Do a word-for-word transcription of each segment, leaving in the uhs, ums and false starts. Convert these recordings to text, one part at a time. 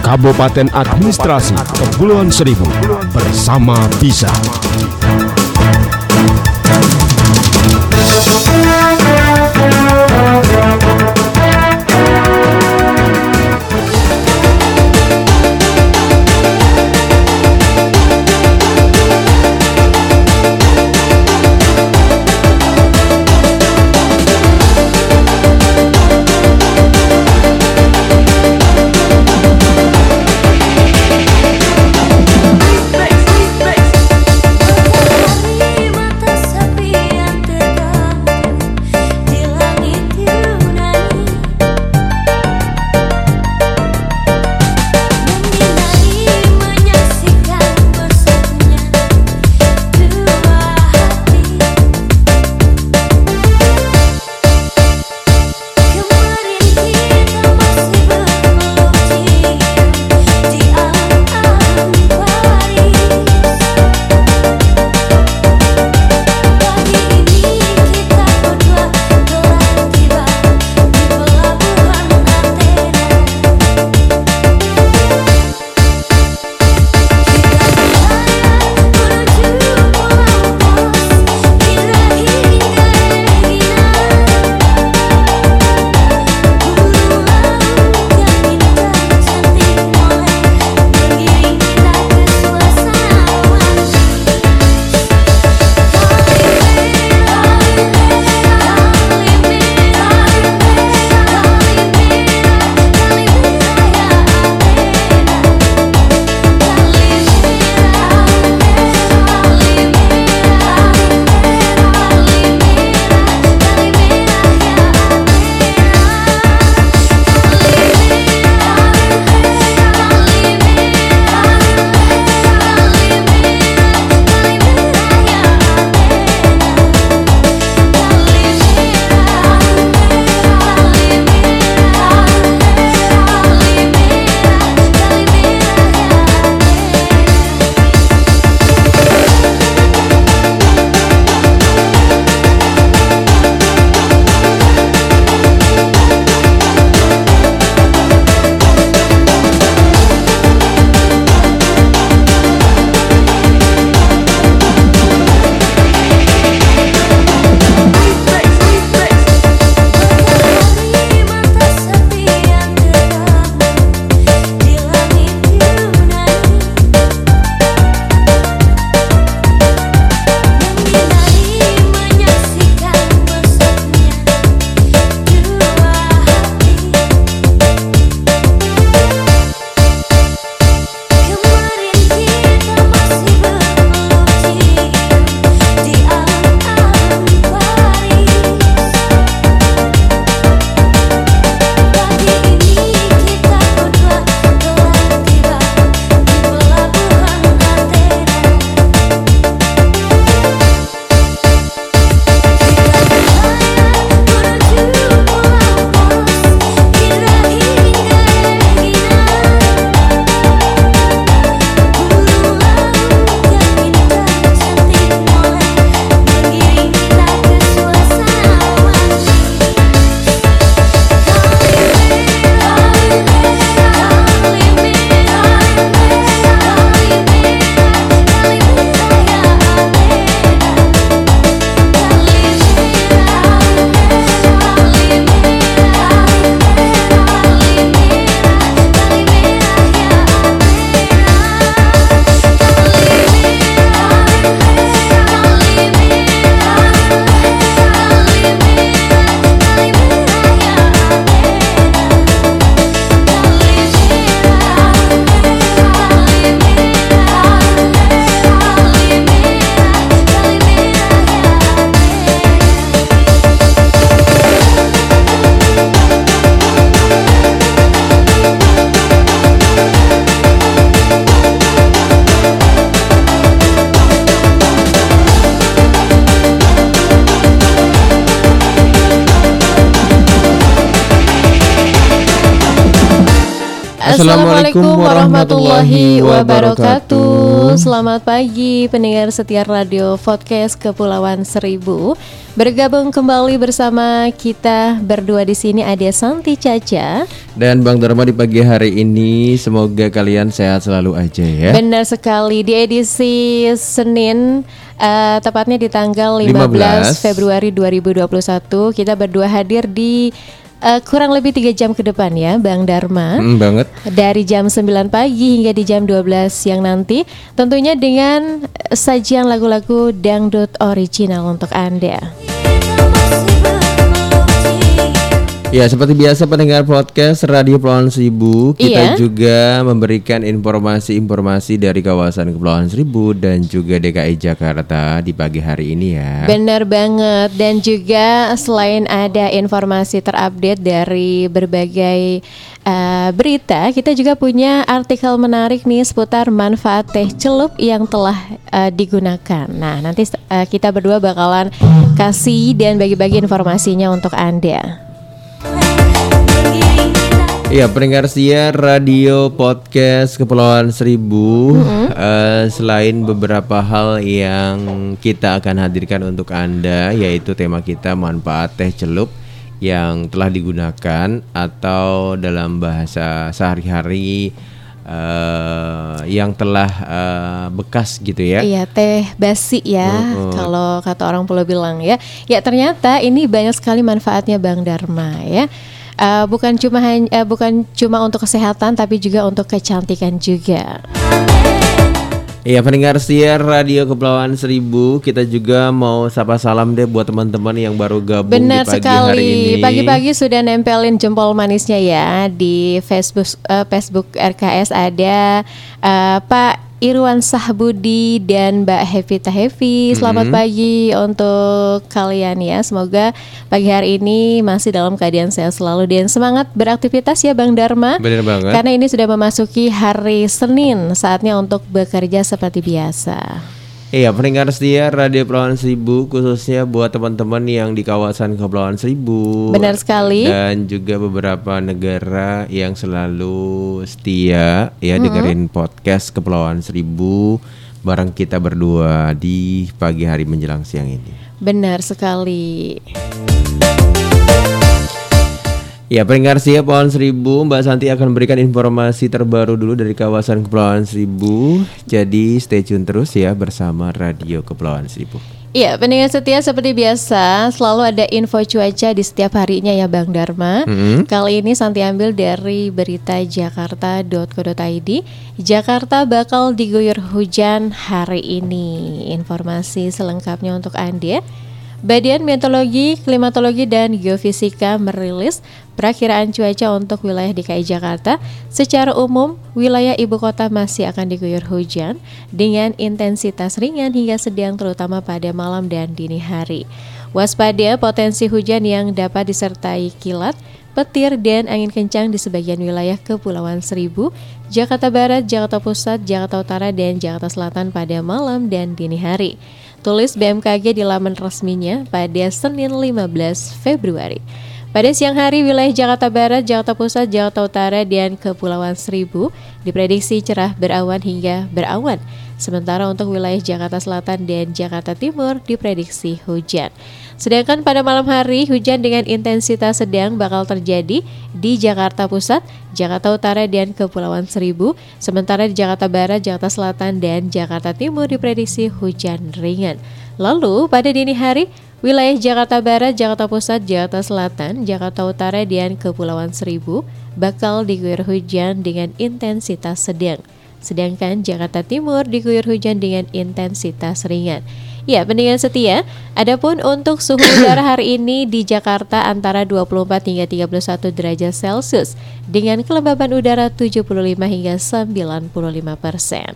Kabupaten Administrasi Kepulauan Seribu bersama Bisa. Assalamualaikum warahmatullahi wabarakatuh. Selamat pagi pendengar setia radio podcast Kepulauan Seribu. Bergabung kembali bersama kita berdua di sini, ada Santi Caca dan Bang Dharma di pagi hari ini. Semoga kalian sehat selalu aja ya. Benar sekali, di edisi Senin uh, tepatnya di tanggal lima belas Februari dua ribu dua puluh satu kita berdua hadir di Uh, kurang lebih tiga jam ke depan ya Bang Dharma. mm, Banget. Dari jam sembilan pagi hingga di jam dua belas siang nanti, tentunya dengan sajian lagu-lagu dangdut original untuk Anda. Ya, seperti biasa pendengar podcast Radio Kepulauan Seribu, kita iya. juga memberikan informasi-informasi dari kawasan Kepulauan Seribu dan juga D K I Jakarta di pagi hari ini ya. Benar banget, dan juga selain ada informasi terupdate dari berbagai uh, berita, kita juga punya artikel menarik nih seputar manfaat teh celup yang telah uh, digunakan. Nah, nanti uh, kita berdua bakalan kasih dan bagi-bagi informasinya untuk Anda. Iya, pendengar setia radio podcast Kepulauan Seribu, mm-hmm. uh, selain beberapa hal yang kita akan hadirkan untuk Anda, yaitu tema kita manfaat teh celup yang telah digunakan atau dalam bahasa sehari-hari uh, yang telah uh, bekas gitu ya. Iya, teh basi ya, uh-uh. kalau kata orang Pulau bilang ya. Ya, ternyata ini banyak sekali manfaatnya Bang Dharma ya. Uh, bukan cuma hanya, uh, bukan cuma untuk kesehatan, tapi juga untuk kecantikan juga. Iya, pendengar setia Radio Kepulauan Seribu, kita juga mau sapa salam deh buat teman-teman yang baru gabung. Benar di pagi sekali. hari ini. Pagi-pagi sudah nempelin jempol manisnya ya di Facebook uh, Facebook R K S ada uh, Pak Irwan Sahbudi dan Mbak Hevita Hevi. Selamat mm-hmm. pagi untuk kalian ya. Semoga pagi hari ini masih dalam keadaan sehat selalu dan semangat beraktivitas ya Bang Dharma. Benar banget. Karena ini sudah memasuki hari Senin, saatnya untuk bekerja seperti biasa. Iya, pendengar setia Radio Kepulauan Seribu, khususnya buat teman-teman yang di kawasan Kepulauan Seribu. Benar sekali. Dan juga beberapa negara yang selalu setia ya mm-hmm. dengerin podcast Kepulauan Seribu bareng kita berdua di pagi hari menjelang siang ini. Benar sekali. Ya, pendengar setia Kepulauan Seribu, Mbak Santi akan memberikan informasi terbaru dulu dari kawasan Kepulauan Seribu. Jadi stay tune terus ya bersama Radio Kepulauan Seribu. Iya, pendengar setia, seperti biasa selalu ada info cuaca di setiap harinya ya Bang Dharma. Mm-hmm. Kali ini Santi ambil dari berita jakarta dot co dot i d. Jakarta bakal diguyur hujan hari ini. Informasi selengkapnya untuk Anda. Badan Meteorologi, Klimatologi, dan Geofisika merilis perakiraan cuaca untuk wilayah D K I Jakarta. Secara umum, wilayah ibu kota masih akan diguyur hujan dengan intensitas ringan hingga sedang terutama pada malam dan dini hari. Waspada potensi hujan yang dapat disertai kilat, petir, dan angin kencang di sebagian wilayah Kepulauan Seribu, Jakarta Barat, Jakarta Pusat, Jakarta Utara, dan Jakarta Selatan pada malam dan dini hari. Tulis B M K G di laman resminya pada Senin lima belas Februari. Pada siang hari, wilayah Jakarta Barat, Jakarta Pusat, Jakarta Utara, dan Kepulauan Seribu diprediksi cerah berawan hingga berawan. Sementara untuk wilayah Jakarta Selatan dan Jakarta Timur diprediksi hujan. Sedangkan pada malam hari, hujan dengan intensitas sedang bakal terjadi di Jakarta Pusat, Jakarta Utara, dan Kepulauan Seribu. Sementara di Jakarta Barat, Jakarta Selatan, dan Jakarta Timur diprediksi hujan ringan. Lalu pada dini hari, wilayah Jakarta Barat, Jakarta Pusat, Jakarta Selatan, Jakarta Utara, dan Kepulauan Seribu bakal diguyur hujan dengan intensitas sedang. Sedangkan Jakarta Timur diguyur hujan dengan intensitas ringan. Ya, pendengar setia, adapun untuk suhu udara hari ini di Jakarta antara dua puluh empat hingga tiga puluh satu derajat Celcius dengan kelembaban udara tujuh puluh lima hingga sembilan puluh lima persen.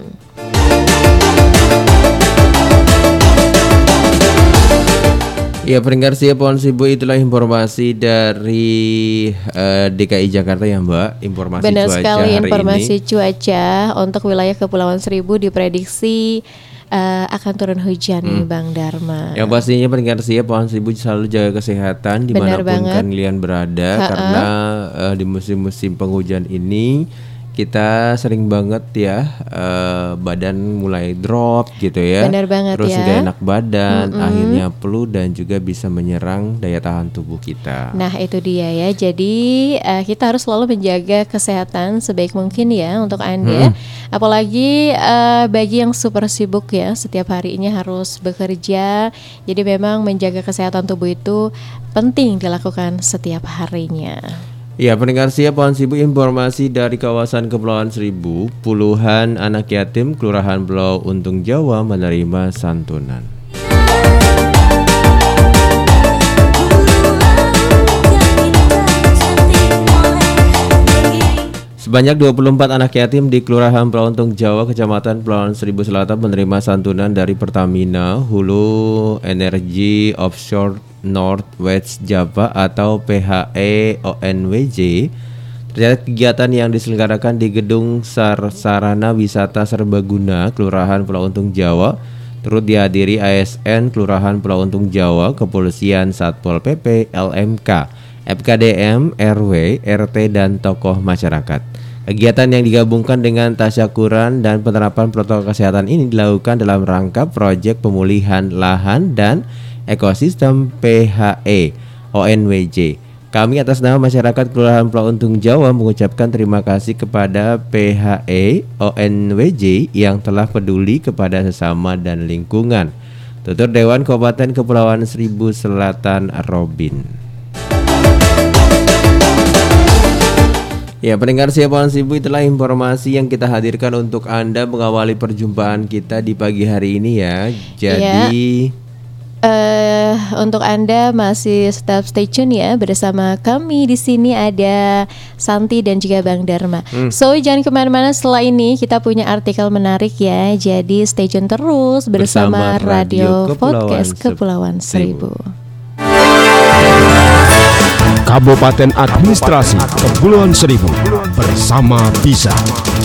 Ya, pendengar setia Kepulauan Seribu, itulah informasi dari uh, D K I Jakarta ya Mbak. Informasi Benar cuaca sekali, hari informasi ini. cuaca untuk wilayah Kepulauan Seribu diprediksi uh, akan turun hujan hmm. nih Bang Dharma. Yang pastinya pendengar setia Kepulauan Seribu selalu jaga kesehatan dimanapun kalian berada. Ha-ha. Karena uh, di musim-musim penghujan ini kita sering banget ya uh, badan mulai drop gitu ya. Benar banget. Terus ya. nggak enak badan, Mm-mm. akhirnya flu dan juga bisa menyerang daya tahan tubuh kita. Nah itu dia ya. Jadi uh, kita harus selalu menjaga kesehatan sebaik mungkin ya untuk Anda. Hmm. Apalagi uh, bagi yang super sibuk ya, setiap harinya harus bekerja. Jadi memang menjaga kesehatan tubuh itu penting dilakukan setiap harinya. Ya, pendengar siap pohon sibuk, informasi dari kawasan Kepulauan Seribu, puluhan anak yatim Kelurahan Pulau Untung Jawa menerima santunan. Sebanyak dua puluh empat anak yatim di Kelurahan Pulau Untung Jawa, Kecamatan Kepulauan Seribu Selatan menerima santunan dari Pertamina Hulu Energy Offshore North West Java atau P H E O N W J terkait kegiatan yang diselenggarakan di Gedung Sar Sarana Wisata Serbaguna Kelurahan Pulau Untung Jawa, turut dihadiri A S N Kelurahan Pulau Untung Jawa, Kepolisian, Satpol P P, L M K, F K D M, R W, R T dan tokoh masyarakat. Kegiatan yang digabungkan dengan tasyakuran dan penerapan protokol kesehatan ini dilakukan dalam rangka proyek pemulihan lahan dan ekosistem P H E O N W J. Kami atas nama masyarakat Kelurahan Pulau Untung Jawa mengucapkan terima kasih kepada P H E O N W J yang telah peduli kepada sesama dan lingkungan. Tutur Dewan Kabupaten Kepulauan Seribu Selatan Robin. Ya, pendengar siap pohon sibuk, itulah informasi yang kita hadirkan untuk Anda mengawali perjumpaan kita di pagi hari ini ya. Jadi ya. Uh, untuk Anda masih tetap stay tune ya bersama kami. Di sini ada Santi dan juga Bang Dharma. Hmm. So jangan kemana-mana, setelah ini kita punya artikel menarik ya. Jadi stay tune terus bersama, bersama Radio, Radio Podcast Kepulauan Seribu. Kabupaten Administrasi Kepulauan Seribu bersama Bisa.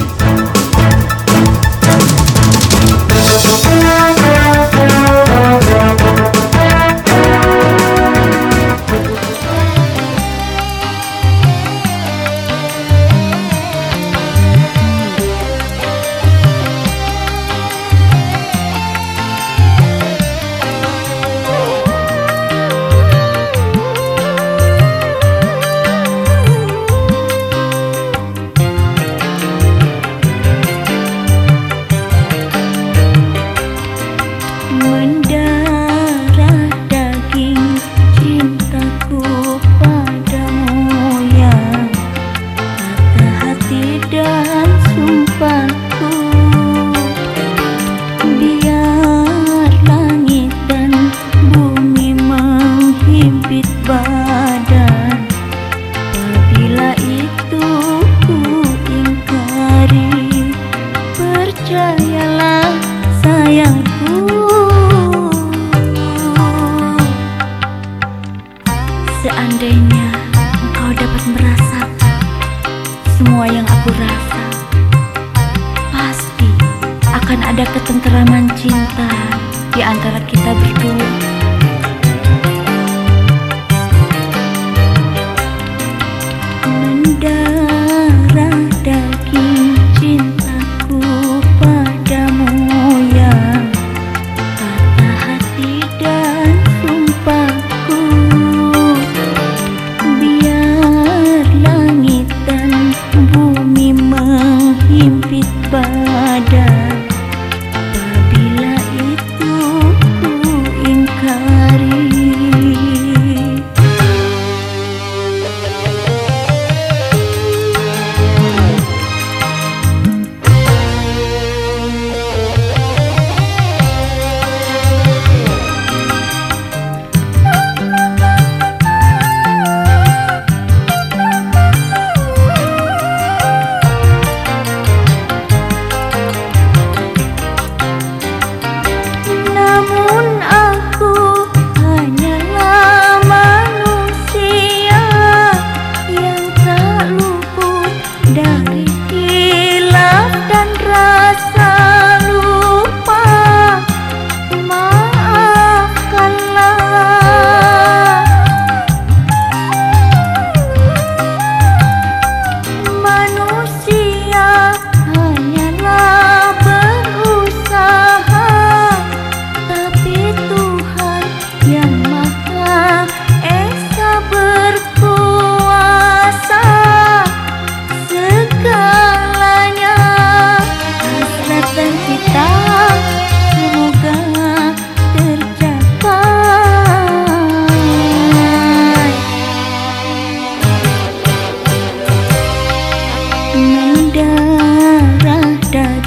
Seandainya engkau dapat merasakan semua yang aku rasa, pasti akan ada ketenteraman cinta di antara kita berdua. Mendarah daging cintaku padamu yang kata hati dan sumpahku. Biar langit dan bumi menghimpit badan, apabila itu ku ingkari.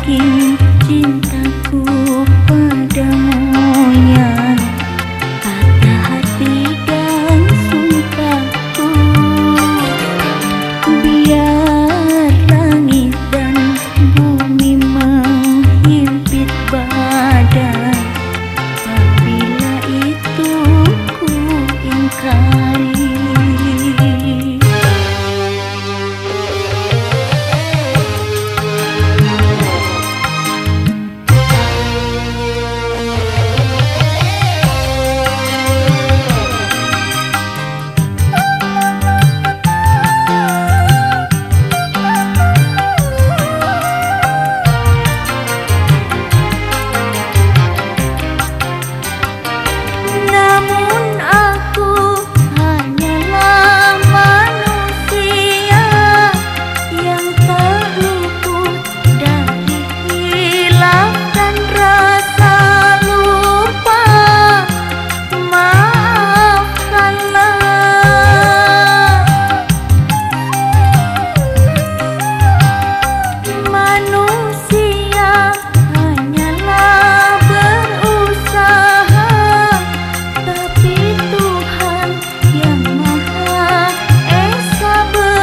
daging cintaku padamu yang kata hati dan sumpahku. Biar langit dan bumi menghimpit badan, apabila itu ku ingkari. Namun aku hanyalah manusia yang tak luput dari hilaf dan rasa lupa. Maafkanlah. Manusia hanyalah berusaha, tapi Tuhan yang Maha Esa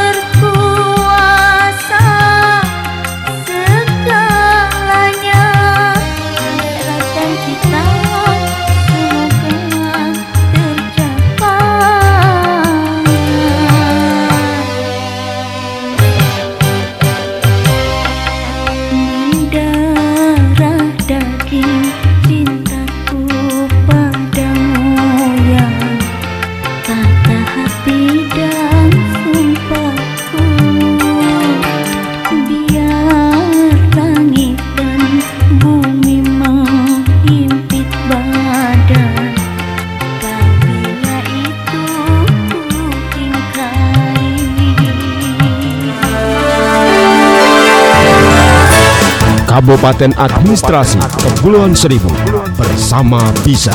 berkuasa segalanya. Hasrat dan cita semoga tercapai. Darah daging cintaku padamu yang kata hati dan sumpahku. Biar langit dan bumi menghimpit badan, apabila itu ku ingkari. Kabupaten Administrasi Kepulauan Seribu bersama Bisa.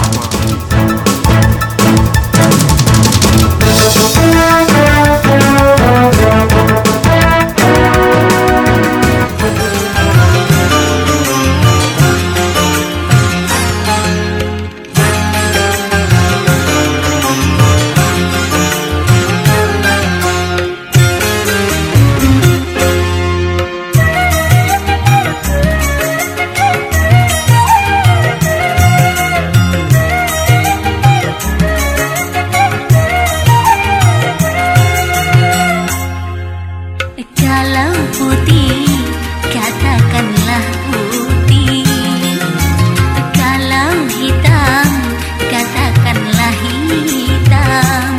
Kalau putih, katakanlah putih. Kalau hitam, katakanlah hitam.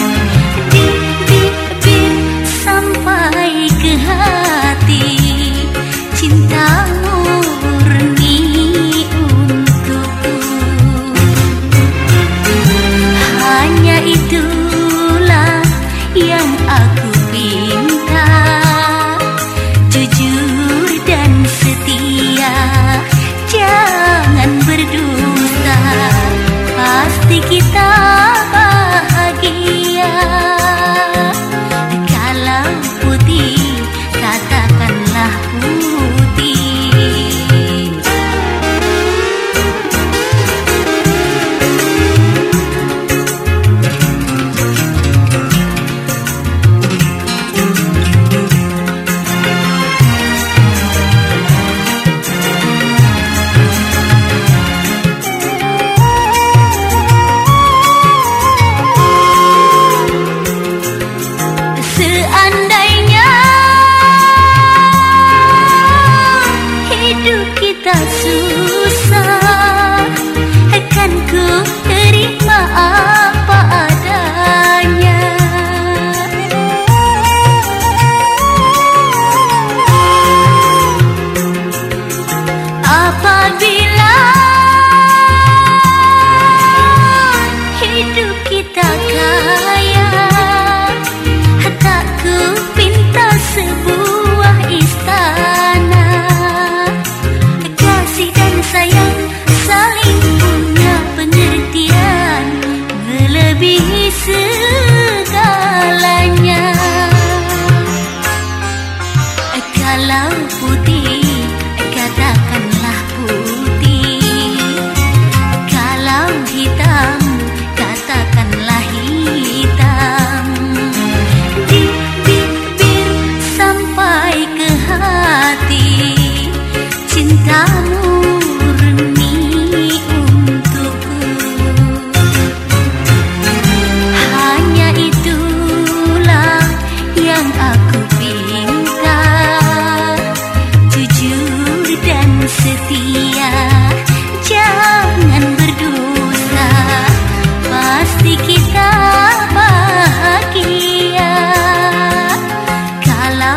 Bibir sampai ke hati, cinta murni untukku. Hanya itulah yang aku pinta, jujur dan setia, jangan berdusta, pasti kita bahagia. Kalau putih, katakanlah putih. Seandainya hidup kita susah, akan ku terima apa adanya. Apabila hidup kita kaya, tak ku pinta sebuah istana. Kasih dan sayang saling punya pengertian, melebihi segalanya. Kalau putih, kata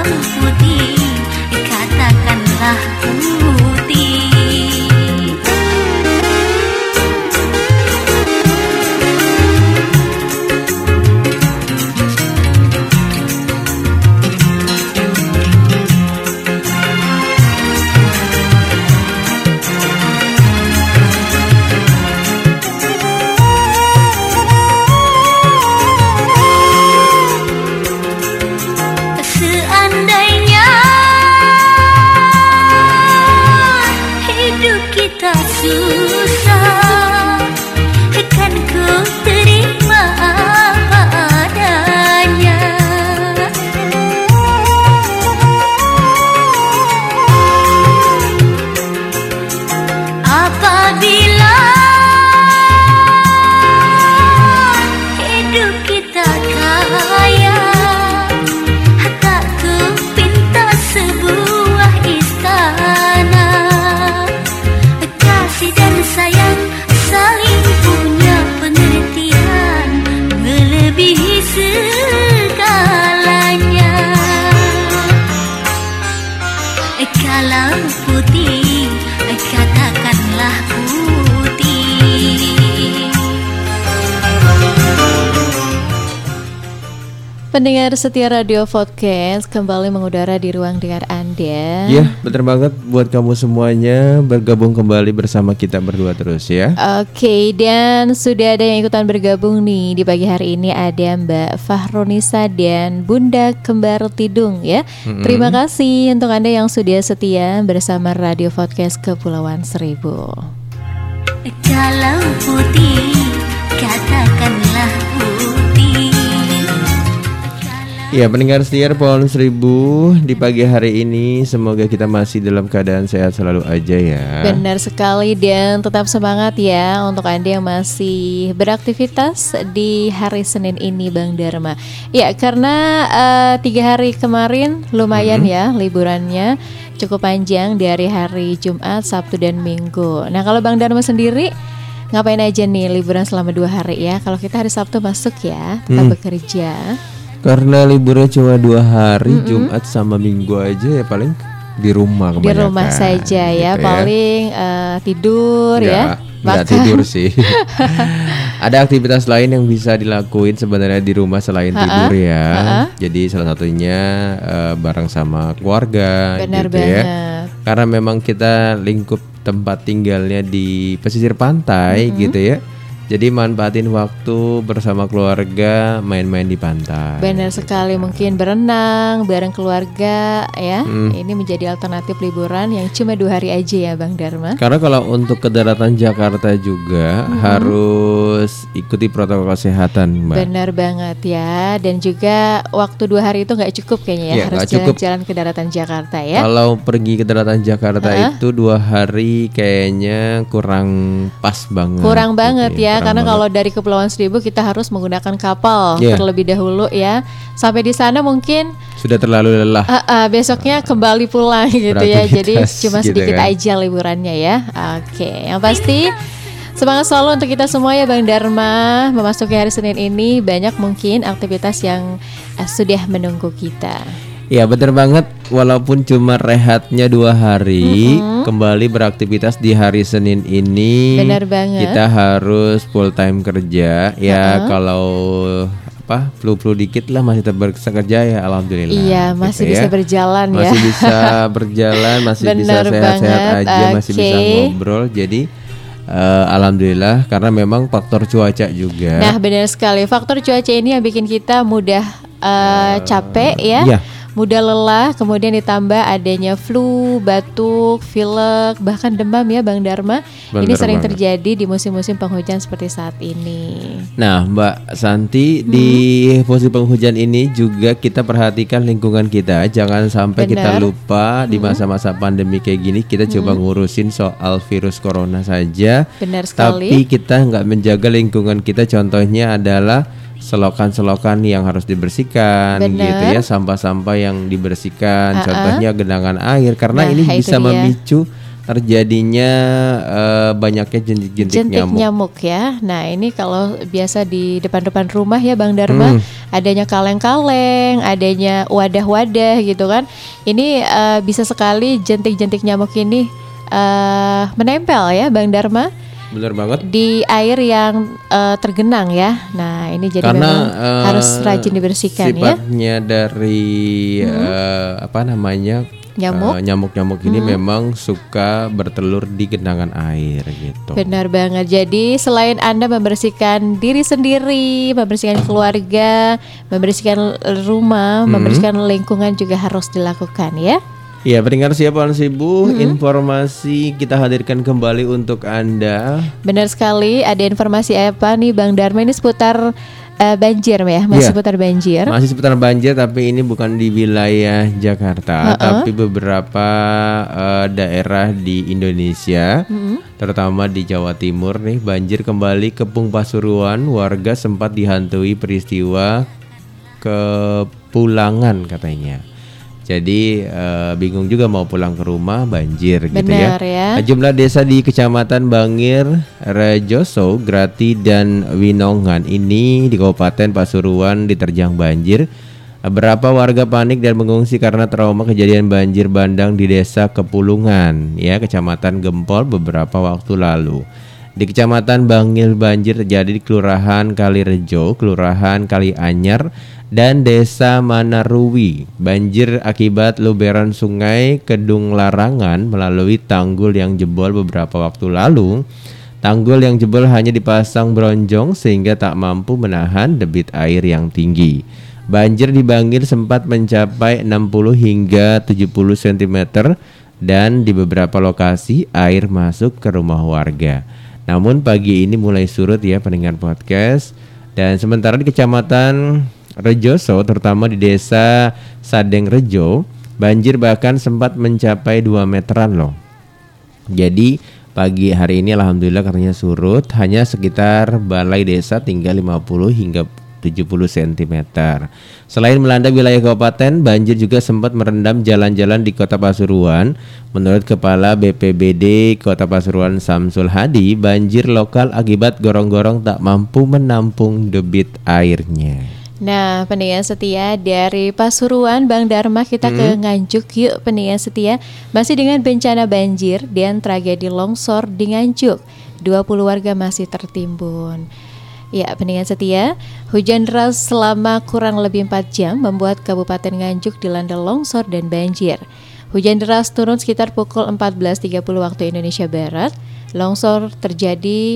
putih, katakanlah putih. Seandainya hidup kita susah, kan ku terima apa adanya. Apabila hidup kita kaya, tak ku pinta sebuah istana. Kasih dan sayang saling punya pengertian, melebihi segalanya. Kalau putih, katakanlah putih. Pendengar setia Radio Podcast, kembali mengudara di ruang dengar Anda. Ya, bener banget buat kamu semuanya bergabung kembali bersama kita berdua terus ya. Oke, dan sudah ada yang ikutan bergabung nih di pagi hari ini, ada Mbak Fahronisa dan Bunda Kembar Tidung ya. Mm-hmm. Terima kasih untuk Anda yang sudah setia bersama Radio Podcast Kepulauan Seribu. Kalau putih, katakanlah putih. Ya, pendengar setia Kepulauan Seribu, di pagi hari ini semoga kita masih dalam keadaan sehat selalu aja ya. Benar sekali, dan tetap semangat ya untuk Anda yang masih beraktivitas di hari Senin ini Bang Dharma. Ya, karena uh, tiga hari kemarin lumayan hmm. ya liburannya cukup panjang dari hari Jumat, Sabtu dan Minggu. Nah, kalau Bang Dharma sendiri ngapain aja nih liburan selama dua hari ya? Kalau kita hari Sabtu masuk ya, kita hmm. bekerja. Karena liburnya cuma dua hari, mm-hmm. Jumat sama Minggu aja ya paling di rumah kebanyakan. Di rumah saja ya, gitu paling ya. uh, tidur Nggak, ya. Nggak tidur sih. Ada aktivitas lain yang bisa dilakuin sebenarnya di rumah selain uh-uh. tidur ya. Uh-uh. Jadi salah satunya uh, bareng sama keluarga. Benar gitu banget. Ya. Karena memang kita lingkup tempat tinggalnya di pesisir pantai mm-hmm. gitu ya. Jadi manfaatin waktu bersama keluarga, main-main di pantai. Benar gitu. Sekali, mungkin berenang bareng keluarga ya. Hmm. Ini menjadi alternatif liburan yang cuma dua hari aja ya Bang Dharma. Karena kalau untuk ke daratan Jakarta juga hmm. harus ikuti protokol kesehatan, Mbak. Benar banget ya. Dan juga waktu dua hari itu nggak cukup kayaknya ya, ya harus jalan-jalan ke daratan Jakarta ya. Kalau pergi ke daratan Jakarta uh-huh. itu dua hari kayaknya kurang pas banget. Kurang gitu banget ya. Ya, karena banget. Kalau dari Kepulauan Seribu kita harus menggunakan kapal yeah. terlebih dahulu ya. Sampai di sana mungkin sudah terlalu lelah. Uh, uh, besoknya kembali pulang gitu ya. Jadi cuma gitu sedikit kan. aja liburannya ya. Oke, yang pasti semangat selalu untuk kita semua ya Bang Dharma. Memasuki hari Senin ini banyak mungkin aktivitas yang uh, sudah menunggu kita. Ya benar banget, walaupun cuma rehatnya dua hari, mm-hmm. kembali beraktivitas di hari Senin ini. Benar banget. Kita harus full time kerja. Ya uh-huh. kalau apa flu-flu dikit lah masih tetap bekerja ya, alhamdulillah. Iya gitu masih ya. bisa berjalan ya. Masih bisa berjalan, masih Benar bisa sehat-sehat banget. aja, okay. masih bisa ngobrol. Jadi Uh, alhamdulillah karena memang faktor cuaca juga. Nah benar sekali, faktor cuaca ini yang bikin kita mudah uh, capek ya. Iya. Mudah lelah, kemudian ditambah adanya flu, batuk, pilek, bahkan demam ya Bang Dharma. Bener ini sering banget. terjadi di musim-musim penghujan seperti saat ini. Nah Mbak Santi, hmm. di musim penghujan ini juga kita perhatikan lingkungan kita. Jangan sampai Bener. kita lupa di masa-masa pandemi kayak gini kita hmm. coba ngurusin soal virus corona saja. Benar sekali. Tapi kita nggak menjaga lingkungan kita, contohnya adalah selokan-selokan yang harus dibersihkan. Bener. Gitu ya, sampah-sampah yang dibersihkan, uh-uh. contohnya genangan air karena nah, ini bisa dia. memicu terjadinya uh, banyaknya jentik-jentik jentik nyamuk. nyamuk ya. Nah ini kalau biasa di depan-depan rumah ya Bang Dharma, hmm. adanya kaleng-kaleng, adanya wadah-wadah gitu kan. Ini uh, bisa sekali jentik-jentik nyamuk ini uh, menempel ya Bang Dharma. Benar banget. Di air yang uh, tergenang ya. Nah ini jadi karena memang uh, harus rajin dibersihkan ya. Sifatnya dari hmm. uh, apa namanya nyamuk, uh, nyamuk-nyamuk ini hmm. memang suka bertelur di genangan air gitu. Benar banget. Jadi selain Anda membersihkan diri sendiri, membersihkan keluarga, membersihkan rumah, hmm. membersihkan lingkungan juga harus dilakukan ya. Ya, pendengar siapa Sribu, hmm. informasi kita hadirkan kembali untuk Anda. Benar sekali. Ada informasi apa nih Bang Dharma ini seputar Uh, banjir ya, masih yeah. seputar banjir. Masih seputar banjir, tapi ini bukan di wilayah Jakarta, uh-uh. tapi beberapa uh, daerah di Indonesia, uh-huh. terutama di Jawa Timur nih, banjir kembali kepung Pasuruan. Warga sempat dihantui peristiwa kepulangan katanya. Jadi uh, bingung juga mau pulang ke rumah, banjir. Benar, gitu ya. ya. Jumlah desa di Kecamatan Bangir, Rejoso, Grati dan Winongan ini di Kabupaten Pasuruan diterjang banjir. Beberapa warga panik dan mengungsi karena trauma kejadian banjir bandang di Desa Kepulungan, ya, Kecamatan Gempol beberapa waktu lalu. Di Kecamatan Bangil banjir terjadi di Kelurahan Kalirejo, Kelurahan Kalianyar, dan Desa Manaruwi. Banjir akibat luberan sungai Kedung Larangan melalui tanggul yang jebol beberapa waktu lalu. Tanggul yang jebol hanya dipasang bronjong sehingga tak mampu menahan debit air yang tinggi. Banjir di Bangil sempat mencapai enam puluh hingga tujuh puluh sentimeter dan di beberapa lokasi air masuk ke rumah warga. Namun pagi ini mulai surut ya pendengar podcast. Dan sementara di Kecamatan Rejoso, terutama di Desa Sadeng Rejo, banjir bahkan sempat mencapai dua meteran loh. Jadi pagi hari ini alhamdulillah katanya surut, hanya sekitar balai desa tinggal lima puluh hingga tujuh puluh sentimeter. Selain melanda wilayah kabupaten, banjir juga sempat merendam jalan-jalan di Kota Pasuruan. Menurut Kepala B P B D Kota Pasuruan Samsul Hadi, banjir lokal akibat gorong-gorong tak mampu menampung debit airnya. Nah, pendengar setia dari Pasuruan, Bang Dharma, kita hmm. ke Nganjuk yuk pendengar setia. Masih dengan bencana banjir dan tragedi longsor di Nganjuk, dua puluh warga masih tertimbun. Ya, pendengar setia, hujan deras selama kurang lebih empat jam membuat Kabupaten Nganjuk dilanda longsor dan banjir. Hujan deras turun sekitar pukul empat belas tiga puluh waktu Indonesia Barat. Longsor terjadi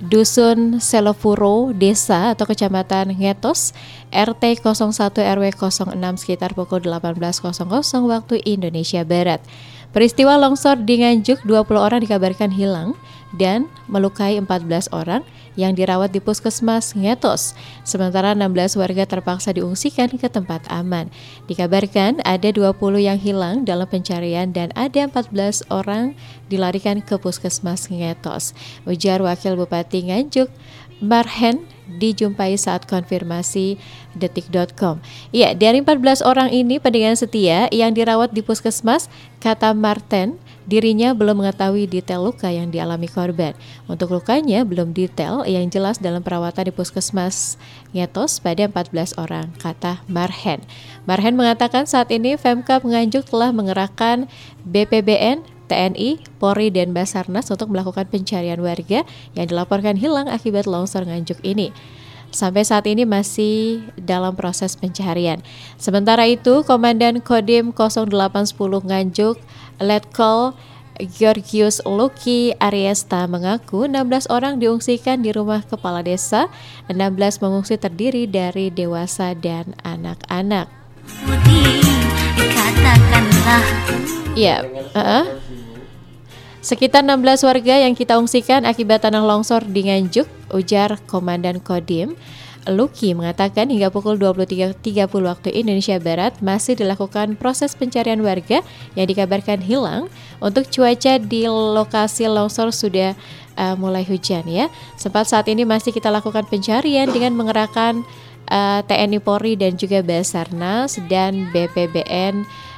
Dusun Selopuro, Desa atau Kecamatan Ngetos, R T nol satu R W nol enam sekitar pukul delapan belas waktu Indonesia Barat. Peristiwa longsor di Nganjuk, dua puluh orang dikabarkan hilang dan melukai empat belas orang yang dirawat di Puskesmas Ngetos. Sementara enam belas warga terpaksa diungsikan ke tempat aman. Dikabarkan ada dua puluh yang hilang dalam pencarian dan ada empat belas orang dilarikan ke Puskesmas Ngetos. Ujar Wakil Bupati Nganjuk, Marhen, dijumpai saat konfirmasi detik dot com. Ya, dari empat belas orang ini pendengar setia yang dirawat di puskesmas, kata Marten, dirinya belum mengetahui detail luka yang dialami korban. Untuk lukanya belum detail, yang jelas dalam perawatan di puskesmas Ngetos pada empat belas orang, kata Marhen. Marhen mengatakan saat ini Pemkab Nganjuk telah mengerahkan B P B N, T N I, Polri, dan Basarnas untuk melakukan pencarian warga yang dilaporkan hilang akibat longsor Nganjuk ini. Sampai saat ini masih dalam proses pencarian. Sementara itu, Komandan Kodim nol delapan satu nol Nganjuk, Letkol Georgius Luki Ariesta mengaku enam belas orang diungsikan di rumah kepala desa, enam belas mengungsi terdiri dari dewasa dan anak-anak. Katakanlah. Ya, uh-uh. Sekitar enam belas warga yang kita ungsikan akibat tanah longsor di Nganjuk, ujar Komandan Kodim. Luki mengatakan hingga pukul dua puluh tiga tiga puluh waktu Indonesia Barat masih dilakukan proses pencarian warga yang dikabarkan hilang. Untuk cuaca di lokasi longsor sudah uh, mulai hujan ya. Sempat saat ini masih kita lakukan pencarian dengan mengerahkan uh, T N I Polri dan juga Basarnas dan B P B N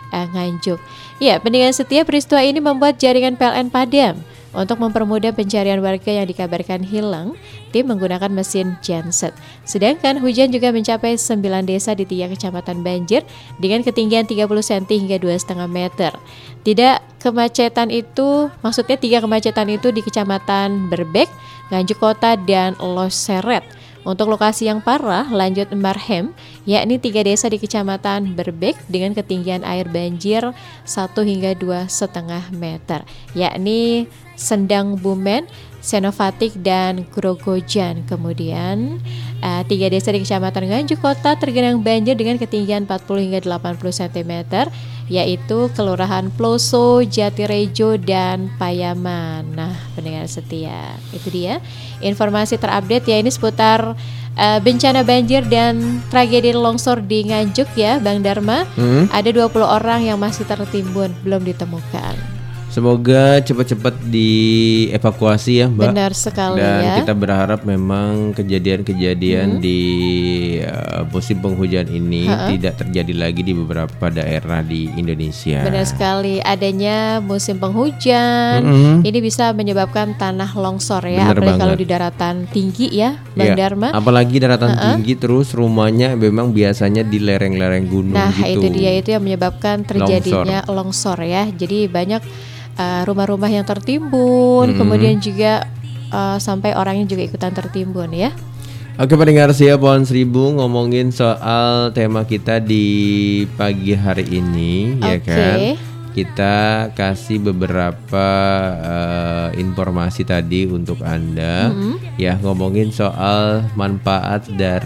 uh, Nganjuk. Ya, pendengar setia, peristiwa ini membuat jaringan P L N padam. Untuk mempermudah pencarian warga yang dikabarkan hilang, tim menggunakan mesin genset. Sedangkan hujan juga mencapai sembilan desa di tiga kecamatan banjir dengan ketinggian tiga puluh sentimeter hingga dua koma lima meter. Tidak kemacetan itu, maksudnya tiga kemacetan itu di kecamatan Berbek, Nganjuk Kota, dan Loseret. Untuk lokasi yang parah, lanjut Marhem, yakni tiga desa di kecamatan Berbek dengan ketinggian air banjir satu hingga dua koma lima meter, yakni Sendang Bumen, Senovatik, dan Grogojan. Kemudian uh, tiga desa di kecamatan Nganjuk Kota tergenang banjir dengan ketinggian empat puluh hingga delapan puluh sentimeter, yaitu Kelurahan Ploso, Jatirejo, dan Payaman. Nah, pendengar setia, itu dia informasi terupdate ya ini seputar uh, bencana banjir dan tragedi longsor di Nganjuk ya, Bang Dharma. Hmm? Ada dua puluh orang yang masih tertimbun, belum ditemukan. Semoga cepat-cepat dievakuasi ya, Mbak. Benar sekali. Dan ya. kita berharap memang kejadian-kejadian hmm. di uh, musim penghujan ini Ha-ha. tidak terjadi lagi di beberapa daerah di Indonesia. Benar sekali. Adanya musim penghujan mm-hmm. ini bisa menyebabkan tanah longsor ya, Benar apalagi banget. kalau di daratan tinggi ya, Bang ya, Dharma. Apalagi daratan Ha-ha. tinggi, terus rumahnya memang biasanya di lereng-lereng gunung nah, gitu. Nah, itu dia itu yang menyebabkan terjadinya longsor, longsor ya. Jadi banyak Uh, rumah-rumah yang tertimbun, hmm. kemudian juga uh, sampai orangnya juga ikutan tertimbun ya. Oke, pendengar Sia Pohon Seribu, ngomongin soal tema kita di pagi hari ini, okay. ya kan? Kita kasih beberapa uh, informasi tadi untuk Anda, hmm. ya ngomongin soal manfaat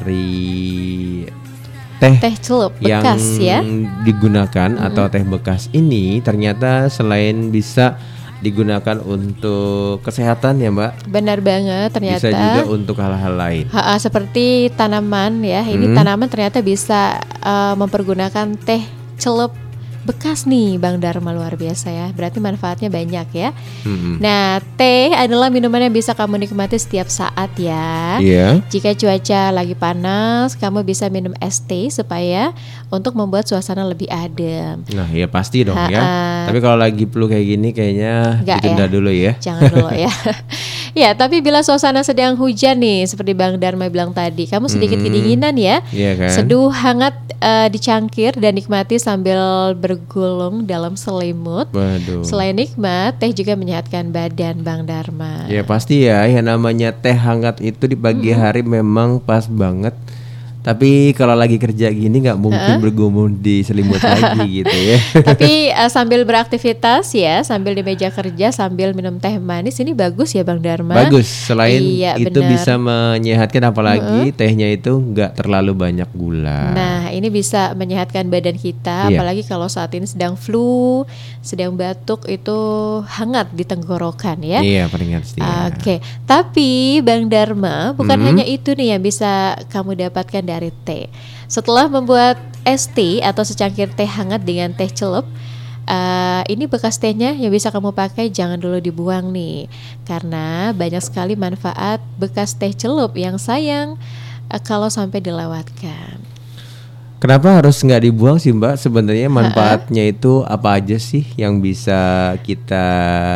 dari teh, teh celup bekas yang ya digunakan mm-hmm. atau teh bekas ini ternyata selain bisa digunakan untuk kesehatan ya, Mbak. Benar banget, ternyata bisa juga untuk hal-hal lain. Ha-ha, seperti tanaman ya. Ini hmm. tanaman ternyata bisa uh, mempergunakan teh celup bekas nih, Bang Dharma, luar biasa ya. Berarti manfaatnya banyak ya. Mm-hmm. Nah, teh adalah minuman yang bisa kamu nikmati setiap saat ya. Yeah. Jika cuaca lagi panas, kamu bisa minum es teh supaya untuk membuat suasana lebih adem. Nah, ya pasti dong Ha-ha. ya. Tapi kalau lagi flu kayak gini kayaknya Nggak ditunda ya. dulu ya. Jangan dulu ya. Ya, tapi bila suasana sedang hujan nih, seperti Bang Dharma bilang tadi, kamu sedikit mm-hmm. kedinginan ya. Iya kan? Seduh hangat uh, dicangkir dan nikmati sambil bergulung dalam selimut. Waduh. Selain nikmat, teh juga menyehatkan badan, Bang Dharma. Ya pasti ya, yang namanya teh hangat itu di pagi mm-hmm. hari memang pas banget. Tapi kalau lagi kerja gini nggak mungkin uh-uh. bergumul di selimut lagi gitu ya. Tapi uh, sambil beraktivitas ya, sambil di meja kerja, sambil minum teh manis, ini bagus ya Bang Dharma. Bagus, selain iya, itu bener. Bisa menyehatkan, apalagi uh-uh. tehnya itu nggak terlalu banyak gula. Nah, ini bisa menyehatkan badan kita, iya. apalagi kalau saat ini sedang flu, sedang batuk, itu hangat di tenggorokan ya. Iya, pendengar setia. Oke, okay. Tapi Bang Dharma, bukan hmm. hanya itu nih yang bisa kamu dapatkan dari dari teh. Setelah membuat es teh atau secangkir teh hangat dengan teh celup, uh, ini bekas tehnya yang bisa kamu pakai jangan dulu dibuang nih, karena banyak sekali manfaat bekas teh celup yang sayang uh, kalau sampai dilewatkan. Kenapa harus nggak dibuang sih, Mbak? Sebenarnya manfaatnya Ha-ha. itu apa aja sih yang bisa kita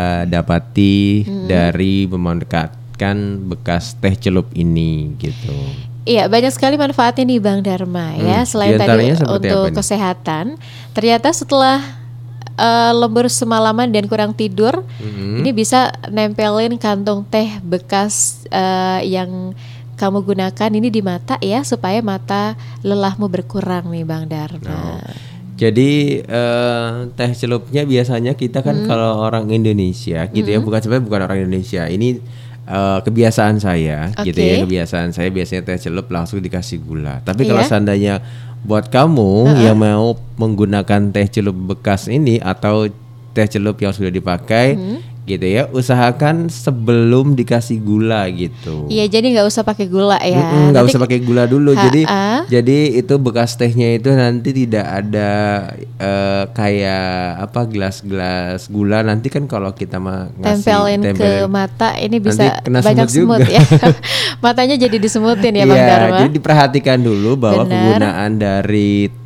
dapati hmm. dari memanfaatkan bekas teh celup ini gitu? Iya, banyak sekali manfaatnya nih Bang Dharma hmm, ya. Selain tadi untuk kesehatan, ternyata setelah uh, lembur semalaman dan kurang tidur, hmm. ini bisa nempelin kantong teh bekas uh, yang kamu gunakan ini di mata ya, supaya mata lelahmu berkurang nih Bang Dharma. Oh. Jadi uh, teh celupnya biasanya kita kan hmm. kalau orang Indonesia gitu hmm. ya, bukan sebenarnya bukan orang Indonesia. Ini Uh, kebiasaan saya, okay. gitu ya, kebiasaan saya biasanya teh celup langsung dikasih gula. Tapi yeah. kalau seandainya buat kamu uh-uh. yang mau menggunakan teh celup bekas ini atau teh celup yang sudah dipakai, hmm. gitu ya, usahakan sebelum dikasih gula gitu. Iya, jadi nggak usah pakai gula ya. Nggak usah pakai gula dulu. Ha-ha. Jadi, jadi itu bekas tehnya itu nanti tidak ada uh, kayak apa gelas-gelas gula. Nanti kan kalau kita mah ngasih tempelin, tempelin ke mata, ini bisa banyak semut, semut ya. Matanya jadi disemutin ya Bang Dharma. Jadi diperhatikan dulu bahwa Bener. penggunaan dari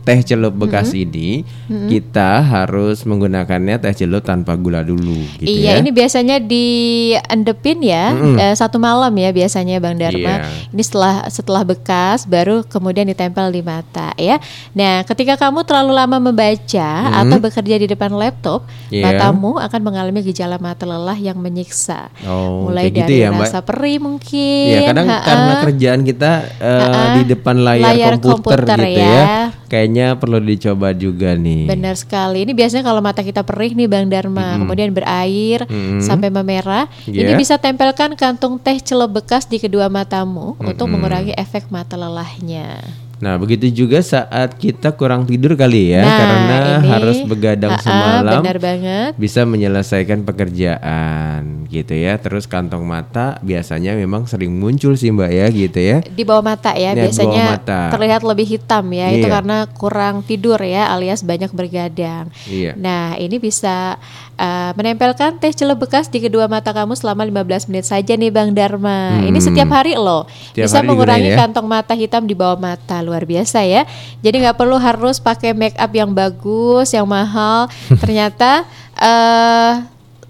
teh celup bekas mm-hmm. ini mm-hmm. kita harus menggunakannya teh celup tanpa gula dulu gitu iya, ya. Ini biasanya diendepin ya mm-hmm. eh, satu malam ya biasanya Bang Dharma. Yeah. Ini setelah setelah bekas baru kemudian ditempel di mata ya. Nah, ketika kamu terlalu lama membaca mm-hmm. atau bekerja di depan laptop, yeah. matamu akan mengalami gejala mata lelah yang menyiksa. Oh, mulai dari gitu ya, rasa perih mungkin. Ya, kadang Ha-ha. karena kerjaan kita uh, di depan layar, layar komputer, komputer gitu ya. ya. Kayaknya perlu dicoba juga nih. Benar sekali. Ini biasanya kalau mata kita perih nih Bang Dharma, mm-hmm. kemudian berair mm-hmm. sampai memerah, yeah. ini bisa tempelkan kantung teh celup bekas di kedua matamu mm-hmm. untuk mengurangi efek mata lelahnya. Nah, begitu juga saat kita kurang tidur kali ya, nah, karena ini, harus begadang ha-ha, semalam, benar banget. bisa menyelesaikan pekerjaan gitu ya. Terus kantong mata biasanya memang sering muncul sih Mbak ya gitu ya. Di bawah mata ya, ya biasanya mata. terlihat lebih hitam ya, iya. itu karena kurang tidur ya, alias banyak bergadang. Iya. Nah, ini bisa uh, menempelkan teh celup bekas di kedua mata kamu selama lima belas menit saja nih Bang Dharma. Hmm. Ini setiap hari loh, setiap bisa hari mengurangi ya? kantong mata hitam di bawah mata. Luar biasa ya. Jadi nggak perlu harus pakai make up yang bagus, yang mahal. Ternyata uh,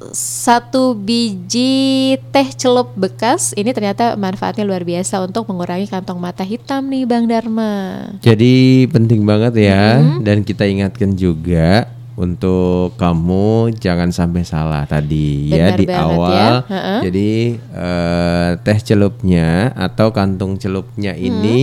satu biji teh celup bekas ini ternyata manfaatnya luar biasa untuk mengurangi kantong mata hitam nih Bang Dharma. Jadi penting banget ya, mm-hmm. dan kita ingatkan juga untuk kamu jangan sampai salah tadi. Benar ya di awal. Ya. Uh-uh. Jadi uh, teh celupnya atau kantung celupnya hmm. ini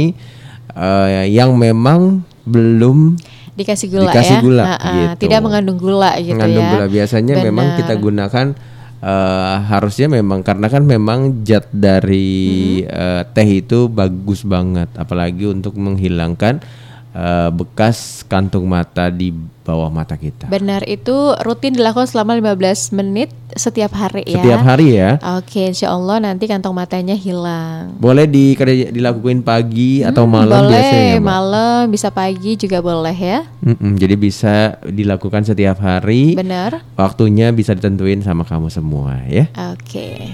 Uh, yang memang belum dikasih gula dikasih ya, gula, uh-uh. gitu. Tidak mengandung gula gitu mengandung ya. Gula biasanya Benar. Memang kita gunakan uh, harusnya memang karena kan memang zat dari hmm. uh, teh itu bagus banget, apalagi untuk menghilangkan uh, bekas kantung mata di bawah mata kita. Benar, itu rutin dilakukan selama lima belas menit setiap hari ya. Setiap hari ya. Oke, insya Allah nanti kantong matanya hilang. Boleh di, dilakuin pagi atau hmm, malam boleh, biasanya ya, malam, bisa pagi juga boleh ya. Mm-mm, jadi bisa dilakukan setiap hari. Benar. Waktunya bisa ditentuin sama kamu semua ya. Oke.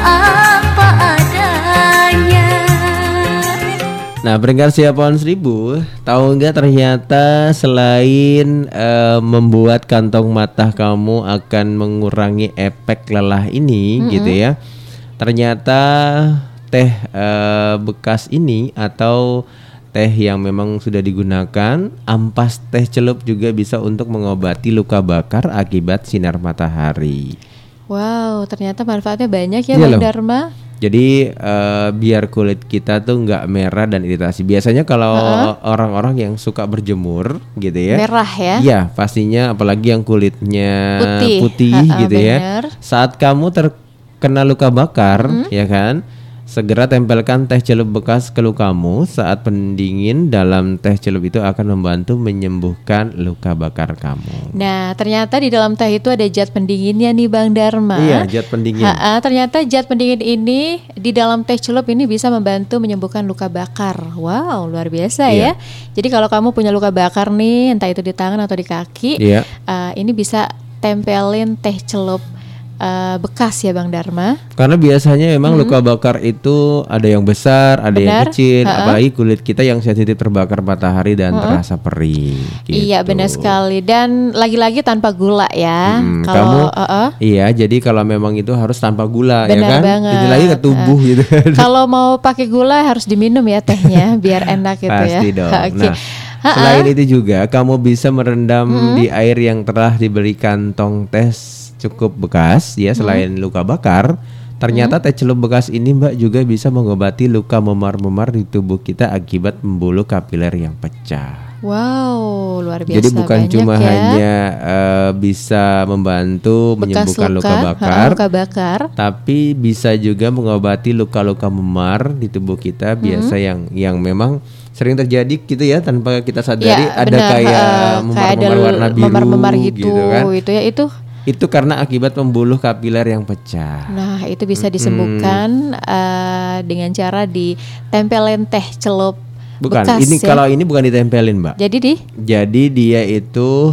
Apa adanya. Nah, pendengar Siap Pohon Seribu, tahu nggak ternyata selain uh, membuat kantong mata kamu akan mengurangi efek lelah ini, mm-hmm. gitu ya. Ternyata teh uh, bekas ini atau teh yang memang sudah digunakan, ampas teh celup juga bisa untuk mengobati luka bakar akibat sinar matahari. Wow, ternyata manfaatnya banyak ya, iya Bang loh. Dharma. Jadi uh, biar kulit kita tuh nggak merah dan iritasi. Biasanya kalau uh-huh. orang-orang yang suka berjemur gitu ya, merah ya. Iya, pastinya apalagi yang kulitnya putih, putih uh-uh, gitu bener. ya. Saat kamu terkena luka bakar, uh-huh. ya kan? Segera tempelkan teh celup bekas ke lukamu. Saat pendingin dalam teh celup itu akan membantu menyembuhkan luka bakar kamu. Nah, ternyata di dalam teh itu ada zat pendinginnya nih Bang Dharma. Iya, zat pendingin. Ha-ha, ternyata zat pendingin ini di dalam teh celup ini bisa membantu menyembuhkan luka bakar. Wow, luar biasa iya. ya. Jadi kalau kamu punya luka bakar nih, entah itu di tangan atau di kaki, iya. uh, ini bisa tempelin teh celup Uh, bekas ya Bang Dharma. Karena biasanya memang hmm. luka bakar itu ada yang besar, ada Benar. yang kecil, ha-ha. apalagi kulit kita yang sensitif terbakar matahari dan ha-ha. terasa perih. Gitu. Iya benar sekali, dan lagi-lagi tanpa gula ya. Hmm, kalau kamu, uh-uh. iya, jadi kalau memang itu harus tanpa gula, benar ya kan? Banget. Jadi lagi ke tubuh uh. gitu. Kalau mau pakai gula harus diminum ya tehnya, biar enak gitu ya. Pasti dong. Okay. Nah. Selain itu juga kamu bisa merendam hmm. di air yang telah diberi kantong teh cukup bekas ya, selain hmm. luka bakar. Ternyata hmm. teh celup bekas ini Mbak juga bisa mengobati luka memar-memar di tubuh kita akibat pembuluh kapiler yang pecah. Wow, luar biasa. Jadi bukan cuma ya. hanya uh, bisa membantu bekas menyembuhkan luka, luka bakar, luka bakar, tapi bisa juga mengobati luka-luka memar di tubuh kita, biasa hmm. yang yang memang sering terjadi gitu ya, tanpa kita sadari ya, ada benar, kayak uh, memar-memar warna biru memar-memar gitu, gitu kan. Itu ya itu Itu karena akibat pembuluh kapiler yang pecah. Nah, itu bisa disembuhkan hmm. uh, dengan cara ditempelin teh celup Bukan, bekas, ini ya? Kalau ini bukan ditempelin, Mbak. Jadi di? Jadi dia itu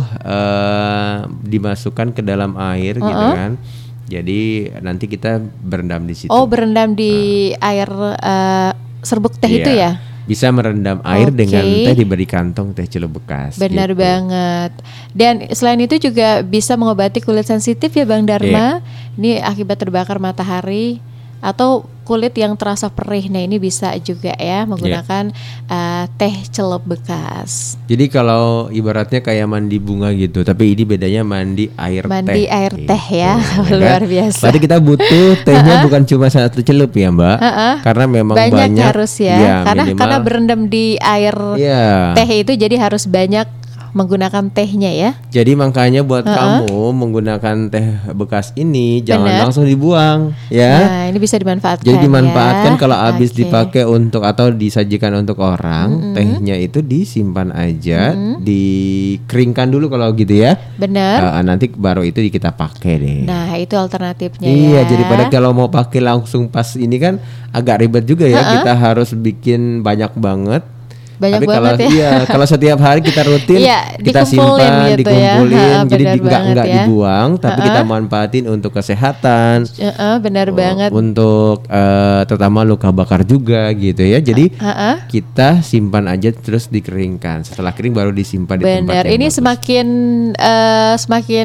uh, dimasukkan ke dalam air, uh-uh. gitu kan. Jadi nanti kita berendam di situ. Oh, berendam di nah. air uh, serbuk teh iya. itu ya? bisa merendam air Oke. dengan teh diberi kantong teh celup bekas. Benar gitu. banget. Dan selain itu juga bisa mengobati kulit sensitif ya Bang Dharma. Ini akibat terbakar matahari atau kulit yang terasa perih. Nah ini bisa juga ya menggunakan uh, teh celup bekas. Jadi kalau ibaratnya kayak mandi bunga gitu, tapi ini bedanya mandi air Mandi teh. air gitu, teh ya, kan? luar biasa. Berarti kita butuh tehnya bukan cuma satu celup ya Mbak, Uh-uh. karena memang banyak, banyak, harus ya, ya, karena minimal- karena berendam di air Iya. teh itu jadi harus banyak menggunakan tehnya ya. Jadi makanya buat Uh-uh. kamu menggunakan teh bekas ini jangan Benar. langsung dibuang ya. Nah ini bisa dimanfaatkan. Jadi dimanfaatkan ya. kalau habis Oke. dipakai untuk atau disajikan untuk orang, tehnya itu disimpan aja, dikeringkan dulu kalau gitu ya. Benar. Uh, nanti baru itu kita pakai deh. Nah itu alternatifnya Iya, ya. jadi pada kalau mau pakai langsung pas ini kan agak ribet juga ya. Uh-uh. Kita harus bikin banyak banget. Banyak Tapi banget kalau ya. iya, kalau setiap hari kita rutin, Iya, kita dikumpulin simpan, gitu ya. dikumpulin, Ha, jadi benar di- nggak banget nggak ya. dibuang, tapi Ha-ha. kita manfaatin untuk kesehatan. Heeh, benar Oh, banget. Untuk eh, terutama luka bakar juga gitu ya. Jadi Heeh. kita simpan aja terus dikeringkan. Setelah kering baru disimpan di tempat Benar. yang Ini bagus. semakin eh, semakin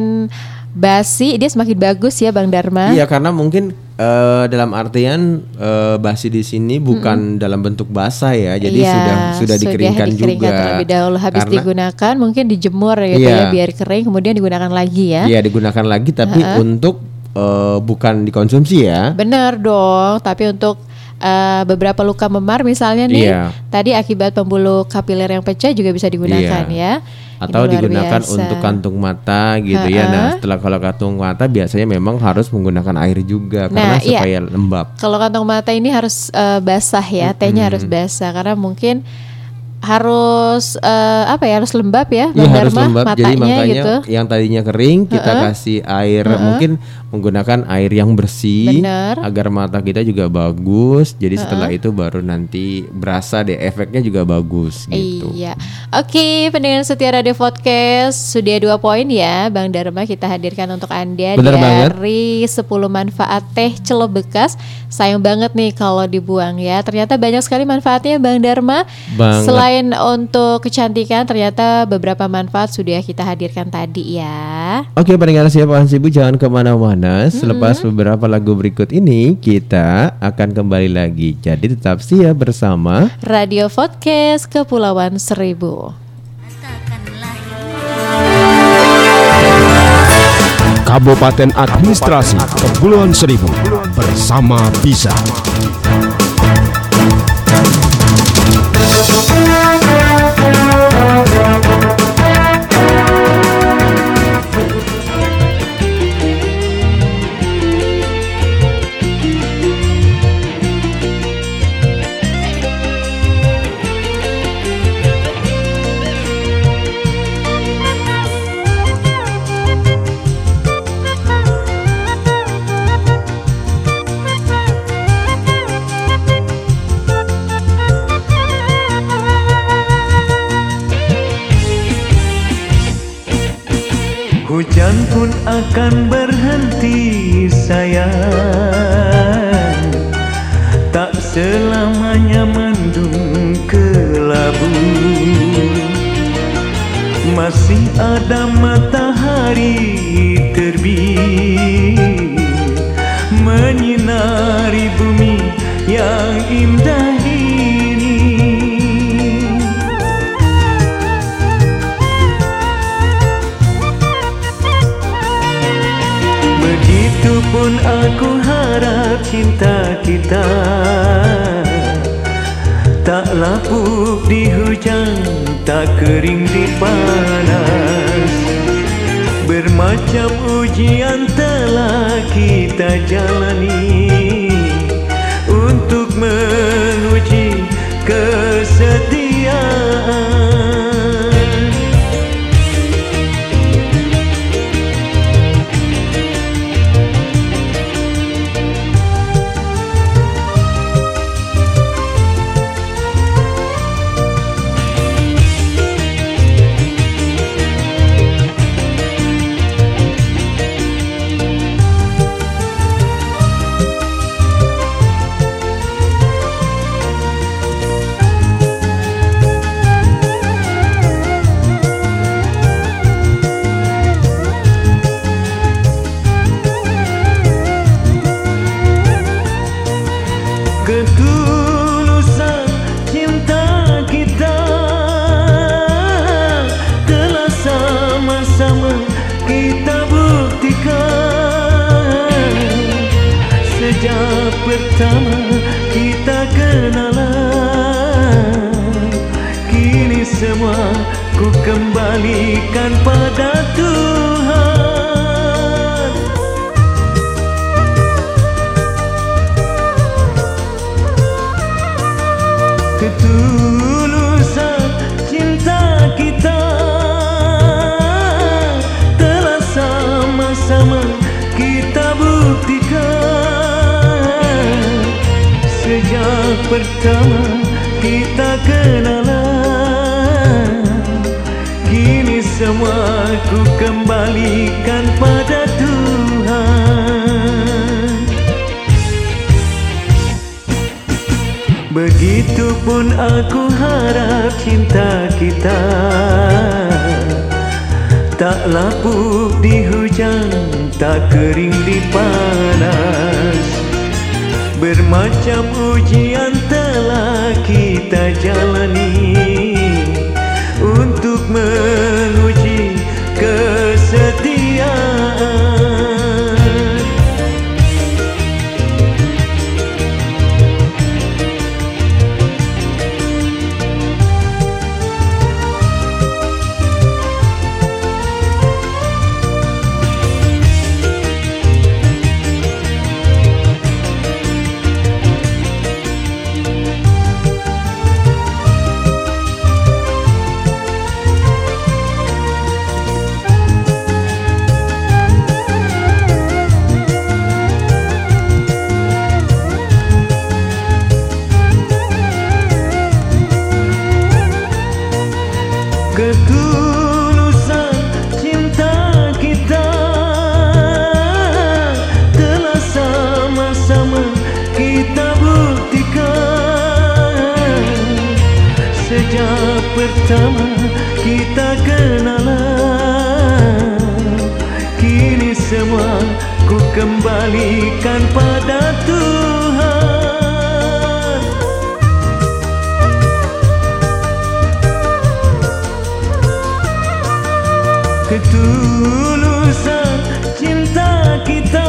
basi, dia semakin bagus ya Bang Dharma. Iya, karena mungkin eh, dalam artian eh, basi di sini bukan dalam bentuk basah ya. Jadi Iya, sudah sudah dikeringkan, juga. terlebih dahulu. Habis Karena- digunakan mungkin dijemur gitu Iya. ya biar kering, kemudian digunakan lagi ya. Iya, digunakan lagi tapi untuk eh, bukan dikonsumsi ya. Benar dong, tapi untuk eh, beberapa luka memar misalnya nih, Iya. tadi akibat pembuluh kapiler yang pecah juga bisa digunakan Iya. ya. Atau Ini luar digunakan biasa. untuk kantung mata gitu ya. Nah, setelah kalau kantung mata biasanya memang harus menggunakan air juga karena Nah, iya. supaya lembab. Kalau kantong mata ini harus eh, basah ya, tehnya harus basah karena mungkin harus eh, apa ya harus lembab ya Iya, Bang harus Dharma, lembab. matanya Jadi makanya gitu. yang tadinya kering kita kasih air, mungkin menggunakan air yang bersih Bener. agar mata kita juga bagus. Jadi setelah itu baru nanti berasa deh efeknya juga bagus gitu. Iya. Oke, pendengar setia Radio Podcast, sudah dua poin ya Bang Dharma kita hadirkan untuk Anda Bener banget. dari sepuluh manfaat teh celup bekas. Sayang banget nih kalau dibuang ya. Ternyata banyak sekali manfaatnya Bang Dharma. Banget. Selain untuk kecantikan, ternyata beberapa manfaat sudah kita hadirkan tadi ya. Oke, pendengar siapa Ibu jangan kemana-mana. Selepas beberapa lagu berikut ini kita akan kembali lagi. Jadi tetap siap bersama Radio Podcast Kepulauan Seribu. Kabupaten Administrasi Kepulauan Seribu bersama Bisa. Hujan pun akan berhenti sayang, tak selamanya mendung kelabu. Masih ada matahari terbit menyinari bumi yang indah ini. Begitupun aku harap cinta kita tak lapuk di hujan, tak kering di panas. Bermacam ujian telah kita jalani untuk menguji kesetiaan. pertama kita kenalan, kini semua ku kembalikan pada Tuhan. Ketulusan cinta kita telah sama-sama kita buktikan. Sejak pertama kita kenalan, kini semua ku kembalikan pada Tuhan. Begitupun aku harap cinta kita tak lapuk di hujan, tak kering di panas. Bermacam ujian telah kita jalani untuk menguji kesetiaan. Ketulusan cinta kita telah sama-sama kita buktikan. Sejak pertama kita kenalan, kini semua ku kembalikan pada Tuhan. Ketulusan cinta kita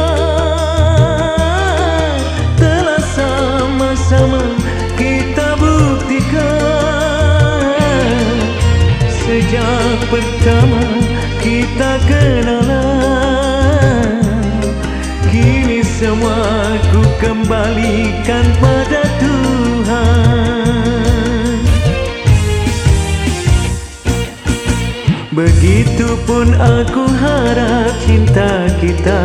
telah sama-sama kita buktikan. Sejak pertama kita kenalan, kini semua ku kembalikan pada Tuhan. Begitupun aku harap cinta kita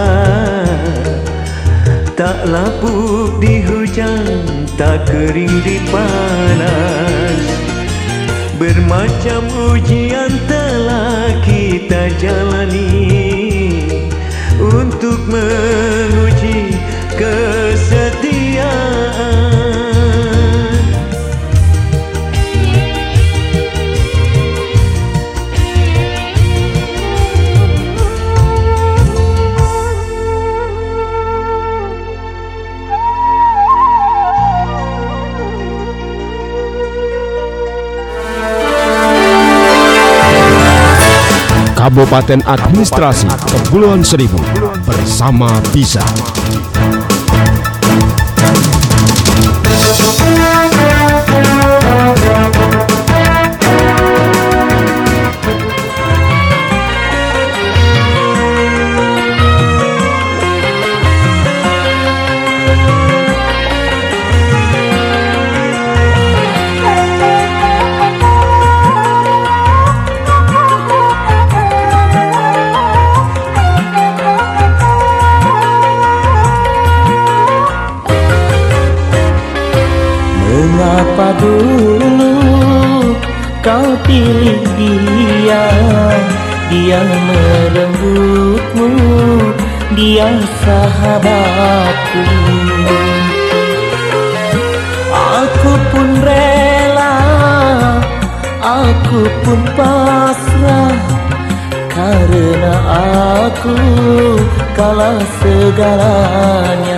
tak lapuk di hujan, tak kering di panas. Bermacam ujian telah kita jalani untuk menguji kesetiaan. Kabupaten Administrasi Kepulauan Seribu bersama Bisa. Mengapa dulu kau pilih dia, dia merengutmu, dia sahabatku. Aku pun rela, aku pun pasrah, karena aku kalah segalanya.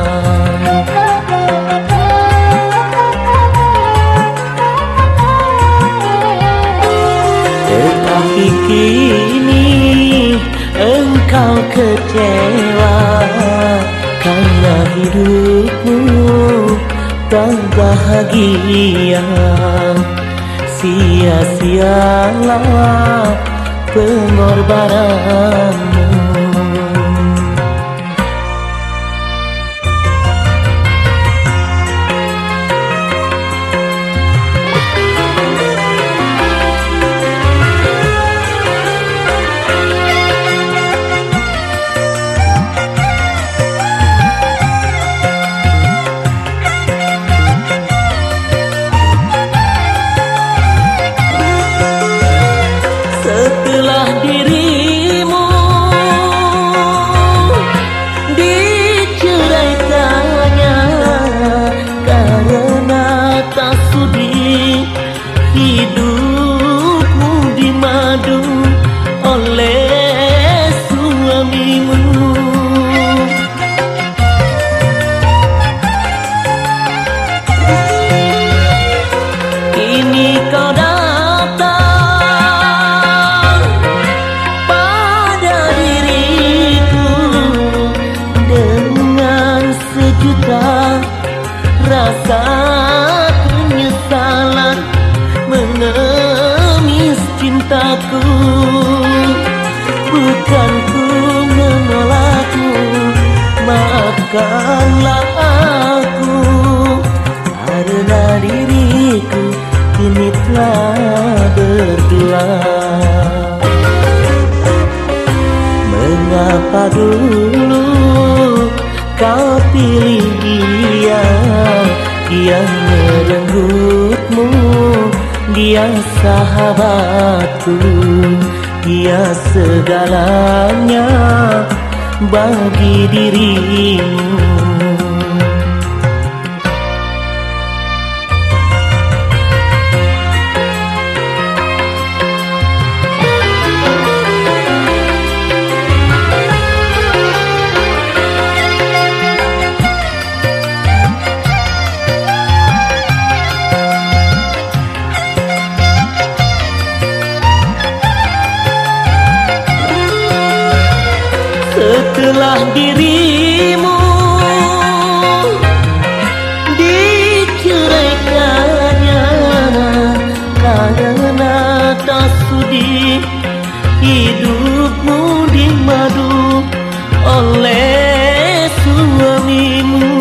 Tetapi kini engkau kecewa karena hidupmu tak bahagia. Sia-sialah pengorbananmu. Maafkanlah aku karena diriku kini telah berdua. Mengapa dulu kau pilih dia, dia merenggutmu, dia sahabatku, dia segalanya bagi dirimu. Setelah dirimu diceraikannya karena tak sudi hidupmu dimadu oleh suamimu.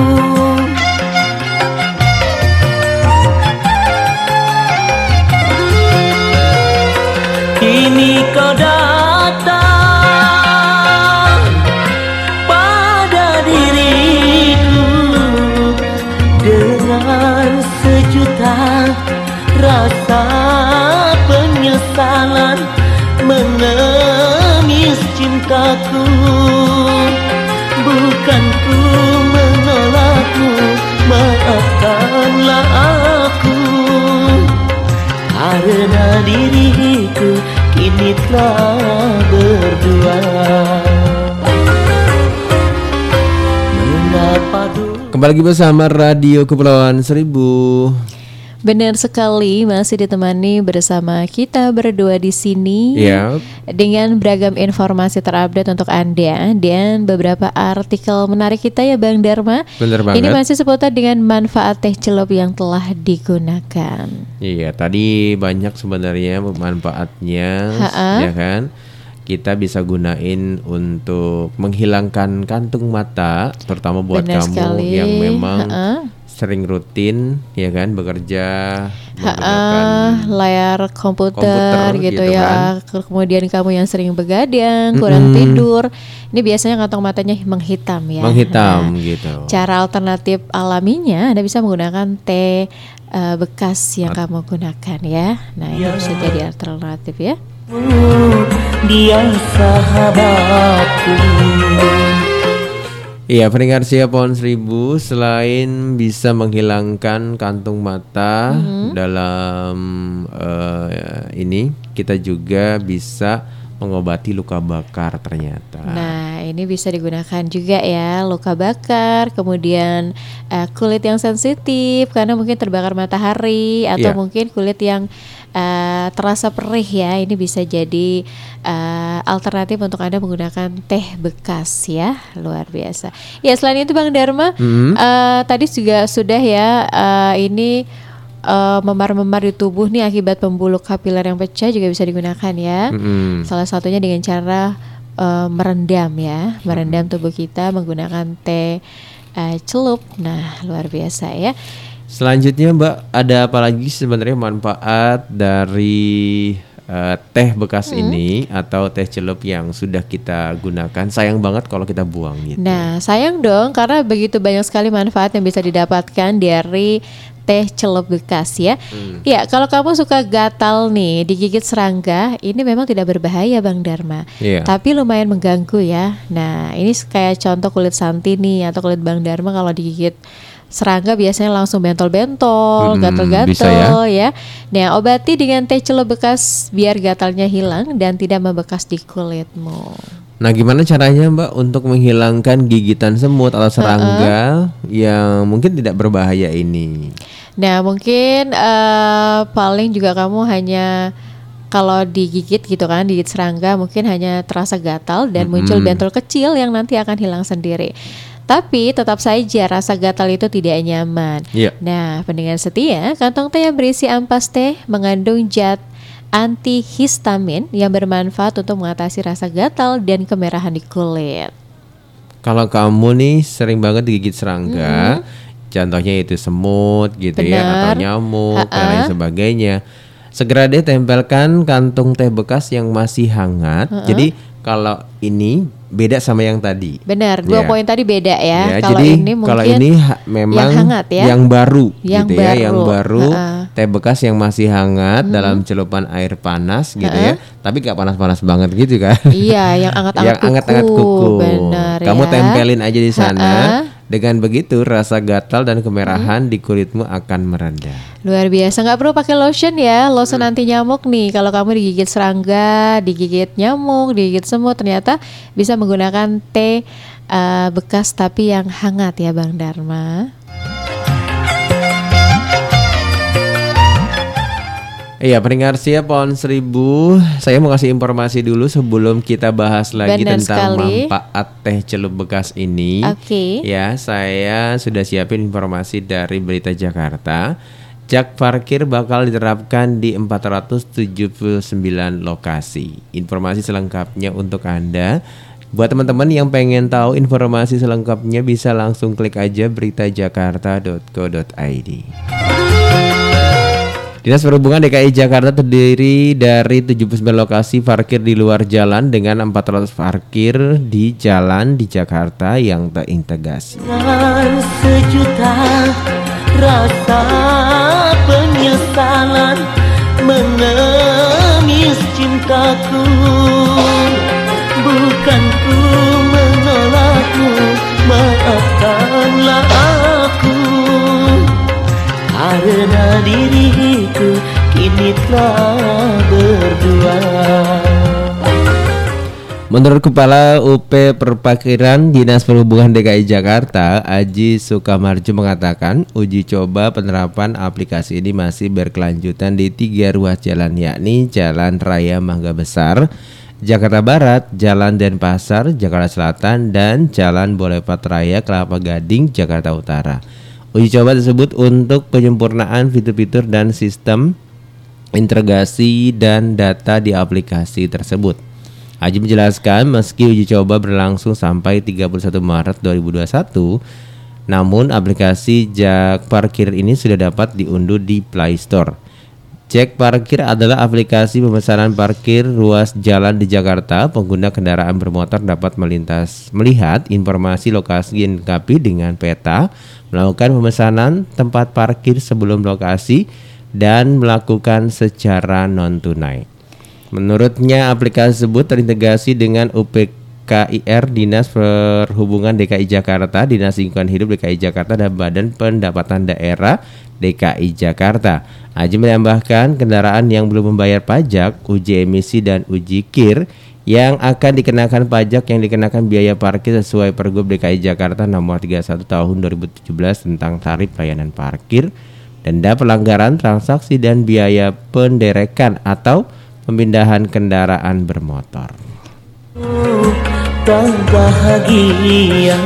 Kini kau datang sejuta rasa penyesalan mengemis cintaku. Bukan ku menolakmu, maafkanlah aku karena diriku kini telah berdua. Mengapa dulu Kembali lagi bersama Radio Kepulauan Seribu. Benar sekali, masih ditemani bersama kita berdua di sini Yep. dengan beragam informasi terupdate untuk Anda dan beberapa artikel menarik kita ya Bang Dharma. Bener banget. Ini masih seputar dengan manfaat teh celup yang telah digunakan. Iya, tadi banyak sebenarnya manfaatnya, Ha-ha. ya kan? Kita bisa gunain untuk menghilangkan kantung mata, terutama buat Benar kamu sekali. yang memang Ha-ha. sering rutin, ya kan, bekerja Ha-ha, menggunakan layar komputer, komputer gitu, gitu ya. Kemudian kamu yang sering begadang, kurang Mm-mm. tidur, ini biasanya kantong matanya menghitam ya. menghitam Nah, gitu. cara alternatif alaminya Anda bisa menggunakan teh uh, bekas yang kamu gunakan ya. Nah, ini bisa jadi alternatif ya. dia sahabatku. Iya, pendengar Siap Pohon Seribu, selain bisa menghilangkan kantung mata Mhm. dalam eh, ini, kita juga bisa mengobati luka bakar ternyata. Nah, ini bisa digunakan juga ya, luka bakar, kemudian uh, kulit yang sensitif karena mungkin terbakar matahari atau Iya. mungkin kulit yang uh, terasa perih ya. Ini bisa jadi uh, alternatif untuk Anda menggunakan teh bekas ya, luar biasa. Ya, selain itu Bang Dharma, Mhm. uh, tadi juga sudah ya uh, ini uh, memar-memar di tubuh nih akibat pembuluh kapiler yang pecah juga bisa digunakan ya. Mm-mm. Salah satunya dengan cara uh, merendam ya, merendam tubuh kita menggunakan teh uh, celup. Nah, luar biasa ya. Selanjutnya Mbak, ada apa lagi sebenarnya manfaat dari uh, teh bekas Hmm. ini atau teh celup yang sudah kita gunakan? Sayang banget kalau kita buang gitu. Nah, sayang dong karena begitu banyak sekali manfaat yang bisa didapatkan dari teh celup bekas ya. Hmm. Ya, kalau kamu suka gatal nih, digigit serangga, ini memang tidak berbahaya Bang Dharma. Iya. Tapi lumayan mengganggu ya. Nah, ini kayak contoh kulit Santi nih atau kulit Bang Dharma kalau digigit serangga biasanya langsung bentol-bentol, Hmm, gatal-gatal bisa ya. Nah, obati dengan teh celup bekas biar gatalnya hilang dan tidak membekas di kulitmu. Nah, gimana caranya Mbak untuk menghilangkan gigitan semut atau serangga yang mungkin tidak berbahaya ini? Nah, mungkin eh, paling juga kamu hanya kalau digigit gitu kan, digigit serangga mungkin hanya terasa gatal dan muncul bentol kecil yang nanti akan hilang sendiri. Tapi tetap saja rasa gatal itu tidak nyaman. Iya. Nah, pendengar setia, kantong teh yang berisi ampas teh mengandung zat antihistamin yang bermanfaat untuk mengatasi rasa gatal dan kemerahan di kulit. Kalau kamu nih sering banget digigit serangga, contohnya itu semut gitu ya, Benar. atau nyamuk dan Ha-ha. lain sebagainya, segera deh tempelkan kantung teh bekas yang masih hangat. Jadi kalau ini beda sama yang tadi. Benar, dua Ya. poin tadi beda ya. Ya, Kalau jadi ini mungkin kalau ini ha- memang yang hangat ya. yang baru Yang gitu ya, yang baru. baru Ha-ha. teh bekas yang masih hangat dalam celupan air panas gitu ya. Tapi gak panas-panas banget gitu kan. Iya, yang anget-anget yang anget-anget kuku. kuku. Benar Kamu ya. tempelin aja di sana. Ha-ha. Dengan begitu rasa gatal dan kemerahan di kulitmu akan mereda. Luar biasa, nggak perlu pakai lotion ya, lotion anti nyamuk nih. Kalau kamu digigit serangga, digigit nyamuk, digigit semut, ternyata bisa menggunakan teh uh, bekas tapi yang hangat ya Bang Dharma. Iya, pendengar siap pohon seribu. Saya mau kasih informasi dulu sebelum kita bahas lagi Benar tentang sekali. manfaat teh celup bekas ini. Oke. Ya, saya sudah siapin informasi dari Berita Jakarta. Jak parkir bakal diterapkan di empat ratus tujuh puluh sembilan lokasi. Informasi selengkapnya untuk Anda. Buat teman-teman yang pengen tahu informasi selengkapnya bisa langsung klik aja berita jakarta dot co dot i d. Dinas Perhubungan D K I Jakarta terdiri dari tujuh puluh sembilan lokasi parkir di luar jalan dengan empat ratus parkir di jalan di Jakarta yang terintegrasi. Dan sejuta rasa penyesalan mengemis cintaku. Bukan ku menolakmu, maafkanlah aku. Karena diriku kini telah berdua. Menurut Kepala U P Perparkiran Dinas Perhubungan D K I Jakarta, Aji Sukamarjo mengatakan uji coba penerapan aplikasi ini masih berkelanjutan di tiga ruas jalan, yakni Jalan Raya Mangga Besar, Jakarta Barat, Jalan Denpasar, Jakarta Selatan, dan Jalan Boulevard Raya Kelapa Gading, Jakarta Utara. Uji coba tersebut untuk penyempurnaan fitur-fitur dan sistem integrasi dan data di aplikasi tersebut. Aji menjelaskan meski uji coba berlangsung sampai tiga puluh satu Maret dua ribu dua puluh satu, namun aplikasi Jak Parkir ini sudah dapat diunduh di Play Store. Jak Parkir adalah aplikasi pemesanan parkir ruas jalan di Jakarta. Pengguna kendaraan bermotor dapat melintas melihat informasi lokasi yang dilengkapi dengan peta, melakukan pemesanan tempat parkir sebelum lokasi, dan melakukan secara non-tunai. Menurutnya aplikasi tersebut terintegrasi dengan U P K I R Dinas Perhubungan D K I Jakarta, Dinas Lingkungan Hidup D K I Jakarta, dan Badan Pendapatan Daerah D K I Jakarta. Aji menambahkan kendaraan yang belum membayar pajak, uji emisi, dan uji kir yang akan dikenakan pajak yang dikenakan biaya parkir sesuai Pergub D K I Jakarta nomor tiga puluh satu tahun dua ribu tujuh belas tentang tarif layanan parkir, denda pelanggaran transaksi dan biaya penderekan atau pemindahan kendaraan bermotor. Tak bahagia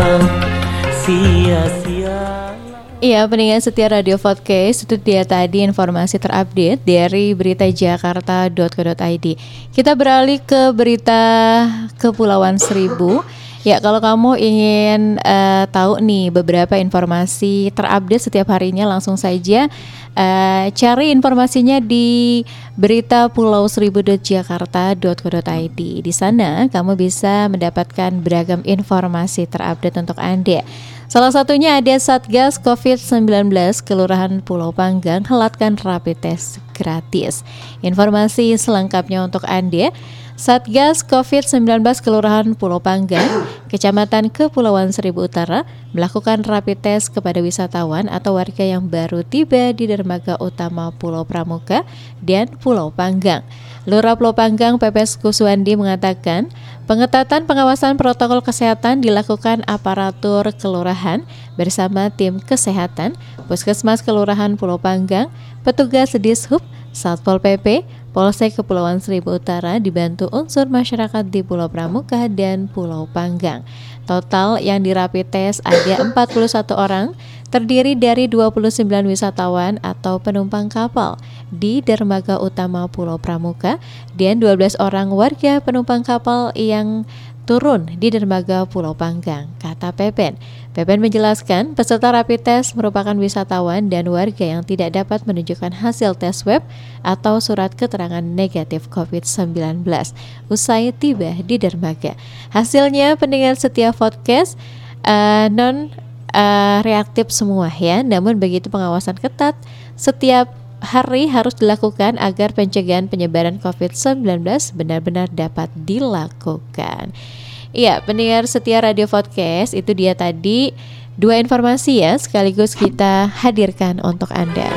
sia-sia. Iya, pendengar setia Radio Podcast, itu dia tadi informasi terupdate dari berita jakarta titik co titik id. Kita beralih ke berita Kepulauan Seribu. Ya, kalau kamu ingin uh, tahu nih beberapa informasi terupdate setiap harinya, langsung saja uh, cari informasinya di berita pulau seribu dot jakarta dot co dot id. Di sana kamu bisa mendapatkan beragam informasi terupdate untuk Anda. Salah satunya ada Satgas covid sembilan belas Kelurahan Pulau Panggang helatkan rapid test gratis. Informasi selengkapnya untuk Anda. Satgas covid sembilan belas Kelurahan Pulau Panggang, Kecamatan Kepulauan Seribu Utara melakukan rapid test kepada wisatawan atau warga yang baru tiba di dermaga utama Pulau Pramuka dan Pulau Panggang. Lurah Pulau Panggang Pepes Kuswandi mengatakan, pengetatan pengawasan protokol kesehatan dilakukan aparatur kelurahan bersama tim kesehatan, Puskesmas Kelurahan Pulau Panggang, petugas Dishub, Satpol P P, Polsek Kepulauan Seribu Utara dibantu unsur masyarakat di Pulau Pramuka dan Pulau Panggang. Total yang di rapid test ada empat puluh satu orang, terdiri dari dua puluh sembilan wisatawan atau penumpang kapal di dermaga utama Pulau Pramuka dan dua belas orang warga penumpang kapal yang turun di dermaga Pulau Panggang, kata Pepen. Pepen menjelaskan peserta rapid test merupakan wisatawan dan warga yang tidak dapat menunjukkan hasil tes swab atau surat keterangan negatif covid sembilan belas usai tiba di dermaga. Hasilnya pendengar setia podcast uh, non uh, reaktif semua ya, namun begitu pengawasan ketat setiap hari harus dilakukan agar pencegahan penyebaran covid sembilan belas benar-benar dapat dilakukan. Iya, pendengar setia Radio Podcast, itu dia tadi dua informasi ya sekaligus kita hadirkan untuk Anda.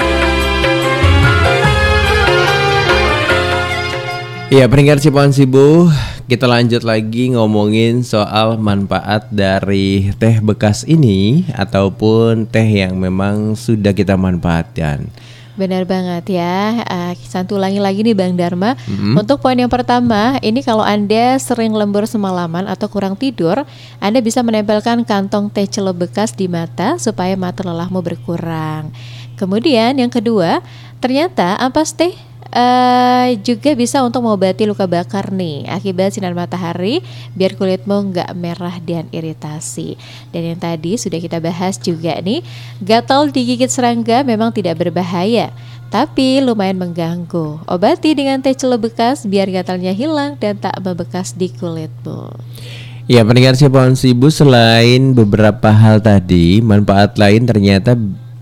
Iya, pendengar Kepulauan Seribu, kita lanjut lagi ngomongin soal manfaat dari teh bekas ini ataupun teh yang memang sudah kita manfaatkan. Benar banget ya. uh, Santu ulangi lagi nih Bang Dharma. Mm-hmm. Untuk poin yang pertama, ini kalau Anda sering lembur semalaman atau kurang tidur, Anda bisa menempelkan kantong teh celup bekas di mata supaya mata lelahmu berkurang. Kemudian yang kedua, ternyata ampas teh Uh, juga bisa untuk mengobati luka bakar nih akibat sinar matahari, biar kulitmu nggak merah dan iritasi. Dan yang tadi sudah kita bahas juga nih, gatal digigit serangga memang tidak berbahaya, tapi lumayan mengganggu. Obati dengan teh celup bekas biar gatalnya hilang dan tak membekas di kulitmu. Ya, pendengar Kepulauan Seribu, selain beberapa hal tadi, manfaat lain ternyata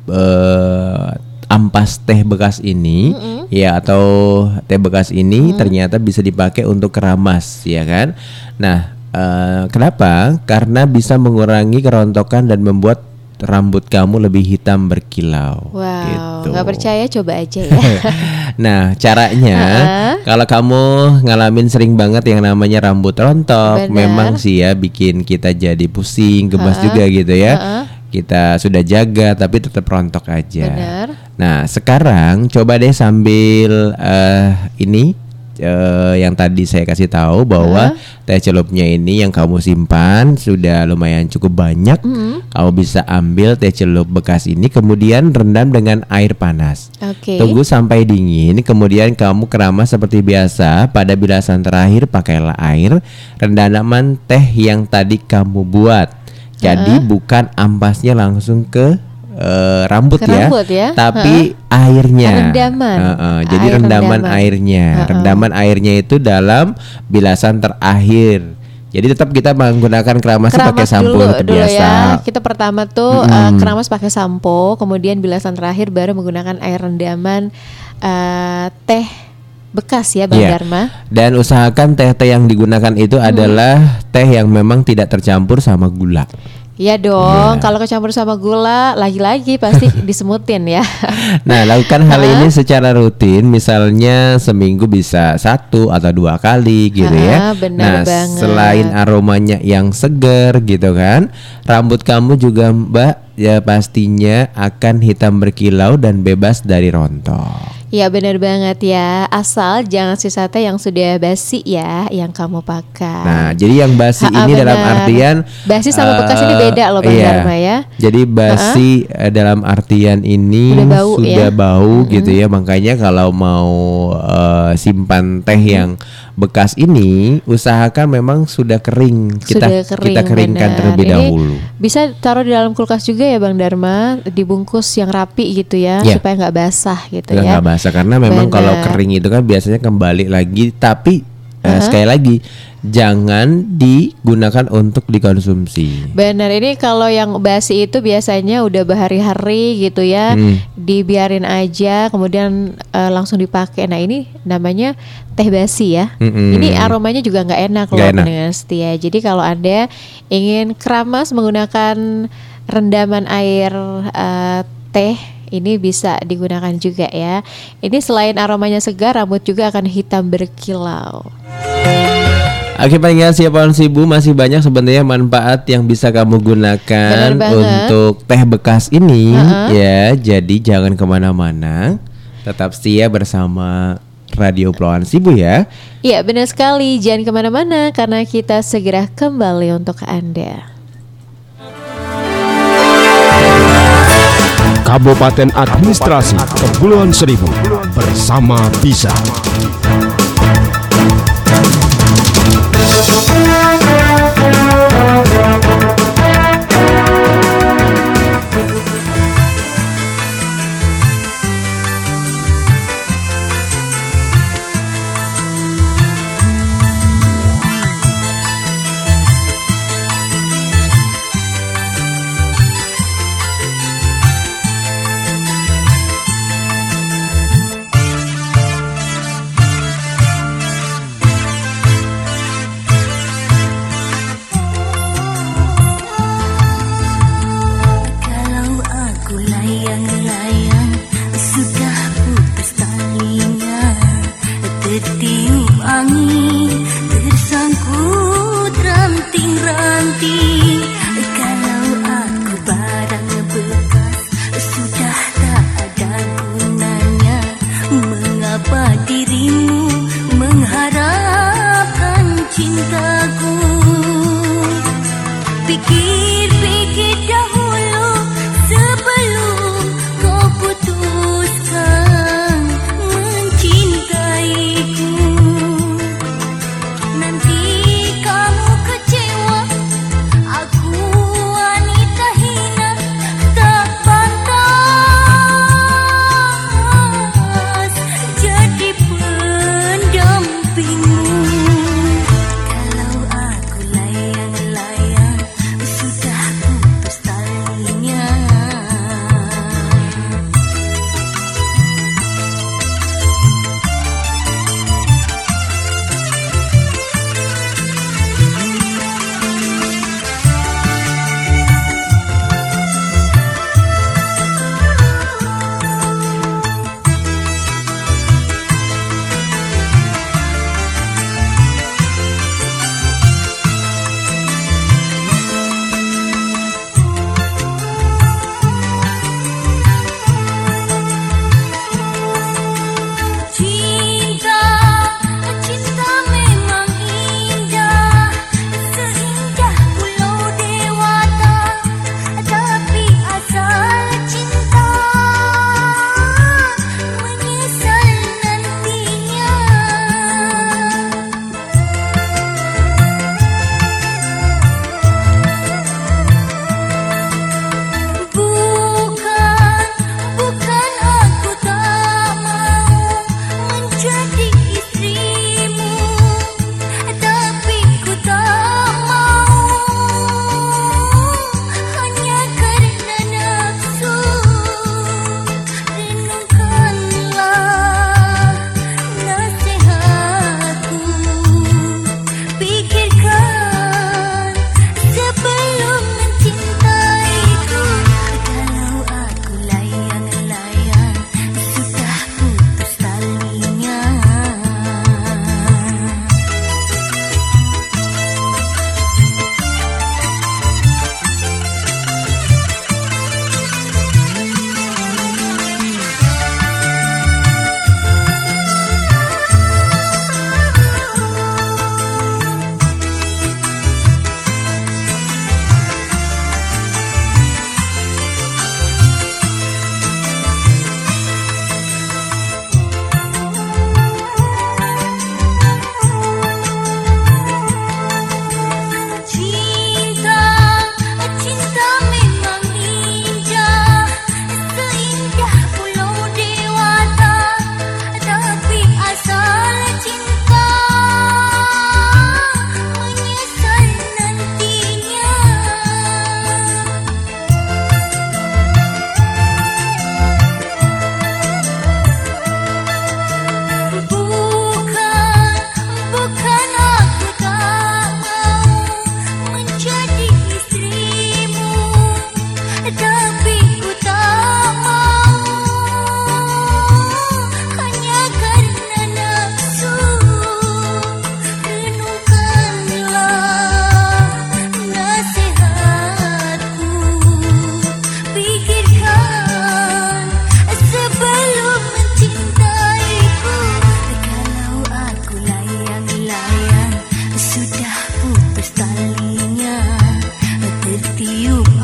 uh, ampas teh bekas ini, mm-hmm. ya atau teh bekas ini mm-hmm. ternyata bisa dipakai untuk keramas, ya kan? Nah, uh, kenapa? Karena bisa mengurangi kerontokan dan membuat rambut kamu lebih hitam berkilau. Wow, gitu. Gak percaya coba aja ya. Nah, caranya uh-huh. kalau kamu ngalamin sering banget yang namanya rambut rontok, bener. Memang sih ya bikin kita jadi pusing, gemas uh-huh. juga gitu ya. Uh-huh. Kita sudah jaga tapi tetap rontok aja. Benar. Nah, sekarang coba deh sambil uh, ini uh, yang tadi saya kasih tahu bahwa uh. teh celupnya ini yang kamu simpan sudah lumayan cukup banyak. Mm. Kamu bisa ambil teh celup bekas ini kemudian rendam dengan air panas. Okay. Tunggu sampai dingin, kemudian kamu keramas seperti biasa. Pada bilasan terakhir pakailah air rendaman teh yang tadi kamu buat. Jadi uh-huh. bukan ampasnya langsung ke uh, rambut, ke ya, rambut ya, tapi uh-huh. airnya. Rendaman. Uh, uh, jadi Air rendaman, rendaman airnya. Uh-uh. Rendaman airnya itu dalam bilasan terakhir. Jadi tetap kita menggunakan keramas, keramas pakai sampo dulu, seperti dulu biasa. Ya. Kita pertama tuh mm-hmm. uh, keramas pakai sampo, kemudian bilasan terakhir baru menggunakan air rendaman uh, teh bekas ya Bang yeah. Dharma. Dan usahakan teh-teh yang digunakan itu hmm. adalah teh yang memang tidak tercampur sama gula. Iya dong, Iya. kalau kecampur sama gula lagi-lagi pasti disemutin ya. Nah, lakukan hal ini secara rutin, misalnya seminggu bisa satu atau dua kali gitu Ah, ya. benar Nah, banget. selain aromanya yang segar gitu kan, rambut kamu juga Mbak ya pastinya akan hitam berkilau dan bebas dari rontok. Iya benar banget ya, asal jangan sisa teh yang sudah basi ya yang kamu pakai. Nah, jadi yang basi Ha-ha, ini dalam benar. artian Basi sama bekas ini eh, beda loh Bang iya. Dharma ya. Jadi basi eh, dalam artian ini Udah bau sudah ya. bau gitu ya. Makanya kalau mau eh, simpan teh yang bekas ini, usahakan memang sudah kering. Kita Sudah kering, kita keringkan benar. terlebih Ini dahulu. Bisa taruh di dalam kulkas juga ya Bang Dharma, dibungkus yang rapi gitu ya, Ya. supaya nggak basah gitu Udah ya. nggak basah karena memang Benar. kalau kering itu kan biasanya kembali lagi, tapi eh, Uh-huh. sekali lagi jangan digunakan untuk dikonsumsi. Benar, ini kalau yang basi itu biasanya udah berhari-hari gitu ya, Hmm. dibiarin aja, kemudian eh, langsung dipakai. Nah ini namanya teh basi ya. Mm-mm. Ini aromanya juga nggak enak loh Nggak enak. pendengar setia. Jadi kalau Anda ingin keramas menggunakan rendaman air eh, teh, ini bisa digunakan juga ya. Ini selain aromanya segar, rambut juga akan hitam berkilau. Oke pendengar siapapun sibuk, masih banyak sebenarnya manfaat yang bisa kamu gunakan Benar banget. untuk teh bekas ini Uh-uh. ya. Jadi jangan kemana-mana, tetap setia bersama Radio Pulauan Sibu ya. Iya benar sekali, jangan kemana-mana karena kita segera kembali untuk Anda. Kabupaten Administrasi Kepulauan Seribu bersama Bisa. Kalau aku layang-layang sudah putus talinya, tertiup angin tersangkut ranting-ranting. Kalau aku barang bekas sudah tak ada gunanya, mengapa dirimu mengharapkan cintaku? Pikir-pikir dahulu sebelum kau putuskan mencintaiku. Nanti kamu kecewa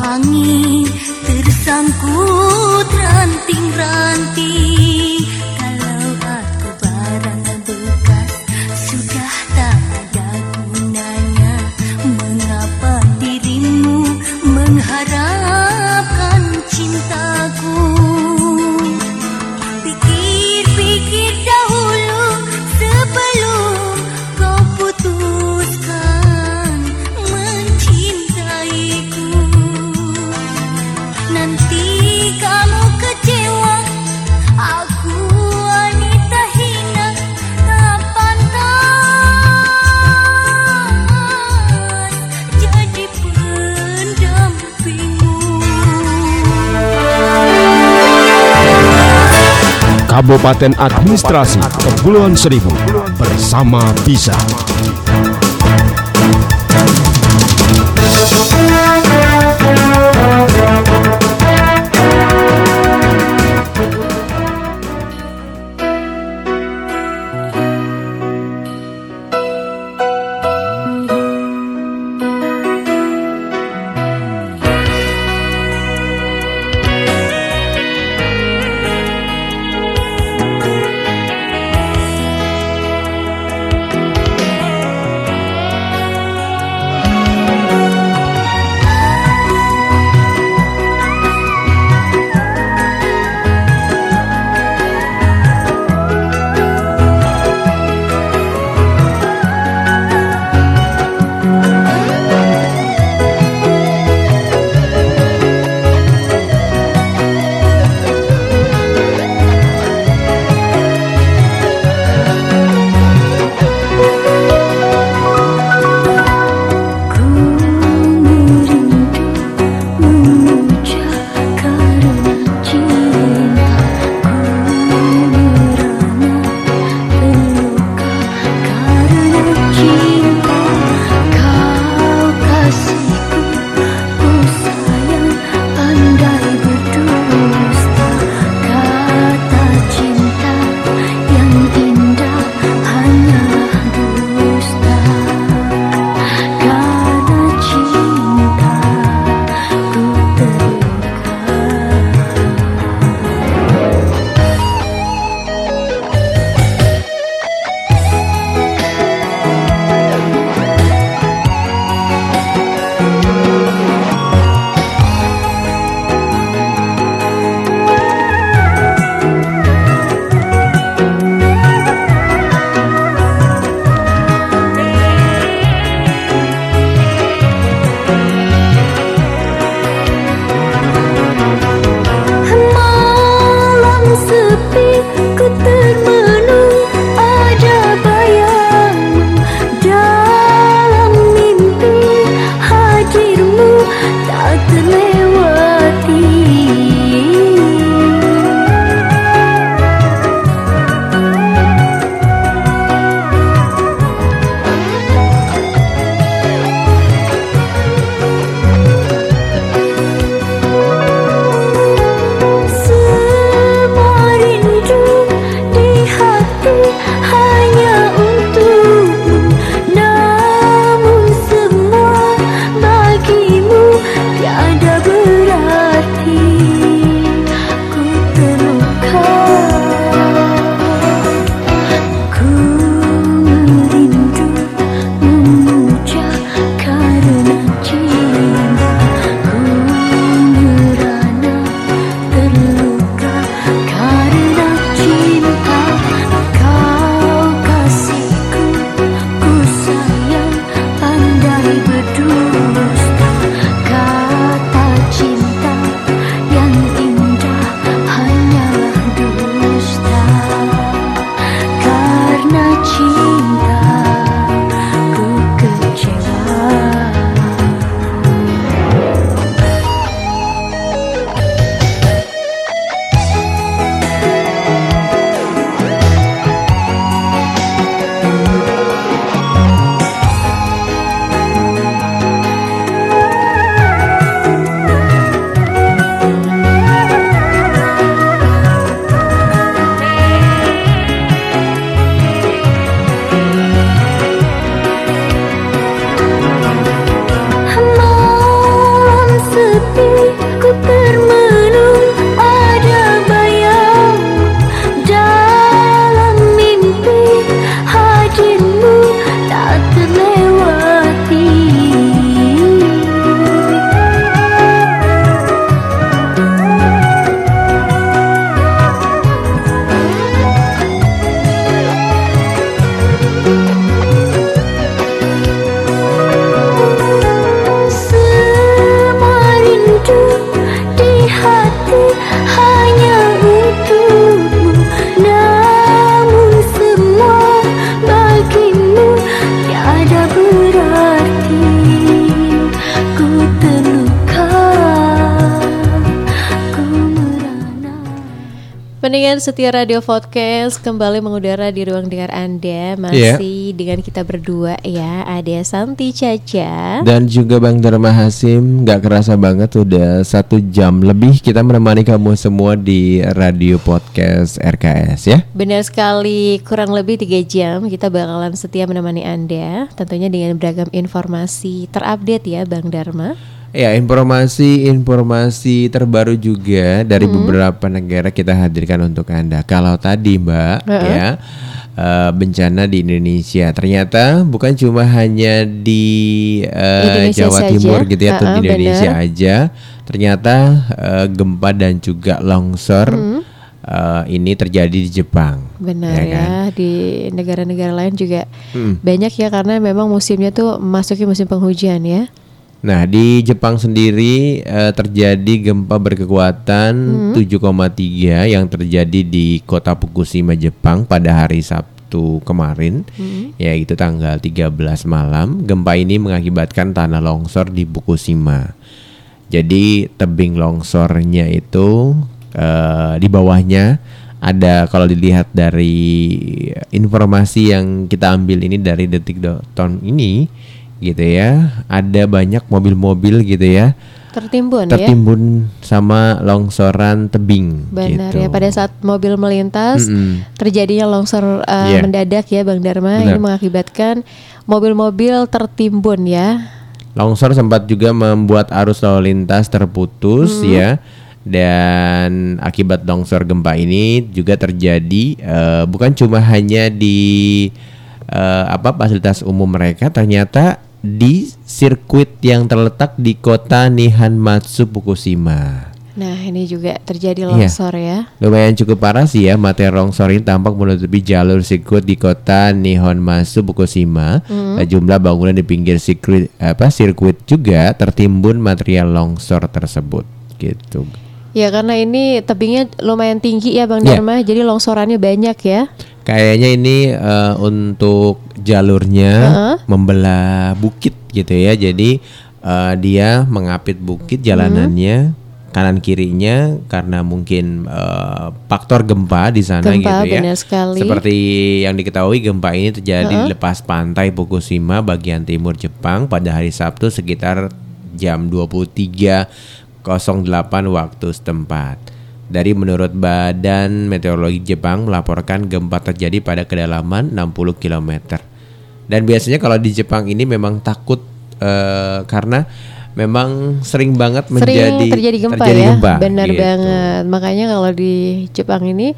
angin tersangkut ranting-ranting. Kalau aku barang bekas sudah tak ada gunanya, mengapa dirimu mengharapkan cintaku? Pikir-pikir dahulu sebelum kau putuskan mencintaiku. Nanti kamu kecewa, aku wanita hina, tak pantas jadi pendampingmu. Kabupaten Administrasi Kepulauan Seribu bersama Bisa. Pendengar setia Radio Podcast kembali mengudara di ruang dengar Anda. Masih yeah. dengan kita berdua ya. Ada Santi Caca dan juga Bang Dharma Hasim. Gak kerasa banget udah satu jam lebih kita menemani kamu semua di Radio Podcast R K S ya. Benar sekali, kurang lebih tiga jam kita bakalan setia menemani Anda. Tentunya dengan beragam informasi terupdate ya Bang Dharma. Ya, informasi-informasi terbaru juga dari hmm. beberapa negara kita hadirkan untuk Anda. Kalau tadi Mbak uh-uh. ya uh, bencana di Indonesia ternyata bukan cuma hanya di uh, Jawa saja. Timur gitu ya, uh-uh, atau di Indonesia bener. aja. Ternyata uh, gempa dan juga longsor hmm. uh, ini terjadi di Jepang. Benar ya, kan? ya di negara-negara lain juga hmm. banyak ya, karena memang musimnya tuh masuki musim penghujan ya. Nah, di Jepang sendiri uh, terjadi gempa berkekuatan hmm. tujuh koma tiga yang terjadi di kota Fukushima, Jepang pada hari Sabtu kemarin, hmm. yaitu tanggal tiga belas malam. Gempa ini mengakibatkan tanah longsor di Fukushima. Jadi tebing longsornya itu uh, di bawahnya ada, kalau dilihat dari informasi yang kita ambil ini dari detik dot com ini gitu ya, ada banyak mobil-mobil gitu ya tertimbun, tertimbun ya? sama longsoran tebing. Benar gitu. ya, pada saat mobil melintas mm-hmm. terjadinya longsor uh, yeah. mendadak ya Bang Dharma. Benar. Ini mengakibatkan mobil-mobil tertimbun ya. Longsor sempat juga membuat arus lalu lintas terputus mm. ya. Dan akibat longsor gempa ini juga terjadi uh, bukan cuma hanya di uh, apa fasilitas umum mereka, ternyata di sirkuit yang terletak di kota Nihonmatsu Fukushima. Nah, ini juga terjadi longsor ya. ya. Lumayan cukup parah sih ya, materi longsor ini tampak menutupi jalur sirkuit di kota Nihonmatsu Fukushima. Hmm. Jumlah bangunan di pinggir sirkuit apa sirkuit juga tertimbun material longsor tersebut gitu. Ya, karena ini tebingnya lumayan tinggi ya Bang Dharma, yeah. jadi longsorannya banyak ya. Kayaknya ini uh, untuk jalurnya uh-huh. membelah bukit gitu ya. Jadi uh, dia mengapit bukit jalanannya uh-huh. kanan kirinya karena mungkin uh, faktor gempa di sana gempa, gitu ya. Benar sekali. Seperti yang diketahui, gempa ini terjadi uh-huh. di lepas pantai Fukushima bagian timur Jepang pada hari Sabtu sekitar jam dua puluh tiga nol delapan waktu setempat. Dari menurut Badan Meteorologi Jepang melaporkan gempa terjadi pada kedalaman enam puluh kilometer. Dan biasanya kalau di Jepang ini memang takut uh, karena memang sering banget sering menjadi terjadi gempa terjadi ya. Gempa, benar gitu. banget. Makanya kalau di Jepang ini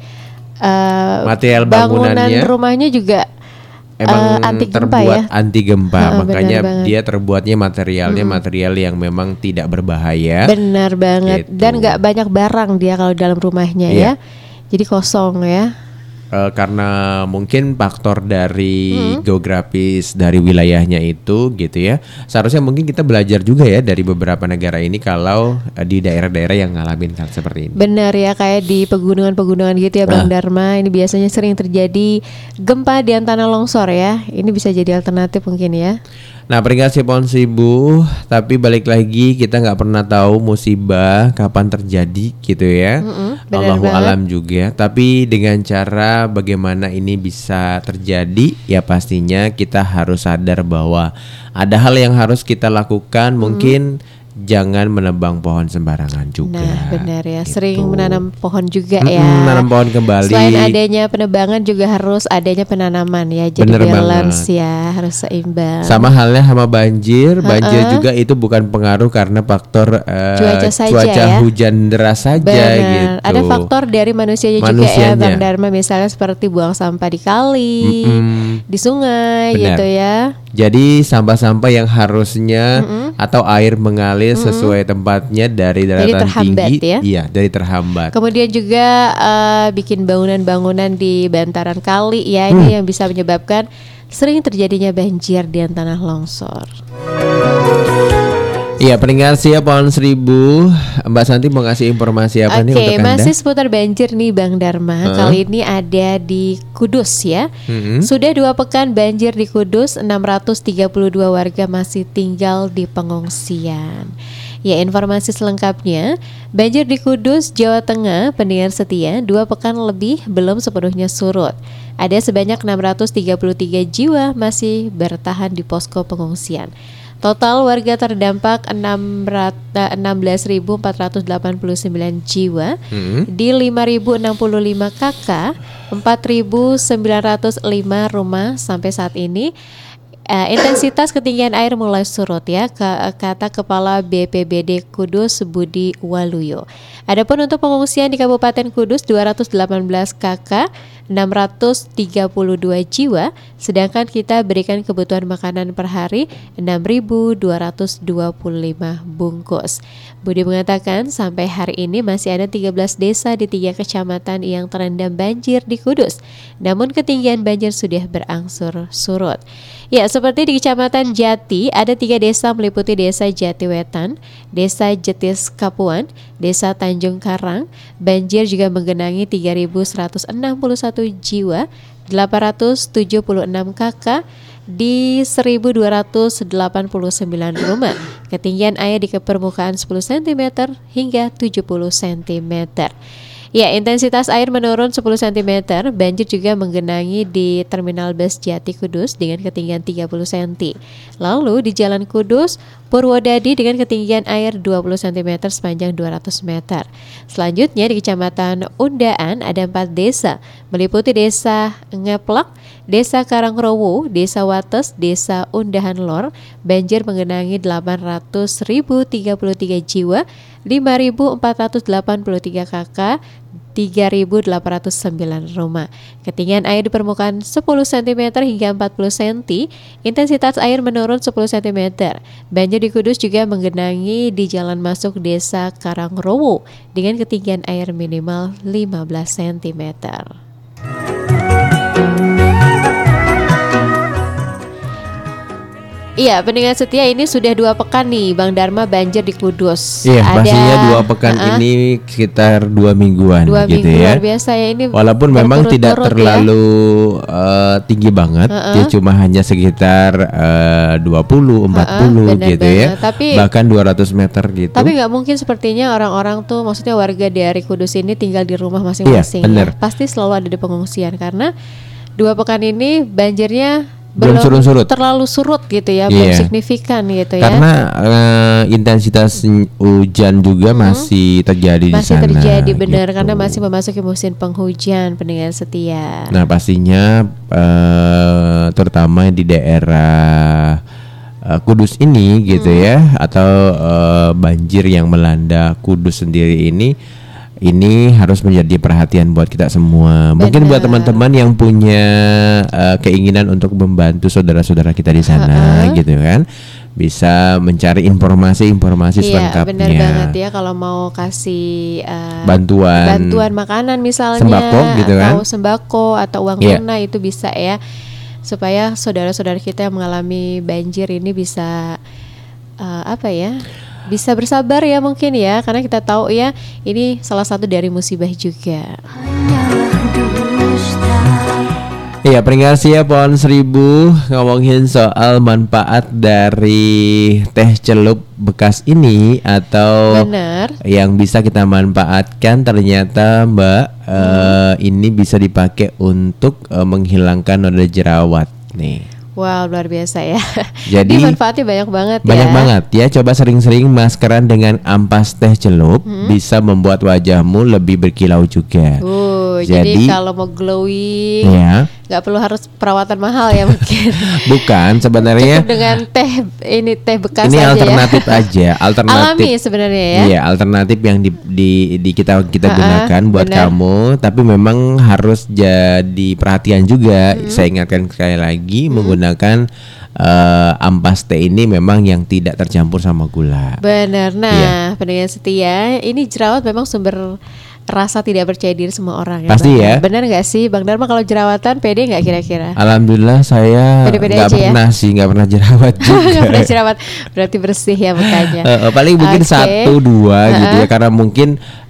uh, material bangunan rumahnya juga emang uh, anti terbuat gempa ya? anti gempa, uh, makanya dia banget. terbuatnya materialnya hmm. material yang memang tidak berbahaya. Benar banget, gitu. Dan nggak banyak barang dia kalau dalam rumahnya yeah. ya, jadi kosong ya. Uh, karena mungkin faktor dari hmm. geografis dari wilayahnya itu gitu ya. Seharusnya mungkin kita belajar juga ya dari beberapa negara ini kalau uh, di daerah-daerah yang ngalamin kan seperti ini. Benar ya, kayak di pegunungan-pegunungan gitu ya Bang uh. Dharma. Ini biasanya sering terjadi gempa dan tanah longsor ya. Ini bisa jadi alternatif mungkin ya. Nah, peringatan pohon seribu, tapi balik lagi kita nggak pernah tahu musibah kapan terjadi gitu ya. Allahu alam juga. Tapi dengan cara bagaimana ini bisa terjadi, ya pastinya kita harus sadar bahwa ada hal yang harus kita lakukan. Mm-hmm. Mungkin jangan menebang pohon sembarangan juga. Nah, benar ya. Gitu. Sering menanam pohon juga mm-hmm, ya. Menanam pohon kembali. Selain adanya penebangan juga harus adanya penanaman ya. Jadi bener balance banget. Ya, harus seimbang. Sama halnya sama banjir. Banjir uh-uh. juga itu bukan pengaruh karena faktor uh, cuaca saja cuaca ya. Hujan deras saja benar. Gitu. Ada faktor dari manusianya, manusianya juga ya Bang Dharma. Misalnya seperti buang sampah di kali, mm-hmm. di sungai. Benar. Gitu ya. Jadi sampah-sampah yang harusnya mm-hmm. atau air mengalir mm-hmm. sesuai tempatnya dari daratan tinggi, ya? Iya, dari terhambat. Kemudian juga uh, bikin bangunan-bangunan di bantaran kali ya, ini mm. yang bisa menyebabkan sering terjadinya banjir dan tanah longsor. Iya, peringatan siap pohon seribu. Mbak Santi mau ngasih informasi apa okay, nih untuk Anda? Oke, masih seputar banjir nih Bang Dharma. Uh-huh. Kali ini ada di Kudus ya. Uh-huh. Sudah dua pekan banjir di Kudus, enam ratus tiga puluh dua warga masih tinggal di pengungsian. Ya, informasi selengkapnya, banjir di Kudus, Jawa Tengah, pendengar setia, dua pekan lebih belum sepenuhnya surut. Ada sebanyak enam ratus tiga puluh tiga jiwa masih bertahan di posko pengungsian. Total warga terdampak enam belas ribu empat ratus delapan puluh sembilan jiwa hmm. di lima ribu enam puluh lima K K, empat ribu sembilan ratus lima rumah sampai saat ini. Uh, intensitas ketinggian air mulai surut ya, kata Kepala B P B D Kudus Budi Waluyo. Adapun untuk pengungsian di Kabupaten Kudus dua ratus delapan belas K K, enam ratus tiga puluh dua jiwa, sedangkan kita berikan kebutuhan makanan per hari enam ribu dua ratus dua puluh lima bungkus. Budi mengatakan sampai hari ini masih ada tiga belas desa di tiga kecamatan yang terendam banjir di Kudus. Namun ketinggian banjir sudah berangsur surut. Ya, seperti di Kecamatan Jati, ada tiga desa meliputi Desa Jatiwetan, Desa Jetis Kapuan, Desa Tanjung Karang. Banjir juga menggenangi tiga ribu seratus enam puluh satu jiwa, delapan ratus tujuh puluh enam K K di seribu dua ratus delapan puluh sembilan rumah. Ketinggian air di permukaan sepuluh sentimeter hingga tujuh puluh sentimeter. Ya, intensitas air menurun sepuluh sentimeter. Banjir juga menggenangi di Terminal Bus Jati Kudus dengan ketinggian tiga puluh sentimeter. Lalu di Jalan Kudus Purwodadi dengan ketinggian air dua puluh sentimeter sepanjang dua ratus meter. Selanjutnya di Kecamatan Undaan ada empat desa, meliputi Desa Ngeplak, Desa Karangrowo, Desa Wates, Desa Undahan Lor. Banjir menggenangi delapan ratus ribu tiga puluh tiga jiwa, lima ribu empat ratus delapan puluh tiga K K, tiga ribu delapan ratus sembilan rumah. Ketinggian air di permukaan sepuluh sentimeter hingga empat puluh sentimeter. Intensitas air menurun sepuluh sentimeter. Banjir di Kudus juga menggenangi di jalan masuk Desa Karangrowo dengan ketinggian air minimal lima belas sentimeter. Iya, pendengar setia, ini sudah dua pekan nih Bang Dharma banjir di Kudus. Iya, Ada, pastinya dua pekan uh-uh. ini sekitar dua mingguan dua gitu minggu, ya. Luar biasa ya ini. Walaupun memang tidak terlalu ya. uh, tinggi banget, uh-uh. ya cuma hanya sekitar uh, dua puluh, empat puluh uh-uh, gitu ya. Tapi, bahkan dua ratus meter gitu. Tapi nggak mungkin sepertinya orang-orang tuh, maksudnya warga dari Kudus ini tinggal di rumah masing-masing. Iya, ya. Pasti selalu ada di pengungsian karena dua pekan ini banjirnya belum surut-surut, terlalu surut gitu ya, yeah. belum signifikan gitu ya. Karena uh, intensitas hujan juga hmm. masih terjadi masih di sana. Masih terjadi benar gitu. Karena masih memasuki musim penghujan, pendengar setia. Nah pastinya uh, terutama di daerah uh, Kudus ini gitu hmm. ya, atau uh, banjir yang melanda Kudus sendiri ini. Ini harus menjadi perhatian buat kita semua. Benar. Mungkin buat teman-teman yang punya uh, keinginan untuk membantu saudara-saudara kita di sana, uh-uh. gitu kan, bisa mencari informasi-informasi iya, selengkapnya. Benar banget ya, kalau mau kasih uh, bantuan, bantuan makanan misalnya, sembako, gitu kan, atau sembako atau uang yeah. tunai itu bisa ya, supaya saudara-saudara kita yang mengalami banjir ini bisa uh, apa ya? bisa bersabar ya mungkin ya, karena kita tahu ya ini salah satu dari musibah juga. Iya, pendengar setia Pohon Seribu, ngomongin soal manfaat dari teh celup bekas ini atau bener. yang bisa kita manfaatkan, ternyata Mbak hmm. uh, ini bisa dipakai untuk uh, menghilangkan noda jerawat nih. Wow, luar biasa ya. Jadi ini manfaatnya banyak banget ya. Banyak banget ya. Coba sering-sering maskeran dengan ampas teh celup, hmm. bisa membuat wajahmu lebih berkilau juga. Uh, jadi, jadi kalau mau glowing, ya, nggak perlu harus perawatan mahal ya mungkin. Bukan, sebenarnya cukup dengan teh ini teh bekas ini aja alternatif ya. aja, alternatif. Alami sebenarnya ya. Iya, alternatif yang di, di, di kita kita uh-uh, gunakan buat bener. kamu, tapi memang harus jadi perhatian juga. Hmm. Saya ingatkan sekali lagi, hmm. menggunakan menggunakan uh, ampas teh ini memang yang tidak tercampur sama gula. Benar. Nah, iya. pendengar setia, ini jerawat memang sumber rasa tidak percaya diri semua orang ya. Pasti Bang. ya. Benar nggak sih Bang Dharma, kalau jerawatan pede nggak kira-kira? Alhamdulillah saya nggak pernah ya? sih nggak pernah jerawat juga. Nggak pernah jerawat, berarti bersih ya mukanya. Uh, paling mungkin okay. satu dua uh-uh. gitu ya, karena mungkin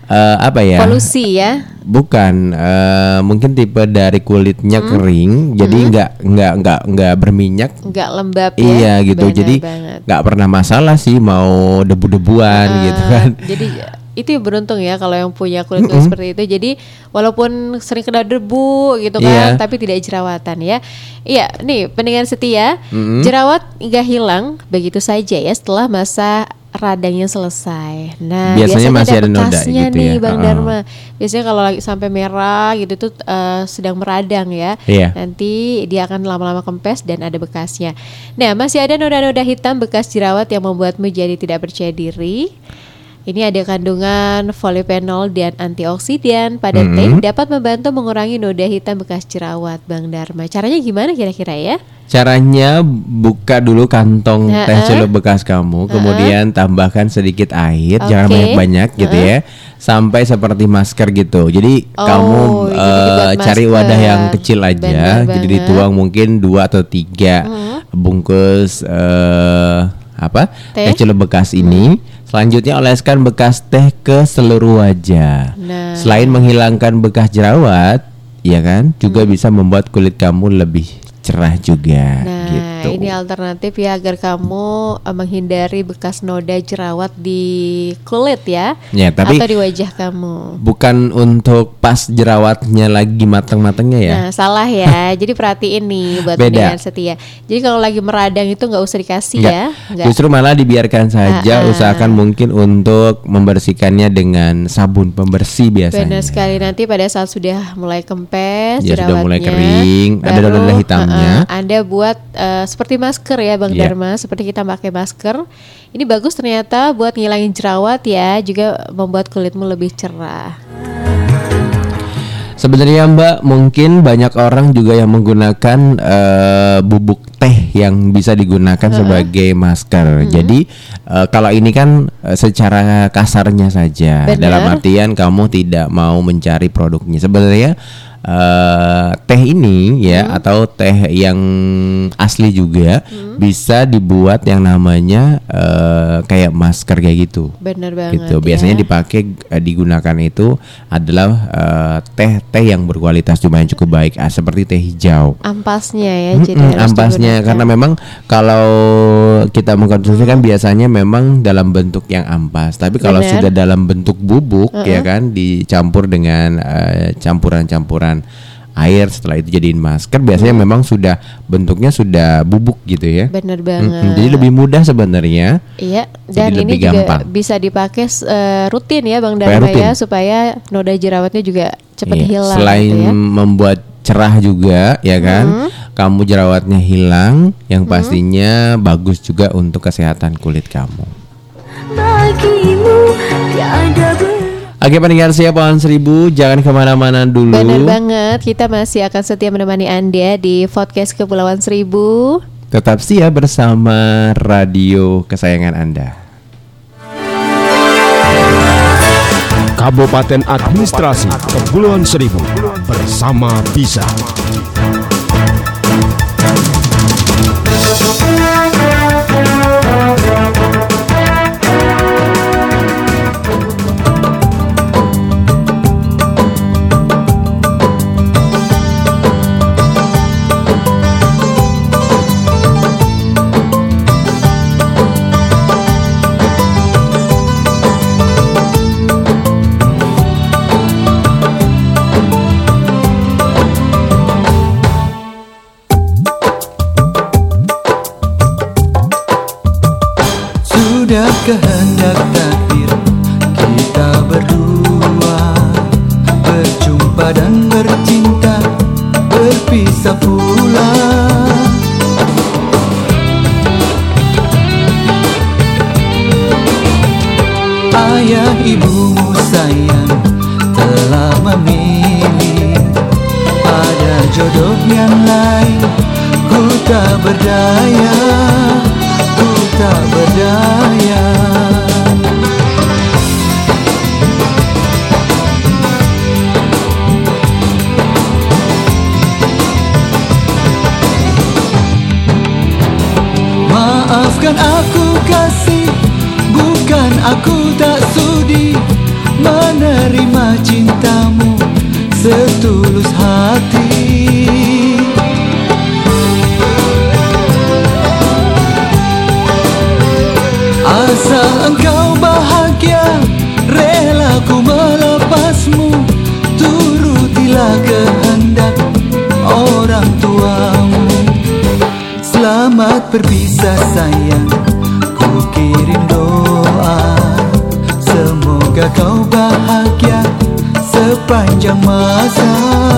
uh, apa ya? Polusi ya? Bukan, uh, mungkin tipe dari kulitnya hmm. kering, jadi nggak hmm. nggak nggak nggak berminyak, nggak lembab ya? Iya gitu, Benar jadi nggak pernah masalah sih mau debu-debuan uh, gitu kan. Jadi itu beruntung ya kalau yang punya kulit kulit mm-hmm. seperti itu. Jadi walaupun sering kena debu gitu kan, yeah. tapi tidak jerawatan ya. Iya, nih pendengar setia, mm-hmm. jerawat nggak hilang begitu saja ya setelah masa radangnya selesai. Nah, biasanya, biasanya masih ada, ada noda bekasnya gitu nih, ya. Bang uh-uh. Dharma. Biasanya kalau lagi sampai merah gitu tuh uh, sedang meradang ya. Yeah. Nanti dia akan lama-lama kempes dan ada bekasnya. Nah, masih ada noda-noda hitam bekas jerawat yang membuatmu jadi tidak percaya diri. Ini ada kandungan polifenol dan antioksidan pada mm-hmm. teh dapat membantu mengurangi noda hitam bekas jerawat, Bang Dharma. Caranya gimana kira-kira ya? Caranya buka dulu kantong uh-uh. teh celup bekas kamu, uh-uh. kemudian tambahkan sedikit air, okay. jangan banyak-banyak uh-uh. gitu ya, sampai seperti masker gitu. Jadi oh, kamu uh, cari wadah yang kecil aja, jadi dituang mungkin dua atau tiga uh-huh. bungkus uh, apa teh, teh celup bekas ini. Hmm. Selanjutnya oleskan bekas teh ke seluruh wajah. Nah. Selain menghilangkan bekas jerawat, ya kan, juga hmm. bisa membuat kulit kamu lebih cerah juga. Nah, gitu. Ini alternatif ya agar kamu uh, menghindari bekas noda jerawat di kulit ya, ya tapi atau di wajah kamu. Bukan untuk pas jerawatnya lagi matang-matangnya ya. Nah, salah ya. Jadi perhatiin nih buat pendengar setia. Jadi kalau lagi meradang itu nggak usah dikasih Nggak. ya. Nggak. Justru malah dibiarkan saja. Uh-uh. Usahakan mungkin untuk membersihkannya dengan sabun pembersih biasanya. Benar sekali. Nanti pada saat sudah mulai kempes, ya, jerawatnya sudah mulai kering, baru, ada noda hitamnya. Uh, Anda buat uh, seperti masker ya Bang yeah. Dharma, seperti kita pakai masker. Ini bagus ternyata buat ngilangin jerawat ya, juga membuat kulitmu lebih cerah. Sebenarnya Mbak, mungkin banyak orang juga yang menggunakan uh, bubuk teh yang bisa digunakan uh-huh. sebagai masker. Uh-huh. Jadi uh, kalau ini kan uh, secara kasarnya saja. Bener. Dalam artian kamu tidak mau mencari produknya. Sebenarnya Uh, teh ini ya hmm. atau teh yang asli juga hmm. bisa dibuat yang namanya uh, kayak masker kayak gitu. Benar banget. Gitu. Biasanya ya. dipakai uh, digunakan itu adalah uh, teh-teh yang berkualitas lumayan cukup baik, uh, seperti teh hijau. Ampasnya ya. Hmm, jadi hmm, harus ampasnya digunakan. Karena memang kalau kita mengkonsumsi kan biasanya memang dalam bentuk yang ampas. Tapi kalau Bener. sudah dalam bentuk bubuk uh-uh. ya kan dicampur dengan uh, campuran-campuran air, setelah itu jadiin masker, biasanya hmm. memang sudah bentuknya sudah bubuk gitu ya. Bener banget. Hmm, jadi lebih mudah sebenarnya. Iya. Dan ini juga gampang. Bisa dipakai uh, rutin ya Bang Dharma ya, supaya noda jerawatnya juga cepat iya. hilang. Selain gitu ya. membuat cerah juga ya kan, hmm. kamu jerawatnya hilang, yang pastinya hmm. bagus juga untuk kesehatan kulit kamu. Bagimu tiada ber- Oke pendengar siap Pohon Seribu, jangan kemana-mana dulu. Benar banget, kita masih akan setia menemani Anda di podcast Kepulauan Seribu. Tetap setia bersama radio kesayangan Anda. Kabupaten Administrasi Kepulauan Seribu bersama Bisa. Kehendak takdir kita berdua berjumpa dan bercinta, berpisah pula. Ayah ibumu sayang telah memilih, ada jodoh yang lain. Ku tak berdaya, ku tak berdaya. Maafkan aku kasih, bukan aku tak sudi menerima cintamu setulus hati. Asal engkau bahagia, rela ku melepasmu, turutilah kehendak orang tuamu. Selamat berpisah sayang, ku kirim doa, semoga kau bahagia sepanjang masa.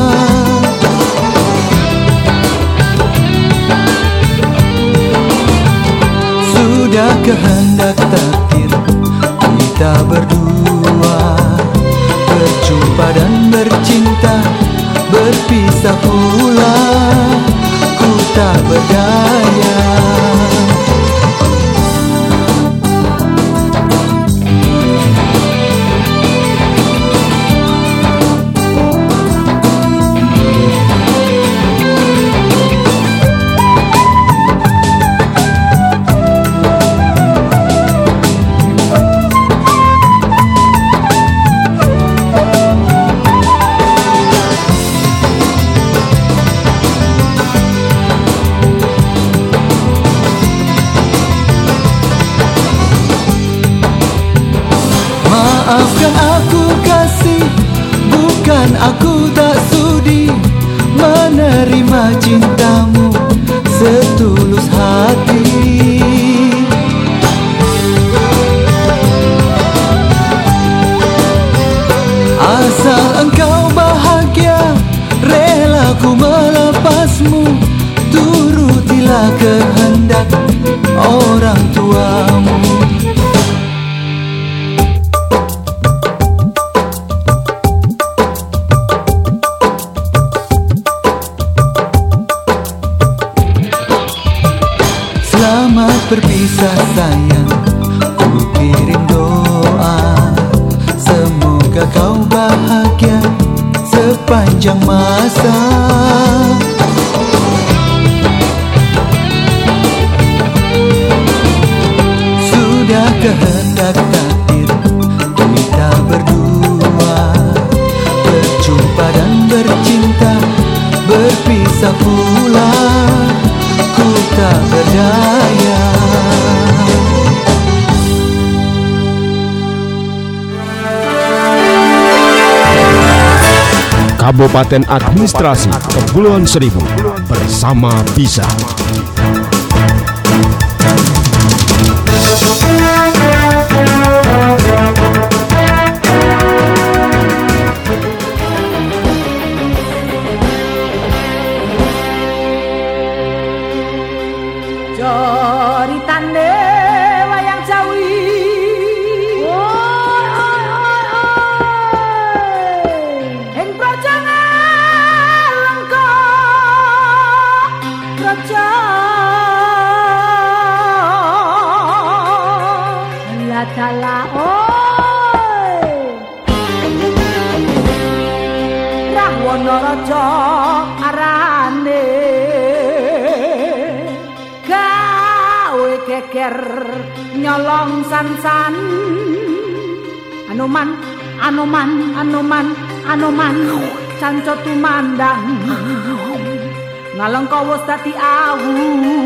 Sudah kehendak takdir kita berdua, berjumpa dan bercinta, berpisah pula, ku tak berdaya. Maafkan aku kasih, bukan aku tak sudi menerima cintamu setulus hati. Asal engkau bahagia, rela ku melepasmu, turutilah kehendak orang tuamu. Selamat berpisah sayang, ku kirim doa, semoga kau bahagia sepanjang masa. Sudah kehendak takdir kita berdua, berjumpa dan bercinta, berpisah pula, ku tak berdaya. Kabupaten Administrasi Kepulauan Seribu bersama Bisa. Coritane wayang Jawi, oi oi oi oi, ing projangan lengko raja ladala oi, Rahwana raja arane geger nyolong san-san. Anoman, anoman, anoman, anoman, canco tumandang ngalengka wis dadi awu.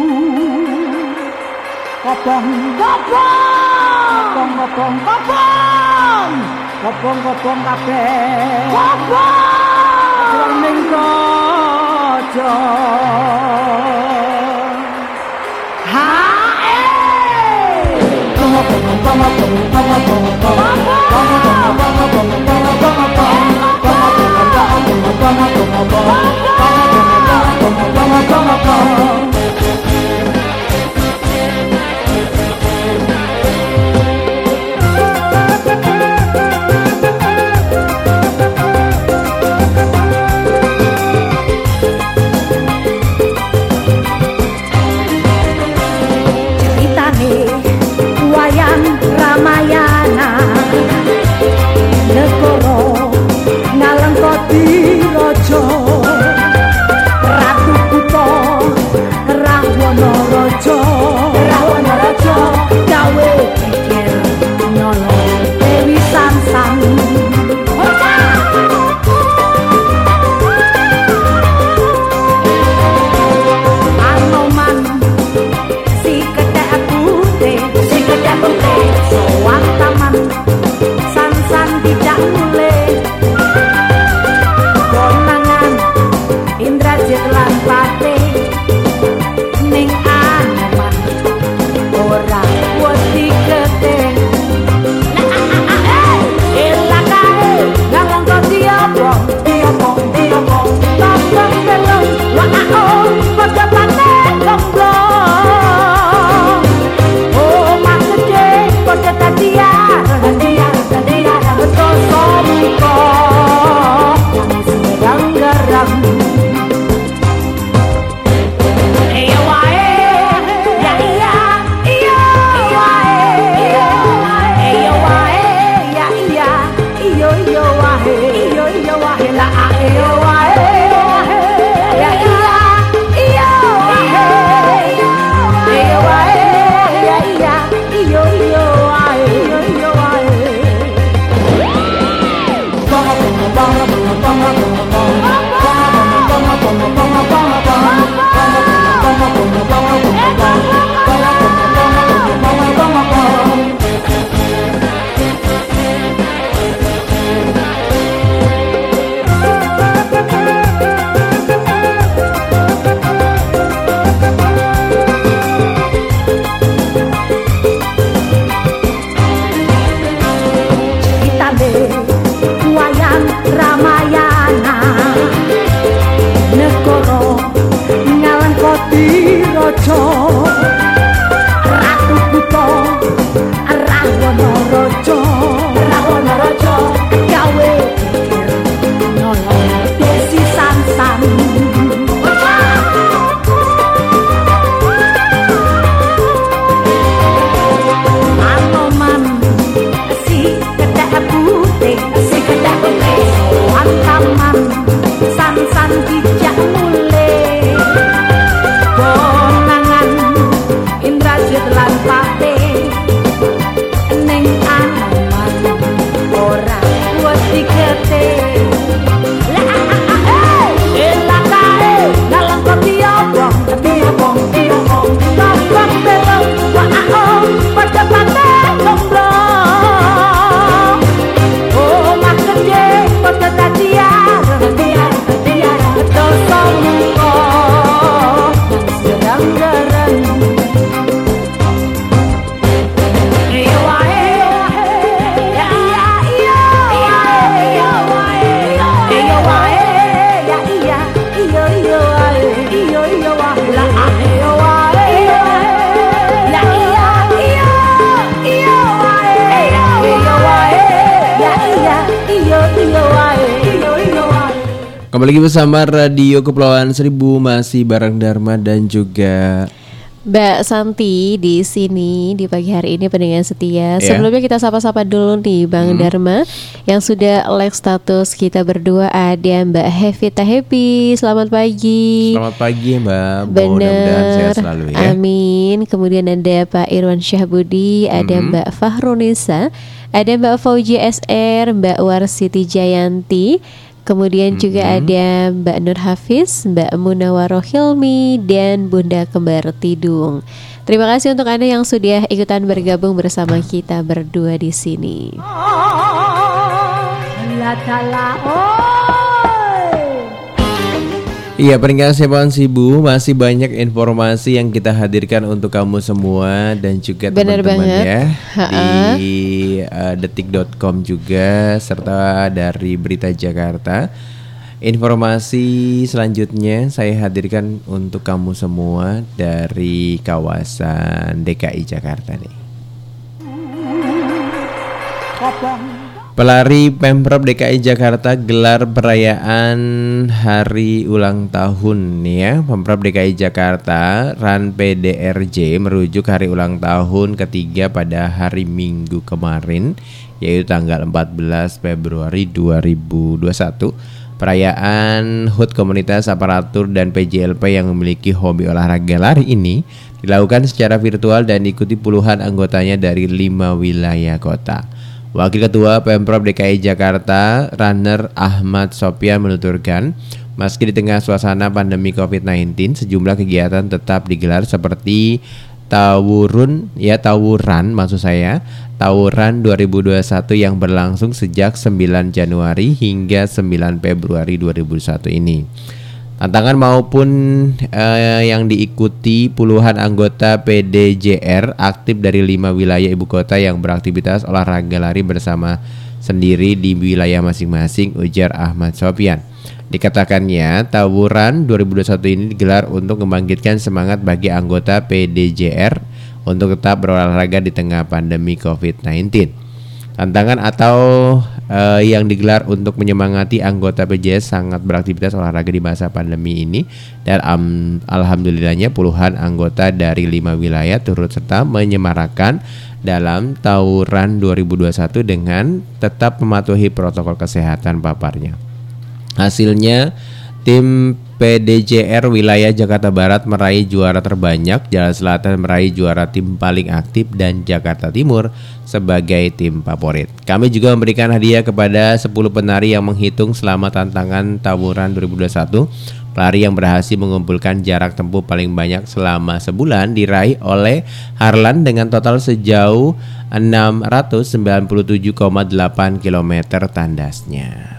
Kopong, kopong, kopong, kopong, kopong, kopong kabeh. Kopong ning kaca. Gawe pikir nyolong Dewi Samsam. Kembali lagi bersama Radio Kepulauan Seribu, masih bareng Dharma dan juga Mbak Santi di sini di pagi hari ini pendengar setia. Yeah. Sebelumnya kita sapa-sapa dulu nih Bang hmm. Dharma yang sudah like status kita berdua. Ada Mbak Hevita Happy, selamat pagi. Selamat pagi Mbak. Bener, sehat selalu ya. Amin. Kemudian ada Pak Irwan Syahbudi, ada hmm. Mbak Fahrunisa, ada Mbak Fauji S R, Mbak Warsiti Jayanti. Kemudian mm-hmm. juga ada Mbak Nur Hafiz, Mbak Munawaroh Hilmi, dan Bunda Kembar Tidung. Terima kasih untuk Anda yang sudah ikutan bergabung bersama kita berdua di sini. Iya, peringkat Sepuluh Sibu masih banyak informasi yang kita hadirkan untuk kamu semua dan juga Bener teman-teman banget. ya. Ha-ha. Di uh, detik dot com juga serta dari Berita Jakarta. Informasi selanjutnya saya hadirkan untuk kamu semua dari kawasan D K I Jakarta nih. Pelari Pemprov D K I Jakarta gelar perayaan hari ulang tahun nih ya. Pemprov D K I Jakarta Run P D R J merujuk hari ulang tahun ketiga pada hari Minggu kemarin, yaitu tanggal empat belas Februari dua ribu dua puluh satu. Perayaan H U T Komunitas Aparatur dan P J L P yang memiliki hobi olahraga lari ini dilakukan secara virtual dan diikuti puluhan anggotanya dari lima wilayah kota. Wakil Ketua Pemprov D K I Jakarta, Runner Ahmad Sopyan menuturkan, meski di tengah suasana pandemi covid sembilan belas, sejumlah kegiatan tetap digelar seperti Tawurun, ya Tawuran maksud saya, Tawuran dua ribu dua puluh satu yang berlangsung sejak sembilan Januari hingga sembilan Februari dua ribu dua puluh satu ini. Tantangan maupun eh, yang diikuti puluhan anggota P D J R aktif dari lima wilayah ibu kota yang beraktivitas olahraga lari bersama sendiri di wilayah masing-masing, ujar Ahmad Sopyan. Dikatakannya, Tawuran dua ribu dua puluh satu ini digelar untuk membangkitkan semangat bagi anggota P D J R untuk tetap berolahraga di tengah pandemi covid sembilan belas. Tantangan atau uh, yang digelar untuk menyemangati anggota P J S sangat beraktivitas olahraga di masa pandemi ini, dan um, alhamdulillahnya puluhan anggota dari lima wilayah turut serta menyemarakan dalam Tawuran dua ribu dua puluh satu dengan tetap mematuhi protokol kesehatan, paparnya. Hasilnya, tim P D J R wilayah Jakarta Barat meraih juara terbanyak, Jakarta Selatan meraih juara tim paling aktif, dan Jakarta Timur sebagai tim favorit. Kami juga memberikan hadiah kepada sepuluh penari yang menghitung selama tantangan Tawuran dua ribu dua puluh satu. Pelari yang berhasil mengumpulkan jarak tempuh paling banyak selama sebulan diraih oleh Harlan dengan total sejauh enam ratus sembilan puluh tujuh koma delapan kilometer tandasnya.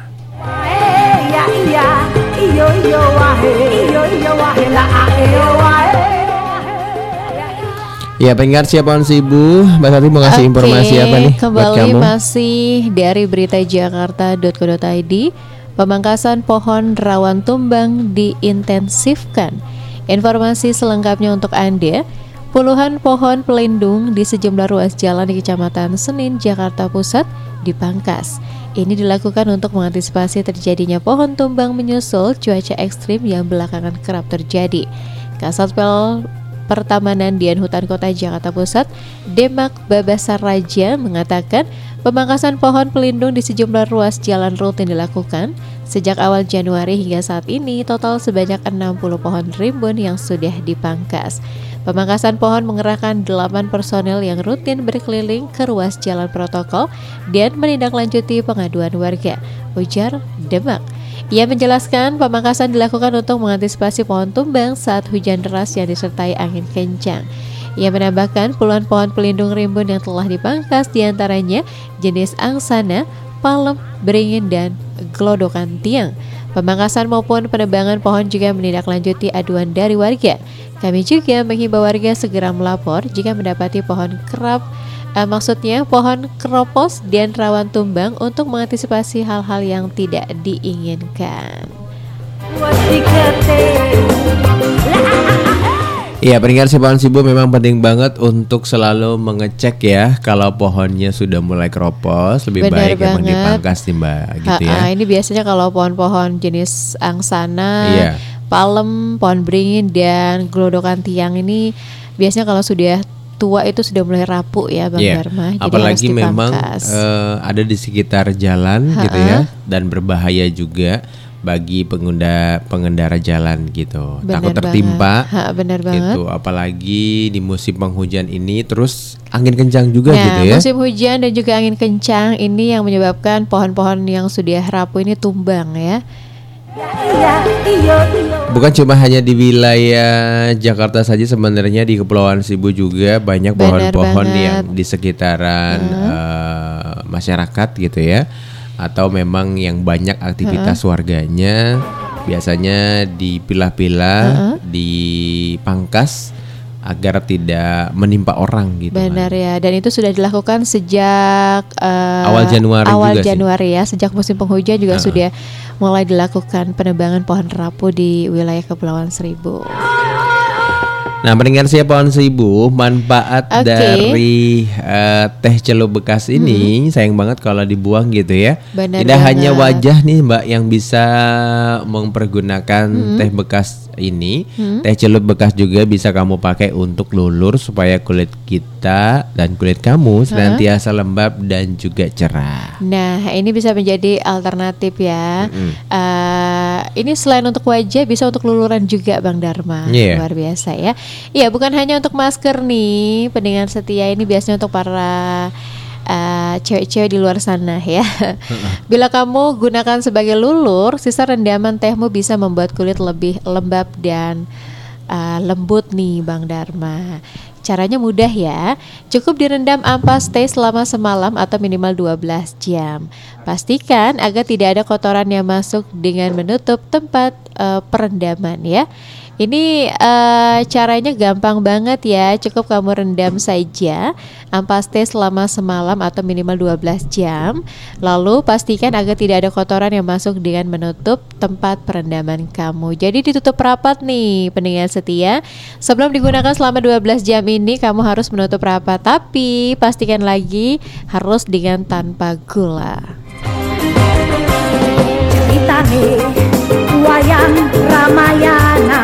Ya, pendengar siapa Sibu, Mbak Santi mau ngasih Oke, informasi apa nih buat kembali kamu? masih dari berita jakarta dot co dot i d. Pemangkasan pohon rawan tumbang diintensifkan. Informasi selengkapnya untuk Anda. Puluhan pohon pelindung di sejumlah ruas jalan di Kecamatan Senin, Jakarta Pusat dipangkas. Ini dilakukan untuk mengantisipasi terjadinya pohon tumbang menyusul cuaca ekstrim yang belakangan kerap terjadi. Kasatpol Pertamanan Dian Hutan Kota Jakarta Pusat, Demak Babasar Raja, mengatakan pemangkasan pohon pelindung di sejumlah ruas jalan rutin dilakukan. Sejak awal Januari hingga saat ini, total sebanyak enam puluh pohon rimbun yang sudah dipangkas. Pemangkasan pohon mengerahkan delapan personel yang rutin berkeliling ke ruas jalan protokol dan menindaklanjuti pengaduan warga, ujar Demak. Ia menjelaskan pemangkasan dilakukan untuk mengantisipasi pohon tumbang saat hujan deras yang disertai angin kencang. Ia menambahkan puluhan pohon pelindung rimbun yang telah dipangkas, diantaranya jenis angsana, palem, beringin, dan gelodokan tiang. Pemangkasan maupun penebangan pohon juga menindaklanjuti aduan dari warga. Kami juga menghimbau warga segera melapor jika mendapati pohon kerap, eh, maksudnya pohon keropos dan rawan tumbang untuk mengantisipasi hal-hal yang tidak diinginkan. Iya, peringatan si pohon sibu memang penting banget untuk selalu mengecek ya kalau pohonnya sudah mulai keropos, lebih Benar baik emang banget. dipangkas nih Mbak, gitu ya. Ha-ha, ini biasanya kalau pohon-pohon jenis angsana, Iya. palem, pohon beringin dan gelodokan tiang ini biasanya kalau sudah tua itu sudah mulai rapuh ya Bang Iya. Dharma. Jadi Apalagi harus memang dipangkas. eh, ada di sekitar jalan gitu ya, dan berbahaya juga bagi pengguna pengendara jalan gitu. Benar Takut tertimpa. banget. Ha, benar banget. Gitu, apalagi di musim penghujan ini terus angin kencang juga Nah, gitu ya. musim hujan dan juga angin kencang ini yang menyebabkan pohon-pohon yang sudah rapuh ini tumbang ya. Bukan cuma hanya di wilayah Jakarta saja, sebenarnya di Kepulauan Seribu juga banyak Benar pohon-pohon banget. yang di sekitaran eh, masyarakat gitu ya, atau memang yang banyak aktivitas warganya biasanya dipilah-pilah, dipangkas agar tidak menimpa orang gitu. Benar kan. ya, dan itu sudah dilakukan sejak eh, Awal Januari awal juga sih. Januari ya, sejak musim penghujan juga Uh-uh. sudah mulai dilakukan penebangan pohon rapuh di wilayah Kepulauan Seribu. Nah, mendengar siapa pohon seribu, manfaat Oke. dari eh, teh celup bekas ini sayang banget kalau dibuang gitu ya. Benar Tidak hanya banget. wajah nih Mbak yang bisa mempergunakan teh bekas ini, teh celup bekas juga bisa kamu pakai untuk lulur supaya kulit kita dan kulit kamu senantiasa lembab dan juga cerah. Nah, ini bisa menjadi alternatif ya. Eh, ini selain untuk wajah, bisa untuk luluran juga, Bang Dharma. Iya. Luar biasa ya. Iya, bukan hanya untuk masker nih, pendengar setia, ini biasanya untuk para eh, cewek-cewek di luar sana ya. Bila kamu gunakan sebagai lulur, sisa rendaman tehmu bisa membuat kulit lebih lembab dan eh, lembut nih, Bang Dharma. Caranya mudah ya, cukup direndam ampas teh selama semalam atau minimal dua belas jam. Pastikan agar tidak ada kotoran yang masuk dengan menutup tempat eh, perendaman ya. Ini eh, caranya gampang banget ya, cukup kamu rendam saja ampas teh selama semalam atau minimal dua belas jam. Lalu pastikan agar tidak ada kotoran yang masuk dengan menutup tempat perendaman kamu. Jadi ditutup rapat nih pendengar setia. Sebelum digunakan selama dua belas jam ini kamu harus menutup rapat, tapi pastikan lagi harus dengan tanpa gula. Ceritane wayang Ramayana.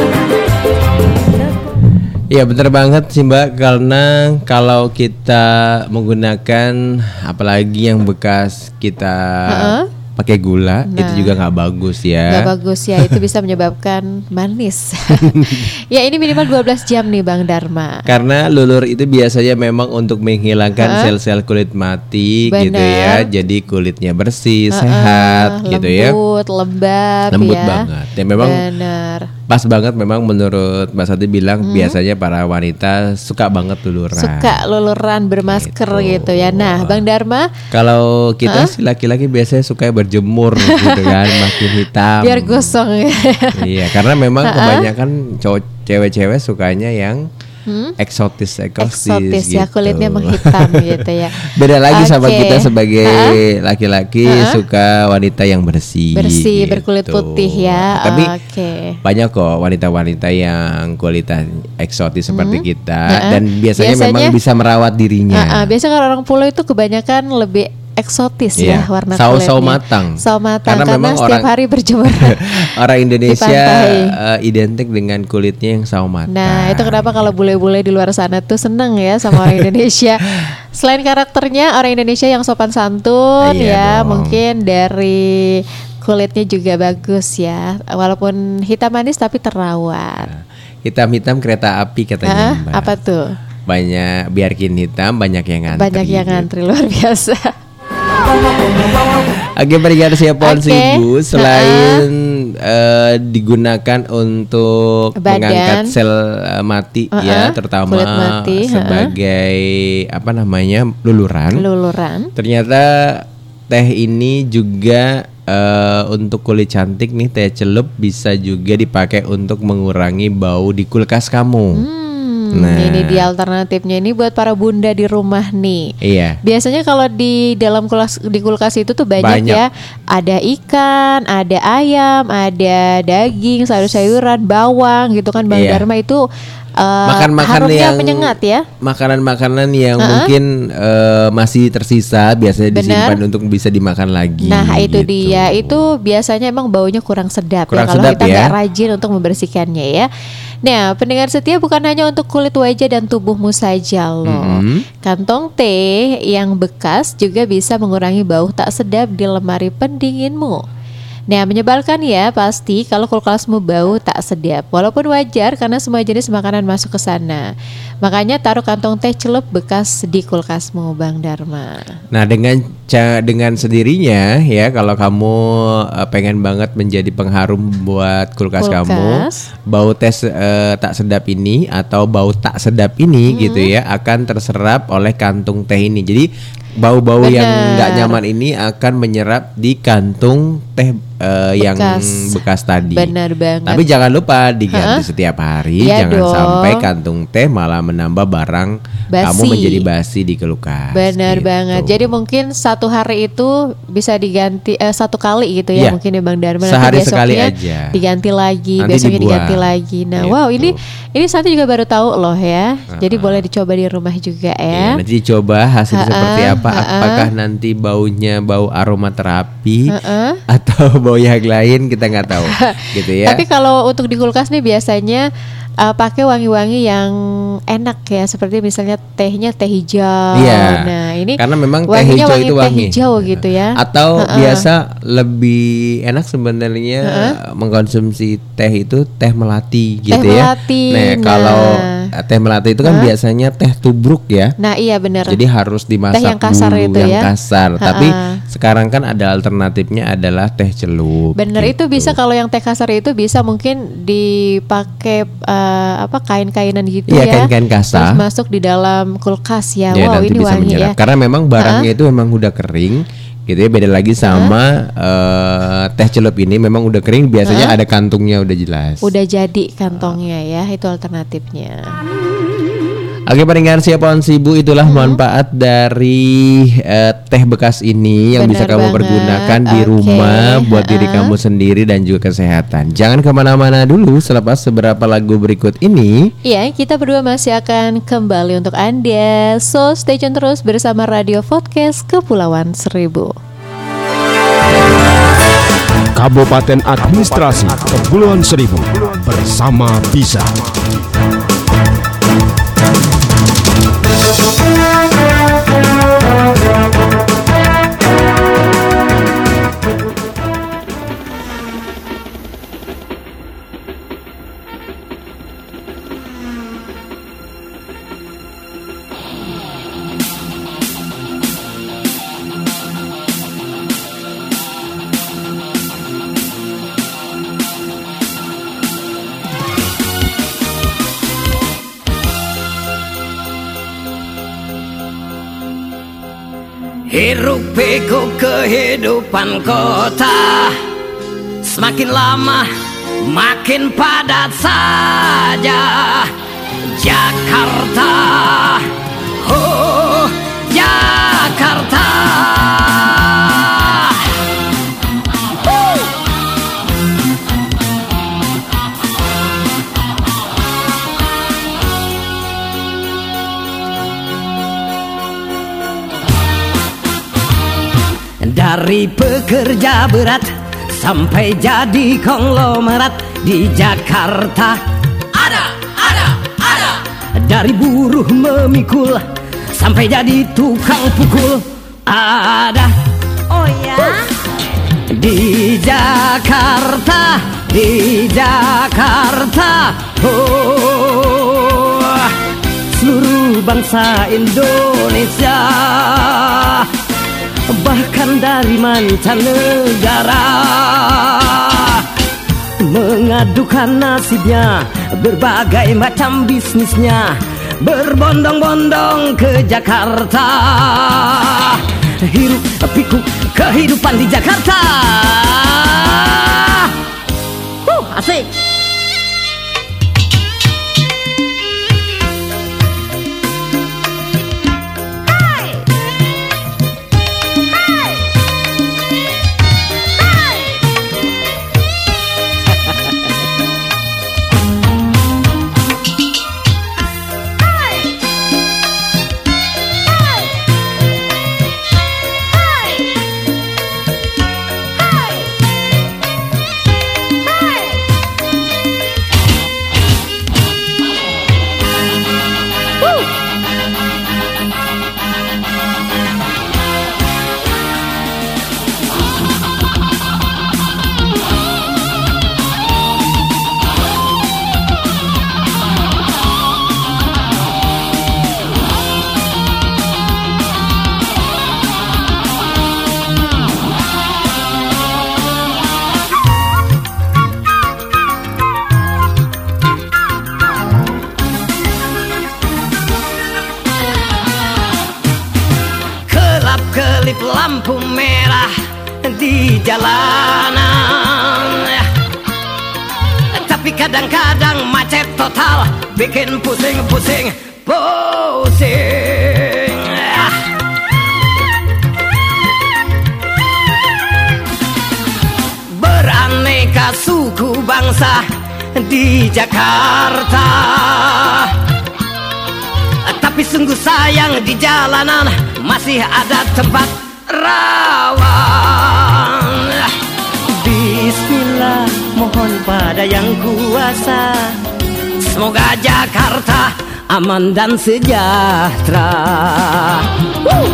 Iya benar banget sih Mbak, karena kalau kita menggunakan apalagi yang bekas kita Heeh. pakai gula, Nah. itu juga nggak bagus ya. Gak bagus ya, itu bisa menyebabkan manis. Ya ini minimal dua belas jam nih Bang Dharma. Karena lulur itu biasanya memang untuk menghilangkan Hah? sel-sel kulit mati gitu ya. Benar. Jadi kulitnya bersih, Heeh, sehat gitu ya. lembut, lembab Lembut ya. banget. Dan memang Benar. pas banget memang menurut Mbak Sati bilang biasanya para wanita suka banget luluran. Suka luluran bermasker Gitu. gitu ya. Nah Bang Dharma, Kalau kita sih laki-laki biasanya suka berjemur gitu kan, makin hitam. biar gosong ya. Iya, karena memang kebanyakan cowok cewek-cewek sukanya yang eksotis eksotis Eksotis gitu. ya, kulitnya menghitam gitu ya. Beda lagi sama Oke. kita sebagai Ha-ha. laki-laki Ha-ha. suka wanita yang bersih. Bersih, gitu. berkulit putih ya. Tapi Oke. banyak kok wanita-wanita yang kulitan eksotis seperti kita Ha-ha. dan biasanya, Biasanya- memang bisa merawat dirinya. Ah, ah, biasanya kalau orang pulau itu kebanyakan lebih eksotis Iya. ya warna Saus-saus kulitnya. matang. Saus matang Karena karena, memang setiap orang- hari berjemur. Orang Indonesia pantai. eh, identik dengan kulitnya yang sawo matang. Nah itu kenapa kalau bule-bule di luar sana tuh seneng ya sama orang Indonesia. Selain karakternya orang Indonesia yang sopan santun Iya ya, dong. mungkin dari kulitnya juga bagus ya. Walaupun hitam manis tapi terawat. Hitam-hitam kereta api katanya Ah, Mbak. apa tuh? Banyak biarkin hitam, banyak yang ngantri. Banyak yang gitu. ngantri luar biasa. Oke, peringatan siap pohon Oke. seribu selain eh, digunakan untuk Badan. mengangkat sel eh, mati Uh-uh, ya, terutama kulit mati, uh-uh. sebagai apa namanya luluran. Luluran. Ternyata teh ini juga eh, untuk kulit cantik nih, teh celup bisa juga dipakai untuk mengurangi bau di kulkas kamu. Hmm, Nah. ini dia alternatifnya ini buat para bunda di rumah nih. Iya. Biasanya kalau di dalam kulkas di kulkas itu tuh banyak, Banyak. ya. Ada ikan, ada ayam, ada daging, sayur-sayuran, bawang gitu kan Bang Iya. Dharma itu uh, makan-makan harumnya yang penyengat ya. Makanan-makanan yang Uh-uh. mungkin uh, masih tersisa biasanya Benar. disimpan untuk bisa dimakan lagi. Nah itu gitu. dia, itu biasanya emang baunya kurang sedap Kurang ya kalau sedap kita ya. nggak rajin untuk membersihkannya ya. Nah pendengar setia, bukan hanya untuk kulit wajah dan tubuhmu saja loh. Mhm. Kantong teh yang bekas juga bisa mengurangi bau tak sedap di lemari pendinginmu. Nah menyebalkan ya pasti kalau kulkasmu bau tak sedap. Walaupun wajar karena semua jenis makanan masuk ke sana. Makanya taruh kantong teh celup bekas di kulkasmu, Bang Dharma. Nah dengan ca- dengan sendirinya ya, kalau kamu uh, pengen banget menjadi pengharum buat kulkas, Kulkas. kamu, bau teh uh, tak sedap ini atau bau tak sedap ini Hmm. gitu ya akan terserap oleh kantung teh ini. Jadi bau-bau Benar. yang nggak nyaman ini akan menyerap di kantung teh uh, yang Bekas. bekas tadi. Benar banget. Tapi jangan lupa diganti Hah? setiap hari, Iya jangan dong. sampai kantung teh malah menambah barang Basi. kamu menjadi basi di kulkas. Benar gitu. banget. Jadi mungkin satu hari itu bisa diganti eh, satu kali gitu Iya. ya, mungkin ya Bang Dharma. Nanti Sehari besoknya sekali aja. diganti lagi, Nanti besoknya dibuang. diganti lagi. Nah, Gitu. wow ini ini saya juga baru tahu loh ya. Jadi boleh dicoba di rumah juga Iya, ya. nanti coba hasilnya Ha-ha, seperti apa. ha-ha. Apakah nanti baunya bau aromaterapi Ha-ha. atau bau yang lain, kita nggak tahu, gitu ya. Tapi kalau untuk di kulkas nih biasanya uh, pakai wangi-wangi yang enak ya, seperti misalnya tehnya teh hijau. Iya. Nah ini Karena memang teh wanginya hijau wangi itu teh wangi. hijau gitu ya. Atau Ha-ha. biasa lebih enak sebenarnya mengkonsumsi teh itu teh melati gitu ya. melati, Nah, nah. kalau eh, teh melati itu kan Hah? biasanya teh tubruk ya. Nah iya benar. Jadi harus dimasak Teh yang kasar dulu, itu yang ya. kasar. Ha-ha. Tapi sekarang kan ada alternatifnya adalah teh celup. Bener gitu. itu bisa, kalau yang teh kasar itu bisa mungkin dipakai eh, apa kain-kainan gitu Iya, ya. kain-kain kasar. Terus masuk di dalam kulkas ya. Ya, wow nanti ini bisa wangi menyerap. ya. Karena memang barangnya itu memang udah kering, gitu ya. Beda lagi sama eh, teh celup ini memang udah kering. Biasanya ada kantungnya udah jelas. Udah jadi kantongnya ya, itu alternatifnya. Oke pendengar siapa on Sibu, itulah manfaat dari eh, teh bekas ini yang Benar bisa kamu banget. pergunakan di Oke, rumah buat diri ha-ha. kamu sendiri dan juga kesehatan. Jangan kemana-mana dulu, selepas beberapa lagu berikut ini. Iya, kita berdua masih akan kembali untuk Anda. So stay tune terus bersama Radio Podcast Kepulauan Seribu. Kabupaten Administrasi Kepulauan Seribu bersama Bisa. Hiruk pikuk kehidupan kota, semakin lama makin padat saja. Jakarta, oh Jakarta. Woo! Dari pekerja berat sampai jadi konglomerat di Jakarta ada, ada, ada. Dari buruh memikul sampai jadi tukang pukul ada. Oh ya? Di Jakarta, di Jakarta, oh seluruh bangsa Indonesia, bahkan dari mancanegara, mengadukan nasibnya, berbagai macam bisnisnya, berbondong-bondong ke Jakarta. Hiruk pikuk kehidupan di Jakarta. Huh, asik. kelip lampu merah di jalanan, tapi kadang-kadang macet total bikin pusing-pusing, pusing. Beraneka suku bangsa di Jakarta, tapi sungguh sayang di jalanan masih ada tempat rawan. Bismillah, mohon pada yang kuasa, semoga Jakarta aman dan sejahtera. Woo!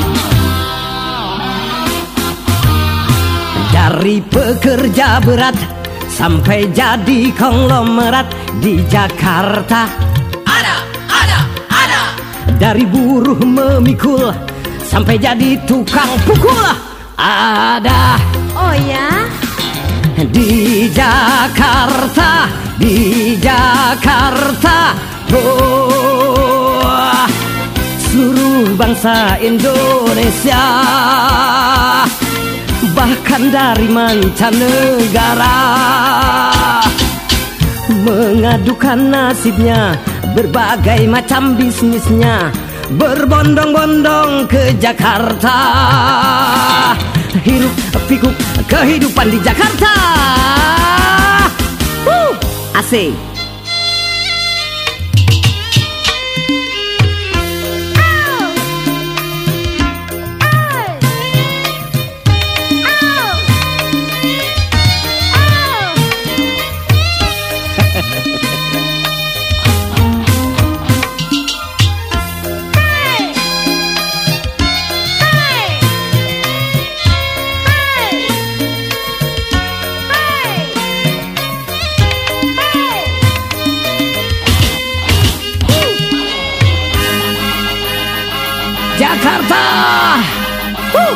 Dari pekerja berat sampai jadi konglomerat di Jakarta, ada, ada, ada. Dari buruh memikul sampai jadi tukang pukul, ada. Oh ya? Di Jakarta, di Jakarta, oh, seluruh bangsa Indonesia, bahkan dari mancanegara, mengadukan nasibnya, berbagai macam bisnisnya, berbondong-bondong ke Jakarta. Hiruk pikuk kehidupan di Jakarta. Wuh, asik. Jakarta. Woo.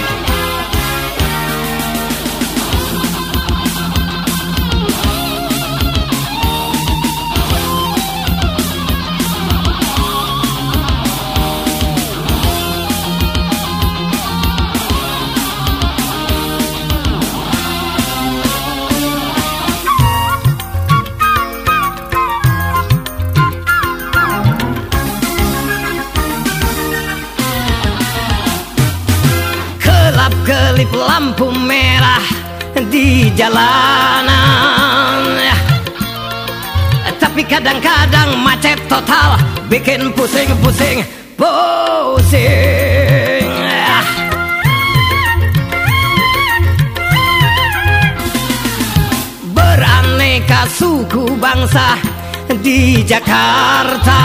Kelip lampu merah di jalanan, tapi kadang-kadang macet total bikin pusing-pusing, pusing. Beraneka suku bangsa di Jakarta,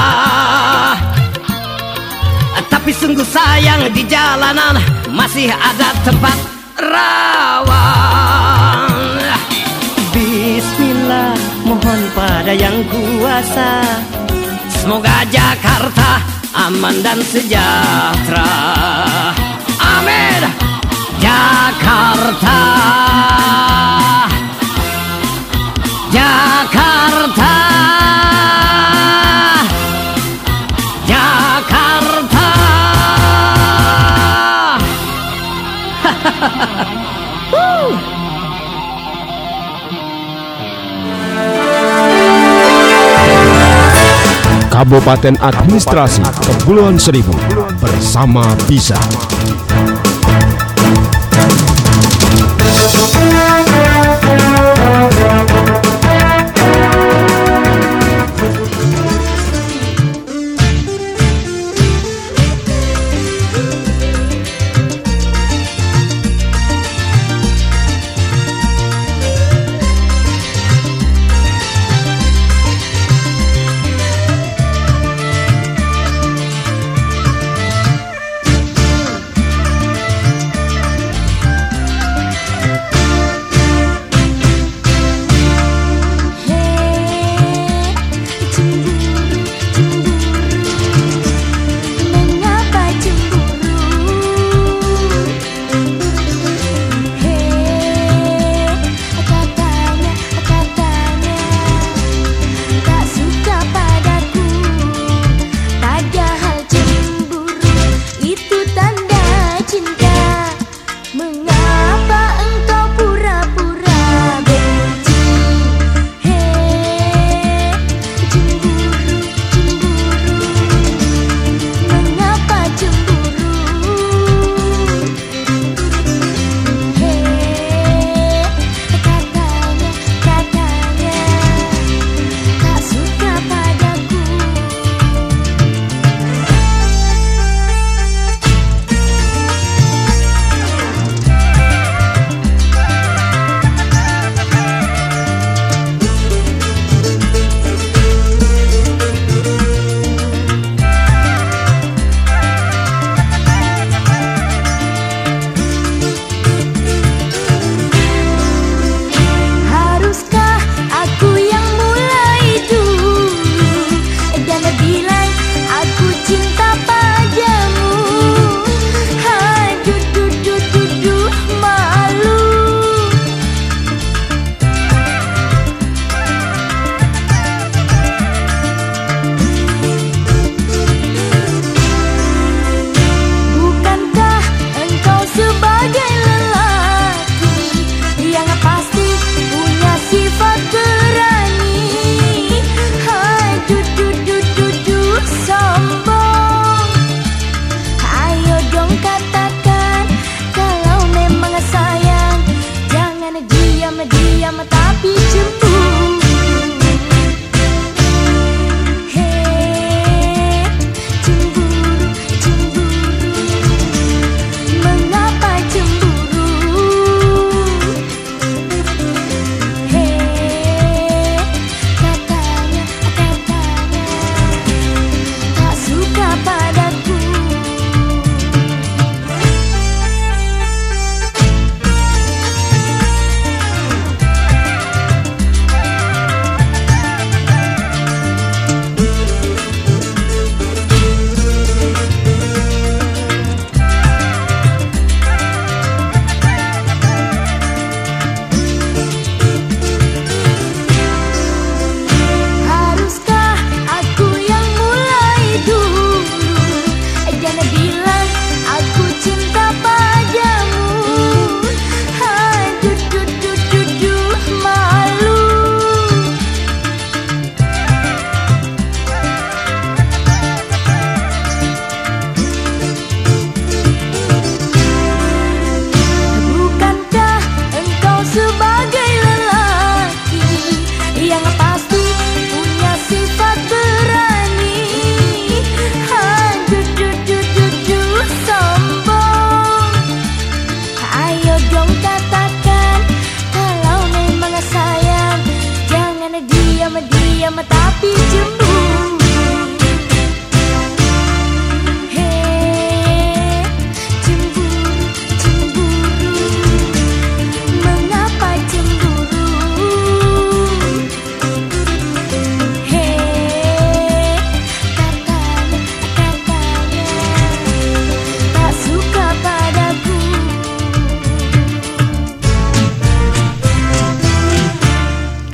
tapi sungguh sayang di jalanan masih ada tempat rawan. Bismillah, mohon pada yang kuasa, semoga Jakarta aman dan sejahtera. Amin. Jakarta, Jakarta, Jakarta. Kabupaten Administrasi Kepulauan Seribu bersama Bisa.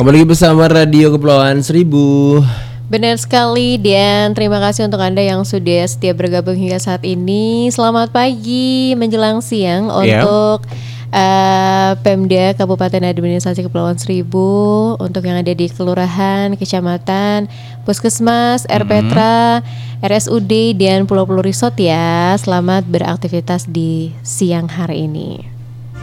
Kembali bersama Radio Kepulauan Seribu. Benar sekali, dan terima kasih untuk Anda yang sudah setia bergabung hingga saat ini. Selamat pagi menjelang siang Yeah. untuk uh, Pemda Kabupaten Administrasi Kepulauan Seribu, untuk yang ada di kelurahan, kecamatan, puskesmas, R P T R A, R S U D dan Pulau-Pulau Resort ya. Selamat beraktivitas di siang hari ini.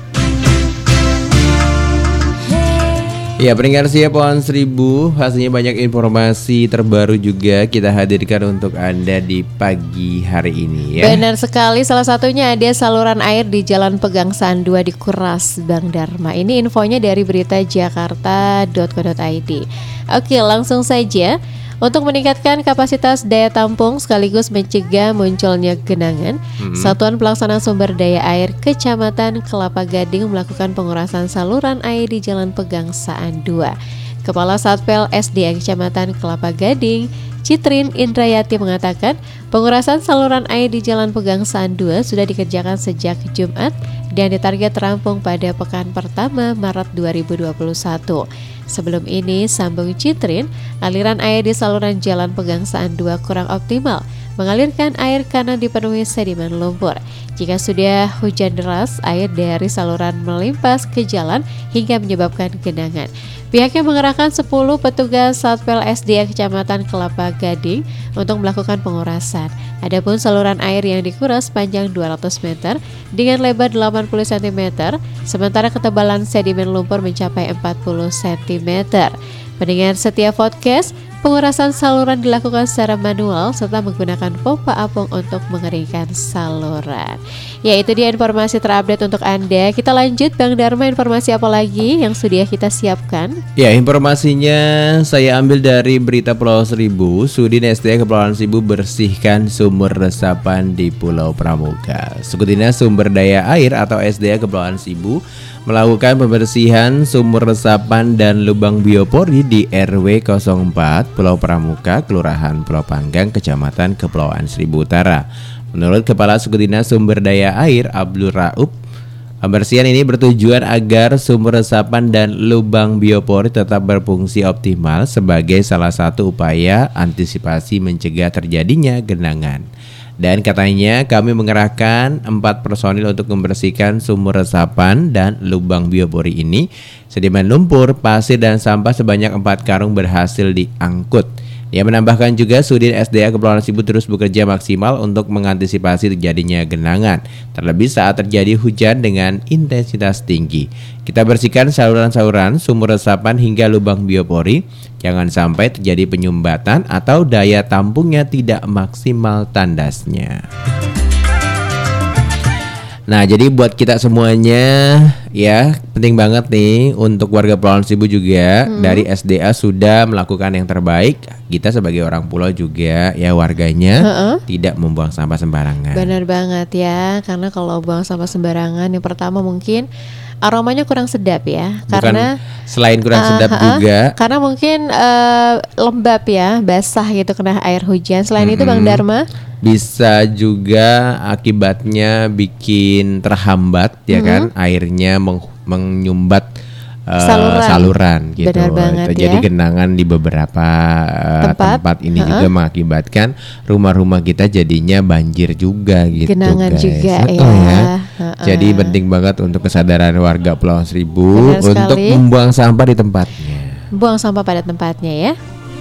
Ya, pendengar Siap Kepulauan Seribu, pastinya banyak informasi terbaru juga kita hadirkan untuk Anda di pagi hari ini ya. Benar sekali, salah satunya ada saluran air di Jalan Pegangsaan dua dikuras, Bang Dharma. Ini infonya dari berita jakarta dot co dot i d. Oke, langsung saja. Untuk meningkatkan kapasitas daya tampung sekaligus mencegah munculnya genangan, hmm. Satuan Pelaksana Sumber Daya Air Kecamatan Kelapa Gading melakukan pengurasan saluran air di Jalan Pegangsaan dua. Kepala Satpel S D A Kecamatan Kelapa Gading, Citrin Indrayati mengatakan, pengurasan saluran air di Jalan Pegangsaan dua sudah dikerjakan sejak Jumat dan ditarget rampung pada pekan pertama Maret dua ribu dua puluh satu. Sebelum ini, sambung Citrin, aliran air di saluran Jalan Pegangsaan dua kurang optimal, mengalirkan air karena dipenuhi sedimen lumpur. Jika sudah hujan deras, air dari saluran melimpas ke jalan hingga menyebabkan genangan. Pihaknya mengerahkan sepuluh petugas Satpel S D A Kecamatan Kelapa Gading untuk melakukan pengurasan. Adapun saluran air yang dikuras panjang dua ratus meter dengan lebar delapan puluh sentimeter, sementara ketebalan sedimen lumpur mencapai empat puluh sentimeter. Pendengar setia podcast, pengurasan saluran dilakukan secara manual serta menggunakan pompa apung untuk mengeringkan saluran. Ya, itu dia informasi terupdate untuk Anda. Kita lanjut, Bang Dharma, informasi apa lagi yang sudah kita siapkan? Ya, informasinya saya ambil dari berita Pulau Seribu. Sudin S D A Kepulauan Seribu bersihkan sumur resapan di Pulau Pramuka. Suku Dinas Sumber Daya Air atau S D A Kepulauan Seribu melakukan pembersihan sumur resapan dan lubang biopori di R W nol empat Pulau Pramuka, Kelurahan Pulau Panggang, Kecamatan Kepulauan Seribu Utara. Menurut Kepala Suku Dinas Sumber Daya Air Abdul Raup, pembersihan ini bertujuan agar sumur resapan dan lubang biopori tetap berfungsi optimal sebagai salah satu upaya antisipasi mencegah terjadinya genangan. Dan katanya kami mengerahkan empat personil untuk membersihkan sumur resapan dan lubang biopori ini. Sedimen lumpur, pasir, dan sampah sebanyak empat karung berhasil diangkut. Dia menambahkan juga Sudin S D A Kepulauan Seribu terus bekerja maksimal untuk mengantisipasi terjadinya genangan, terlebih saat terjadi hujan dengan intensitas tinggi. Kita bersihkan saluran-saluran, sumur resapan hingga lubang biopori. Jangan sampai terjadi penyumbatan atau daya tampungnya tidak maksimal tandasnya. Nah, jadi buat kita semuanya ya, penting banget nih untuk warga Kepulauan Seribu juga, hmm. dari S D A sudah melakukan yang terbaik. Kita sebagai orang pulau juga ya, warganya uh-uh. tidak membuang sampah sembarangan. Benar banget ya, karena kalau buang sampah sembarangan, yang pertama mungkin aromanya kurang sedap ya. Bukan, karena selain kurang uh, sedap uh, juga, karena mungkin uh, lembab ya, basah gitu kena air hujan. Selain mm-hmm. itu Bang Dharma, bisa juga akibatnya bikin terhambat ya mm-hmm. kan, airnya meng- menyumbat uh, saluran. saluran gitu. Benar banget, jadi ya. genangan di beberapa uh, tempat. tempat ini uh-uh. juga mengakibatkan rumah-rumah kita jadinya banjir juga gitu. Genangan guys. juga oh, ya. ya. Uh-uh. Jadi penting banget untuk kesadaran warga Kepulauan Seribu untuk membuang sampah di tempatnya. Buang sampah pada tempatnya ya.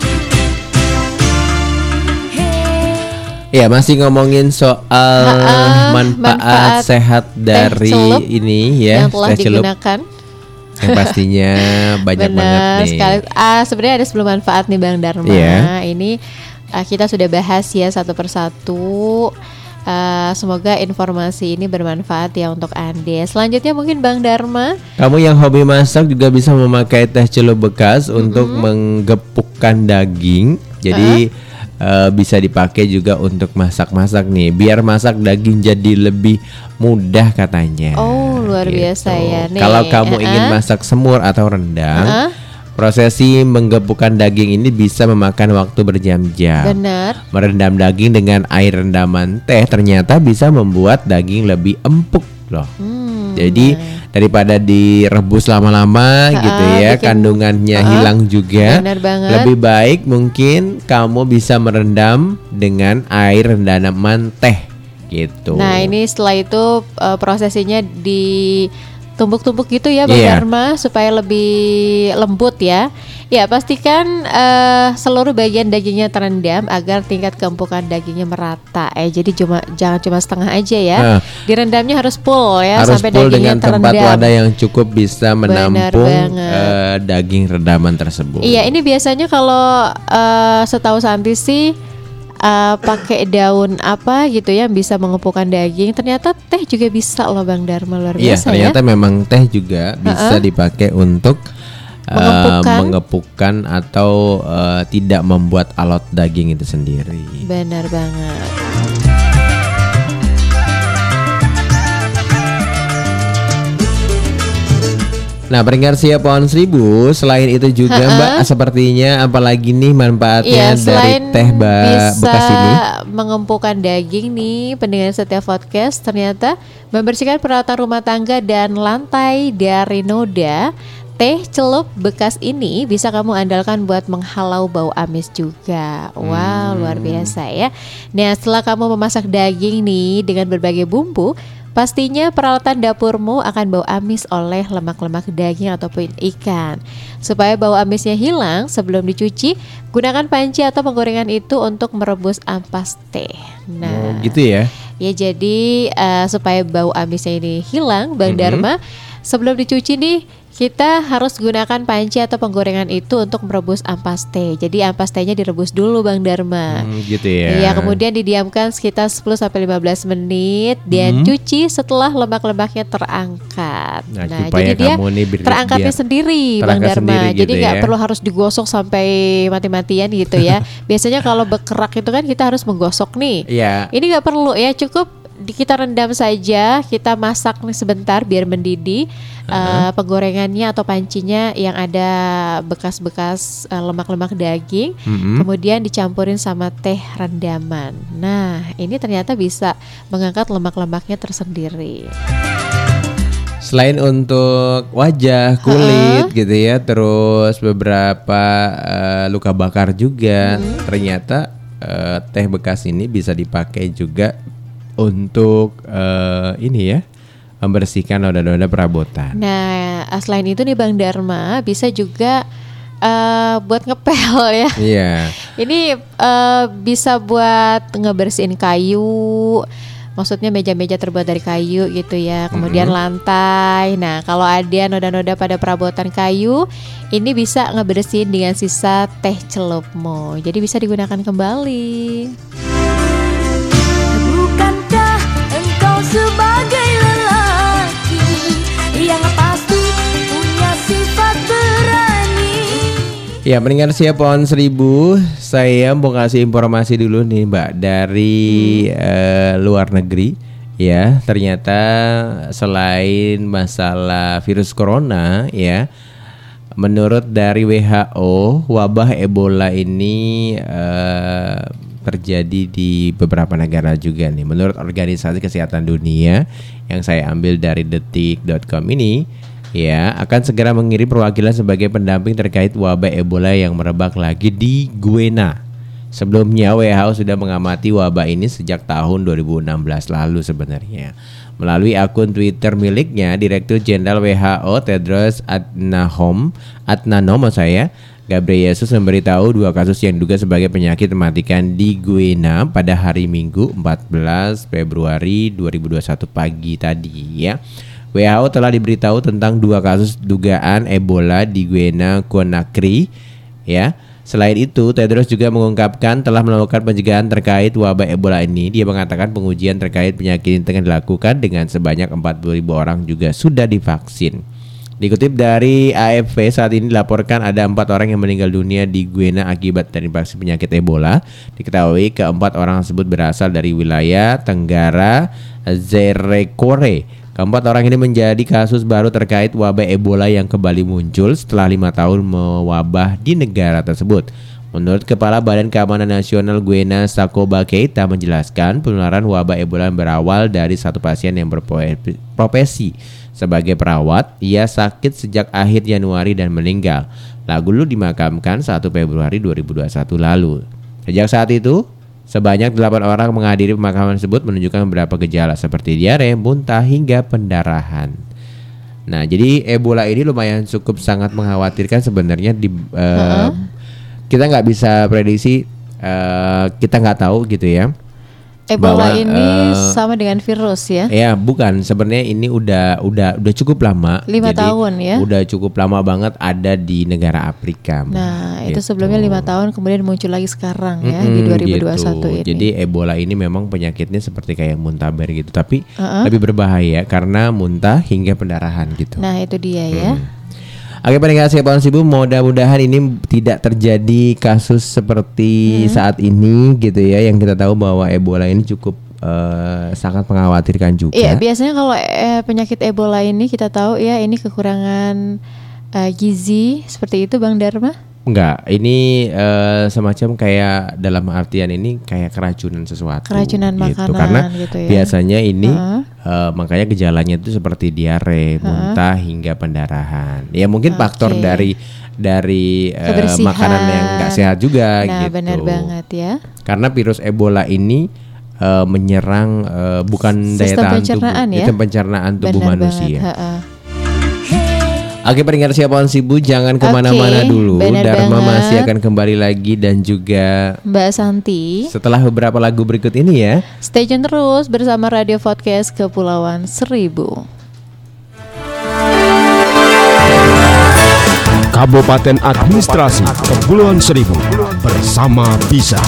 Ya, masih ngomongin soal Ha-ha, manfaat, manfaat sehat dari ini ya, yang telah digunakan. Yang pastinya banyak Benar banget nih. Sekali. Ah, sebenarnya ada sepuluh manfaat nih Bang Dharma. Yeah. Ini uh, kita sudah bahas ya satu persatu. Uh, semoga informasi ini bermanfaat ya untuk Anda. Selanjutnya mungkin Bang Dharma, kamu yang hobi masak juga bisa memakai teh celup bekas mm-hmm. untuk menggepukkan daging. Jadi uh-huh. Uh, bisa dipakai juga untuk masak-masak nih, biar masak daging jadi lebih mudah katanya. Oh, luar gitu. Biasa ya nih. Kalau kamu uh-huh. ingin masak semur atau rendang, uh-huh. prosesi menggepukkan daging ini bisa memakan waktu berjam-jam. Benar. Merendam daging dengan air rendaman teh ternyata bisa membuat daging lebih empuk loh. Hmm. Jadi daripada direbus lama-lama Ha-ha, gitu ya, bikin- kandungannya ha-ha, hilang juga. benar banget. Lebih baik mungkin kamu bisa merendam dengan air rendaman teh gitu. Nah ini setelah itu uh, prosesinya ditumbuk-tumbuk gitu ya Bang Iya. Dharma supaya lebih lembut ya. Ya pastikan uh, seluruh bagian dagingnya terendam agar tingkat keempukan dagingnya merata. Eh jadi cuma jangan cuma setengah aja ya. Nah. Direndamnya harus full ya Harus sampai full dagingnya dengan tempat terendam. wadah yang cukup bisa menampung banget. eh, daging rendaman tersebut. Iya ini biasanya kalau uh, setahu Santi sih uh, pakai daun apa gitu ya bisa mengepulkan daging. Ternyata teh juga bisa loh Bang Dharma, luar Iya, biasa ternyata ya. memang teh juga bisa dipakai untuk eh, Mengepupkan. mengepupkan atau eh, tidak membuat alot daging itu sendiri. Benar banget. Nah, peringkat siap pohon seribu. Selain itu juga Ha-ha. Mbak, sepertinya apalagi nih manfaatnya Iya, dari selain teh ba- bisa bekas ini? mengempukkan daging nih, pendengar setiap podcast ternyata membersihkan peralatan rumah tangga dan lantai dari noda. Teh celup bekas ini bisa kamu andalkan buat menghalau bau amis juga. Wow, Hmm. luar biasa ya. Nah, setelah kamu memasak daging nih dengan berbagai bumbu, pastinya peralatan dapurmu akan bau amis oleh lemak-lemak daging ataupun ikan. Supaya bau amisnya hilang sebelum dicuci, gunakan panci atau penggorengan itu untuk merebus ampas teh. Oh, Nah, gitu ya. ya jadi eh, supaya bau amisnya ini hilang, Bang Mhm. Dharma, sebelum dicuci nih kita harus gunakan panci atau penggorengan itu untuk merebus ampas teh. Jadi ampas tehnya direbus dulu Bang Dharma. Hmm, gitu ya. Iya, kemudian didiamkan sekitar sepuluh sampai lima belas menit dan Hmm. cuci setelah lemak-lemaknya terangkat. Nah, Nah, supaya jadi dia kamu nih bir- terangkatnya biar sendiri Bang terangkat Dharma. sendiri Jadi gitu nggak ya. perlu harus digosok sampai mati-matian gitu ya. Biasanya kalau bekerak itu kan kita harus menggosok nih. Iya. Ini nggak perlu ya, cukup di- kita rendam saja, kita masak nih sebentar biar mendidih. Uh, penggorengannya atau pancinya yang ada bekas-bekas uh, lemak-lemak daging, Mhm. kemudian dicampurin sama teh rendaman. Nah, ini ternyata bisa mengangkat lemak-lemaknya tersendiri. Selain untuk wajah, kulit gitu ya, terus beberapa eh, luka bakar juga, ternyata eh, teh bekas ini bisa dipakai juga untuk eh, ini ya, membersihkan noda-noda perabotan. Nah, uh, selain itu nih Bang Dharma bisa juga uh, buat ngepel ya. Iya. Ini uh, bisa buat ngebersihin kayu. Maksudnya meja-meja terbuat dari kayu gitu ya. Kemudian lantai. Nah, kalau ada noda-noda pada perabotan kayu, ini bisa ngebersihin dengan sisa teh celupmu. Jadi bisa digunakan kembali. Bukankah engkau sebagai lelaki yang pasti punya sifat berani? Ya, mendengar siap pohon seribu, saya mau kasih informasi dulu nih Mbak dari eh, luar negeri. Ya, ternyata selain masalah virus corona ya, menurut dari W H O, wabah Ebola ini eh, terjadi di beberapa negara juga nih. Menurut Organisasi Kesehatan Dunia yang saya ambil dari detik dot com ini, ya akan segera mengirim perwakilan sebagai pendamping terkait wabah Ebola yang merebak lagi di Guinea. Sebelumnya W H O sudah mengamati wabah ini sejak tahun dua ribu enam belas lalu sebenarnya. Melalui akun Twitter miliknya, Direktur Jenderal W H O Tedros Adhanom Adhanom saya Ghebreyesus memberitahu dua kasus yang diduga sebagai penyakit mematikan di Guinea pada hari Minggu empat belas Februari dua ribu dua puluh satu pagi tadi ya. W H O telah diberitahu tentang dua kasus dugaan Ebola di Guinea Conakry ya. Selain itu, Tedros juga mengungkapkan telah melakukan pencegahan terkait wabah Ebola ini. Dia mengatakan pengujian terkait penyakit ini tengah dilakukan dengan sebanyak empat puluh ribu orang juga sudah divaksin. Dikutip dari A F P, saat ini dilaporkan ada empat orang yang meninggal dunia di Guinea akibat terinfeksi penyakit Ebola. Diketahui keempat orang tersebut berasal dari wilayah Tenggara Zerekore. Keempat orang ini menjadi kasus baru terkait wabah Ebola yang kembali muncul setelah lima tahun mewabah di negara tersebut. Menurut Kepala Badan Keamanan Nasional Guinea, Sakoba Keita menjelaskan penularan wabah Ebola berawal dari satu pasien yang berprofesi Sebagai perawat, ia sakit sejak akhir Januari dan meninggal. Lalu dimakamkan satu Februari dua ribu dua puluh satu lalu. Sejak saat itu, sebanyak delapan orang menghadiri pemakaman tersebut menunjukkan beberapa gejala seperti diare, muntah, hingga pendarahan. Nah, jadi Ebola ini lumayan cukup sangat mengkhawatirkan sebenarnya. Di, uh, uh-uh. Kita nggak bisa prediksi, uh, kita nggak tahu gitu ya. Ebola bahwa, ini uh, sama dengan virus ya? Ya, bukan. Sebenarnya ini udah udah udah cukup lama. Lima jadi tahun ya? Udah cukup lama banget ada di negara Afrika. Nah, gitu. itu sebelumnya lima tahun, kemudian muncul lagi sekarang ya mm-hmm, di dua ribu dua puluh satu gitu. ini. Jadi Ebola ini memang penyakitnya seperti kayak muntaber gitu, tapi uh-uh. lebih berbahaya karena muntah hingga pendarahan gitu. Nah, itu dia ya. Hmm. Oke, pendengar Siapapun Sibuk, mudah-mudahan ini tidak terjadi kasus seperti hmm. saat ini gitu ya, yang kita tahu bahwa Ebola ini cukup Uh, sangat mengkhawatirkan juga. Iya, biasanya kalau eh, penyakit Ebola ini kita tahu ya ini kekurangan uh, gizi seperti itu, Bang Dharma? Enggak, ini uh, semacam kayak dalam artian ini kayak keracunan sesuatu. Keracunan gitu. makanan Karena gitu ya. biasanya ini uh-huh. uh, makanya gejalanya itu seperti diare, uh-huh. muntah hingga pendarahan. Ya mungkin okay. faktor dari dari uh, makanan yang enggak sehat juga nah, gitu. Benar banget ya. Karena virus Ebola ini Uh, menyerang uh, bukan sistem daya tahan tubuh, ya? sistem pencernaan tubuh Benar manusia. banget, Oke, pendengar Siapapun Sibuk, jangan kemana-mana okay, dulu. Dharma banget. masih akan kembali lagi dan juga Mbak Santi setelah beberapa lagu berikut ini ya. Stay tune terus bersama Radio Podcast Kepulauan Seribu. Kabupaten Administrasi Kepulauan Seribu bersama Bisa.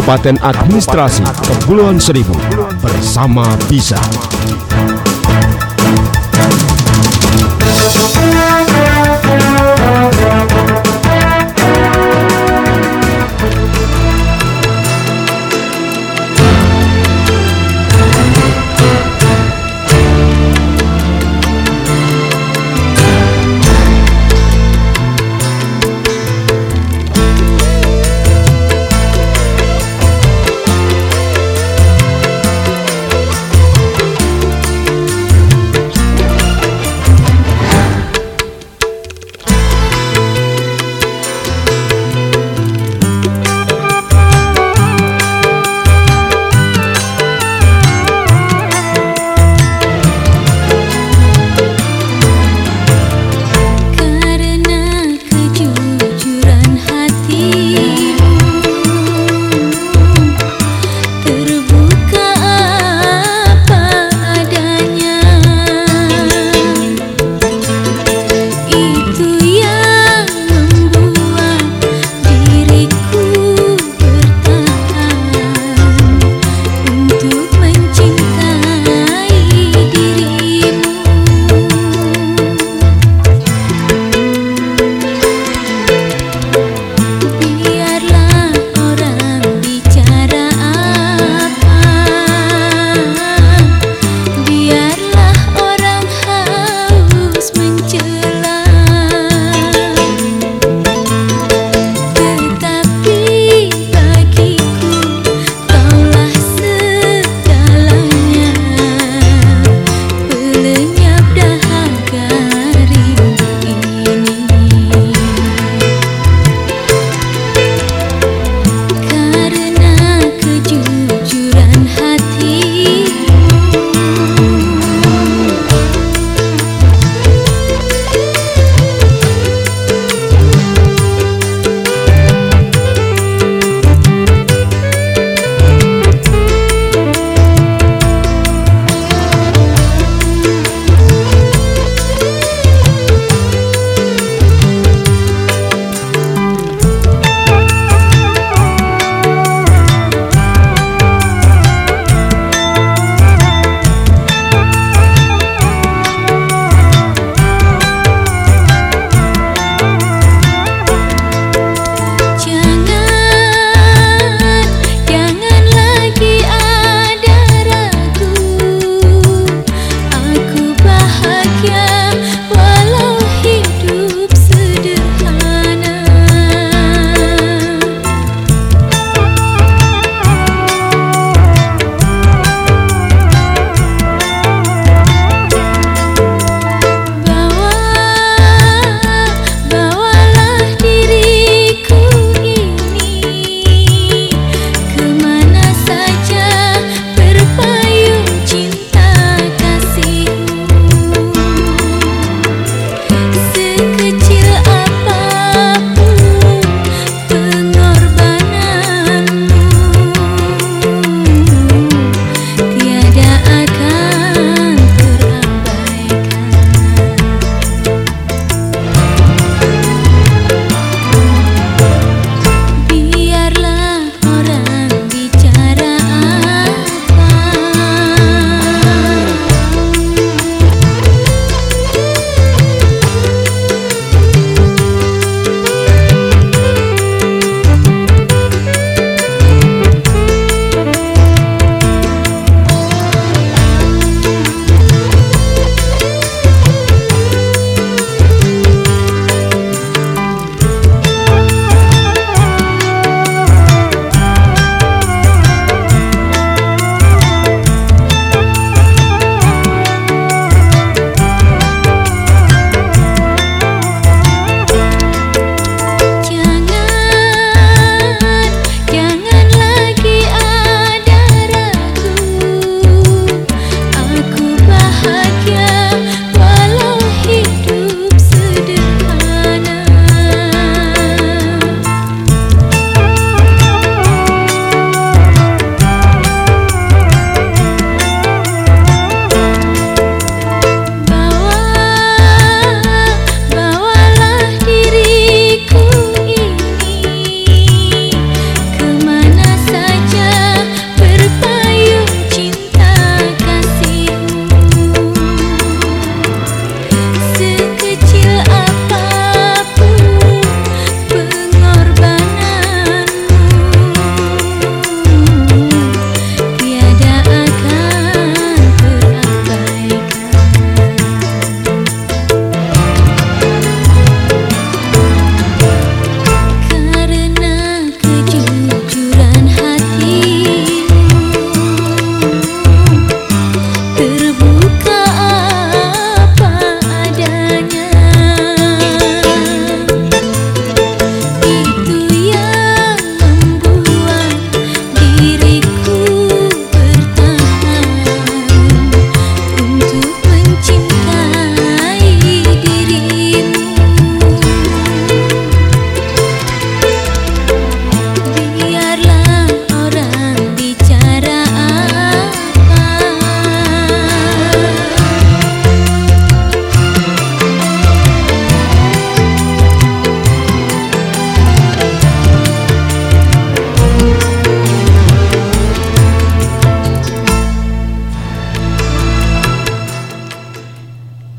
Kabupaten Administrasi Kepulauan Seribu bersama Bisa.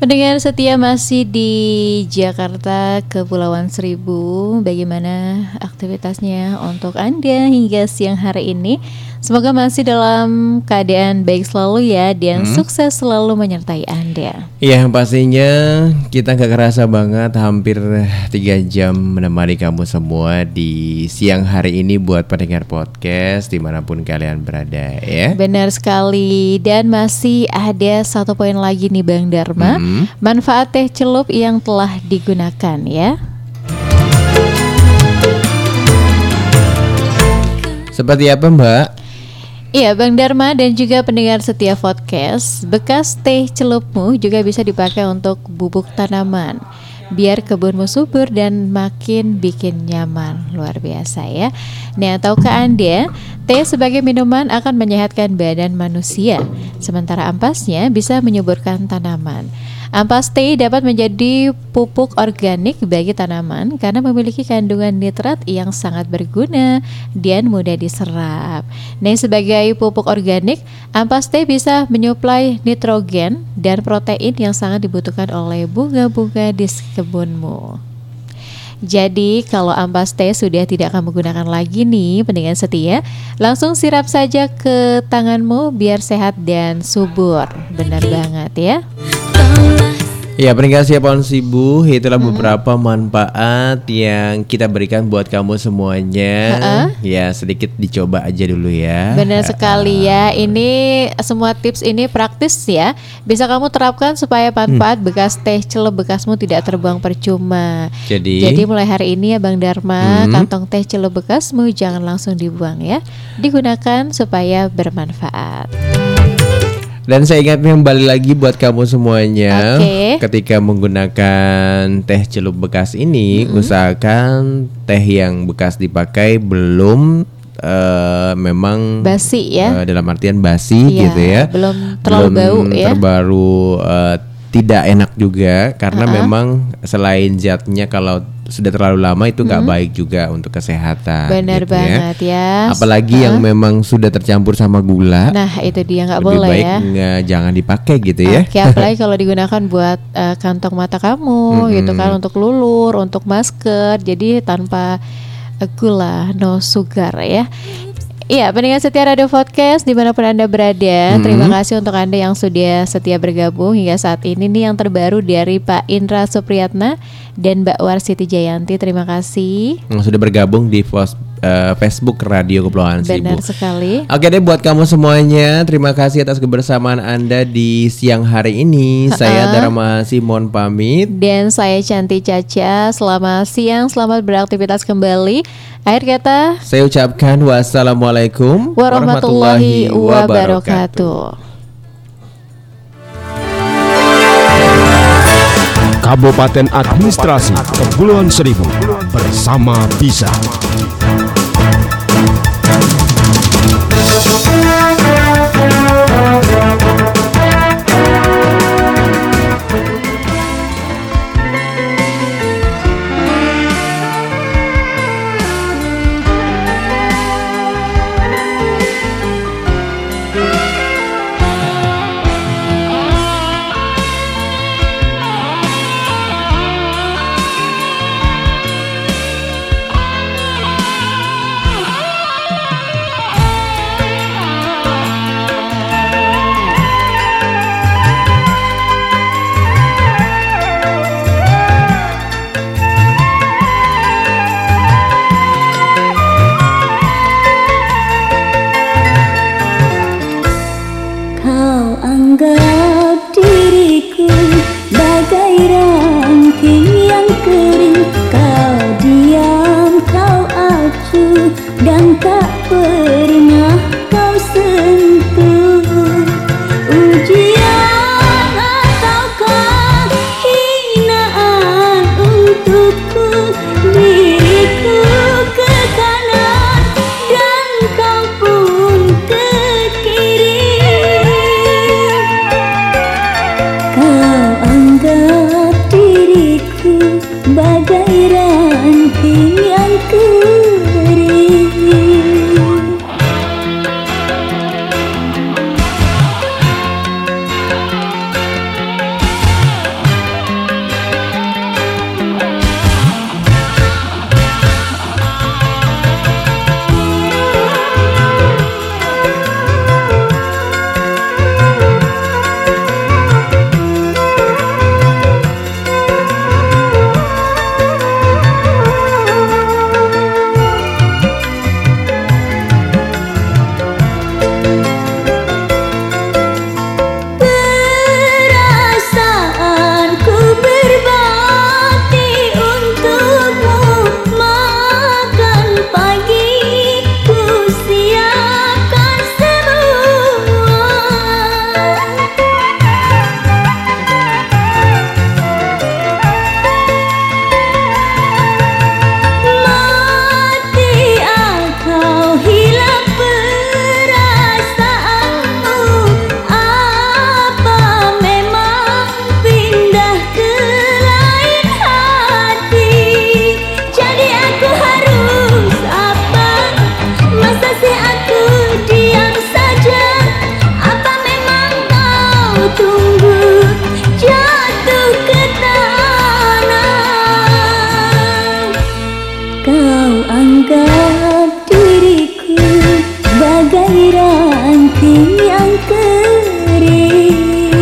Pendengar setia masih di Jakarta Kepulauan Seribu. Bagaimana aktivitasnya untuk Anda hingga siang hari ini? Semoga masih dalam keadaan baik selalu ya, dan hmm. sukses selalu menyertai Anda. Iya, pastinya kita gak kerasa banget hampir tiga jam menemani kamu semua di siang hari ini buat pendengar podcast dimanapun kalian berada ya. Benar sekali, dan masih ada satu poin lagi nih Bang Dharma, hmm. manfaat teh celup yang telah digunakan ya. Seperti apa Mbak? Iya Bang Dharma dan juga pendengar setia podcast, bekas teh celupmu juga bisa dipakai untuk bubuk tanaman, biar kebunmu subur dan makin bikin nyaman. Luar biasa ya. Nah, tahukah Anda, teh sebagai minuman akan menyehatkan badan manusia, sementara ampasnya bisa menyuburkan tanaman. Ampas teh dapat menjadi pupuk organik bagi tanaman karena memiliki kandungan nitrat yang sangat berguna dan mudah diserap. Nah, sebagai pupuk organik, ampas teh bisa menyuplai nitrogen dan protein yang sangat dibutuhkan oleh bunga-bunga di kebunmu. Jadi kalau ampas teh sudah tidak kamu gunakan lagi nih pendengar setia, langsung sirap saja ke tanganmu biar sehat dan subur. Benar banget ya. Ya, pendengar siapapun sibuk, itulah mm-hmm. beberapa manfaat yang kita berikan buat kamu semuanya. Uh-uh. Ya, sedikit dicoba aja dulu ya. Benar uh-uh. sekali ya. Ini semua tips ini praktis ya. Bisa kamu terapkan supaya manfaat hmm. bekas teh celup bekasmu tidak terbuang percuma. Jadi, Jadi mulai hari ini ya Bang Dharma, hmm. kantong teh celup bekasmu jangan langsung dibuang ya. Digunakan supaya bermanfaat. Dan saya ingatkan kembali lagi buat kamu semuanya, okay. ketika menggunakan teh celup bekas ini, mm-hmm. usahakan teh yang bekas dipakai belum uh, memang basi ya, uh, dalam artian basi iya, gitu ya, belum terlalu belum bau ya, terbaru uh, tidak enak juga karena uh-huh. memang selain zatnya kalau sudah terlalu lama itu nggak hmm. baik juga untuk kesehatan. Benar gitu banget ya. ya. Apalagi uh. yang memang sudah tercampur sama gula. Nah itu dia nggak lebih boleh baik ya. Nggak, jangan dipakai gitu ya. Oke, apalagi kalau digunakan buat uh, kantong mata kamu, hmm. gitu kan, untuk lulur, untuk masker. Jadi tanpa uh, gula, no sugar ya. Iya, pendengar setia Radio Podcast dimanapun Anda berada, hmm. terima kasih untuk Anda yang sudah setia bergabung hingga saat ini nih, yang terbaru dari Pak Indra Supriyatna dan Mbak Warsiti Jayanti. Terima kasih yang sudah bergabung di pos, uh, Facebook Radio Kepulauan Seribu. Benar sekali. Oke deh, buat kamu semuanya, terima kasih atas kebersamaan Anda di siang hari ini. Ha-ha. Saya Dharma Simon pamit. Dan saya Cantik Caca. Selamat siang, selamat beraktivitas kembali. Akhir kata saya ucapkan wassalamualaikum warahmatullahi wabarakatuh. Kabupaten Administrasi Kepulauan Seribu bersama Bisa. kering.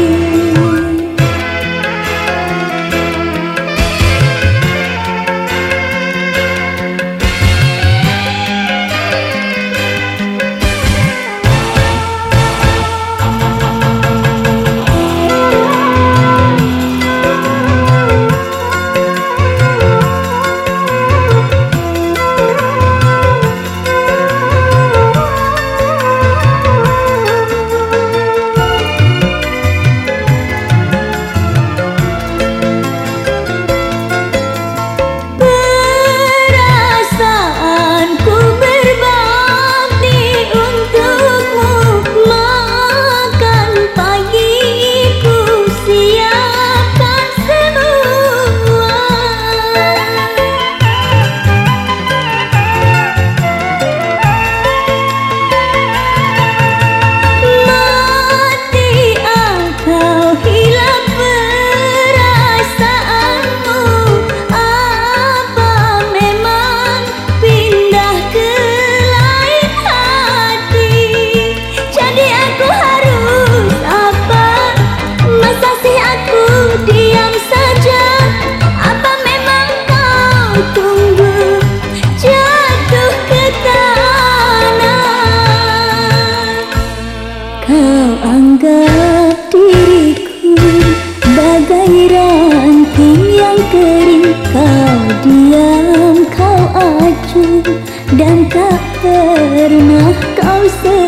Kau anggap diriku bagai ranting yang kering. Kau diam, kau acuh, dan tak pernah kau sedih.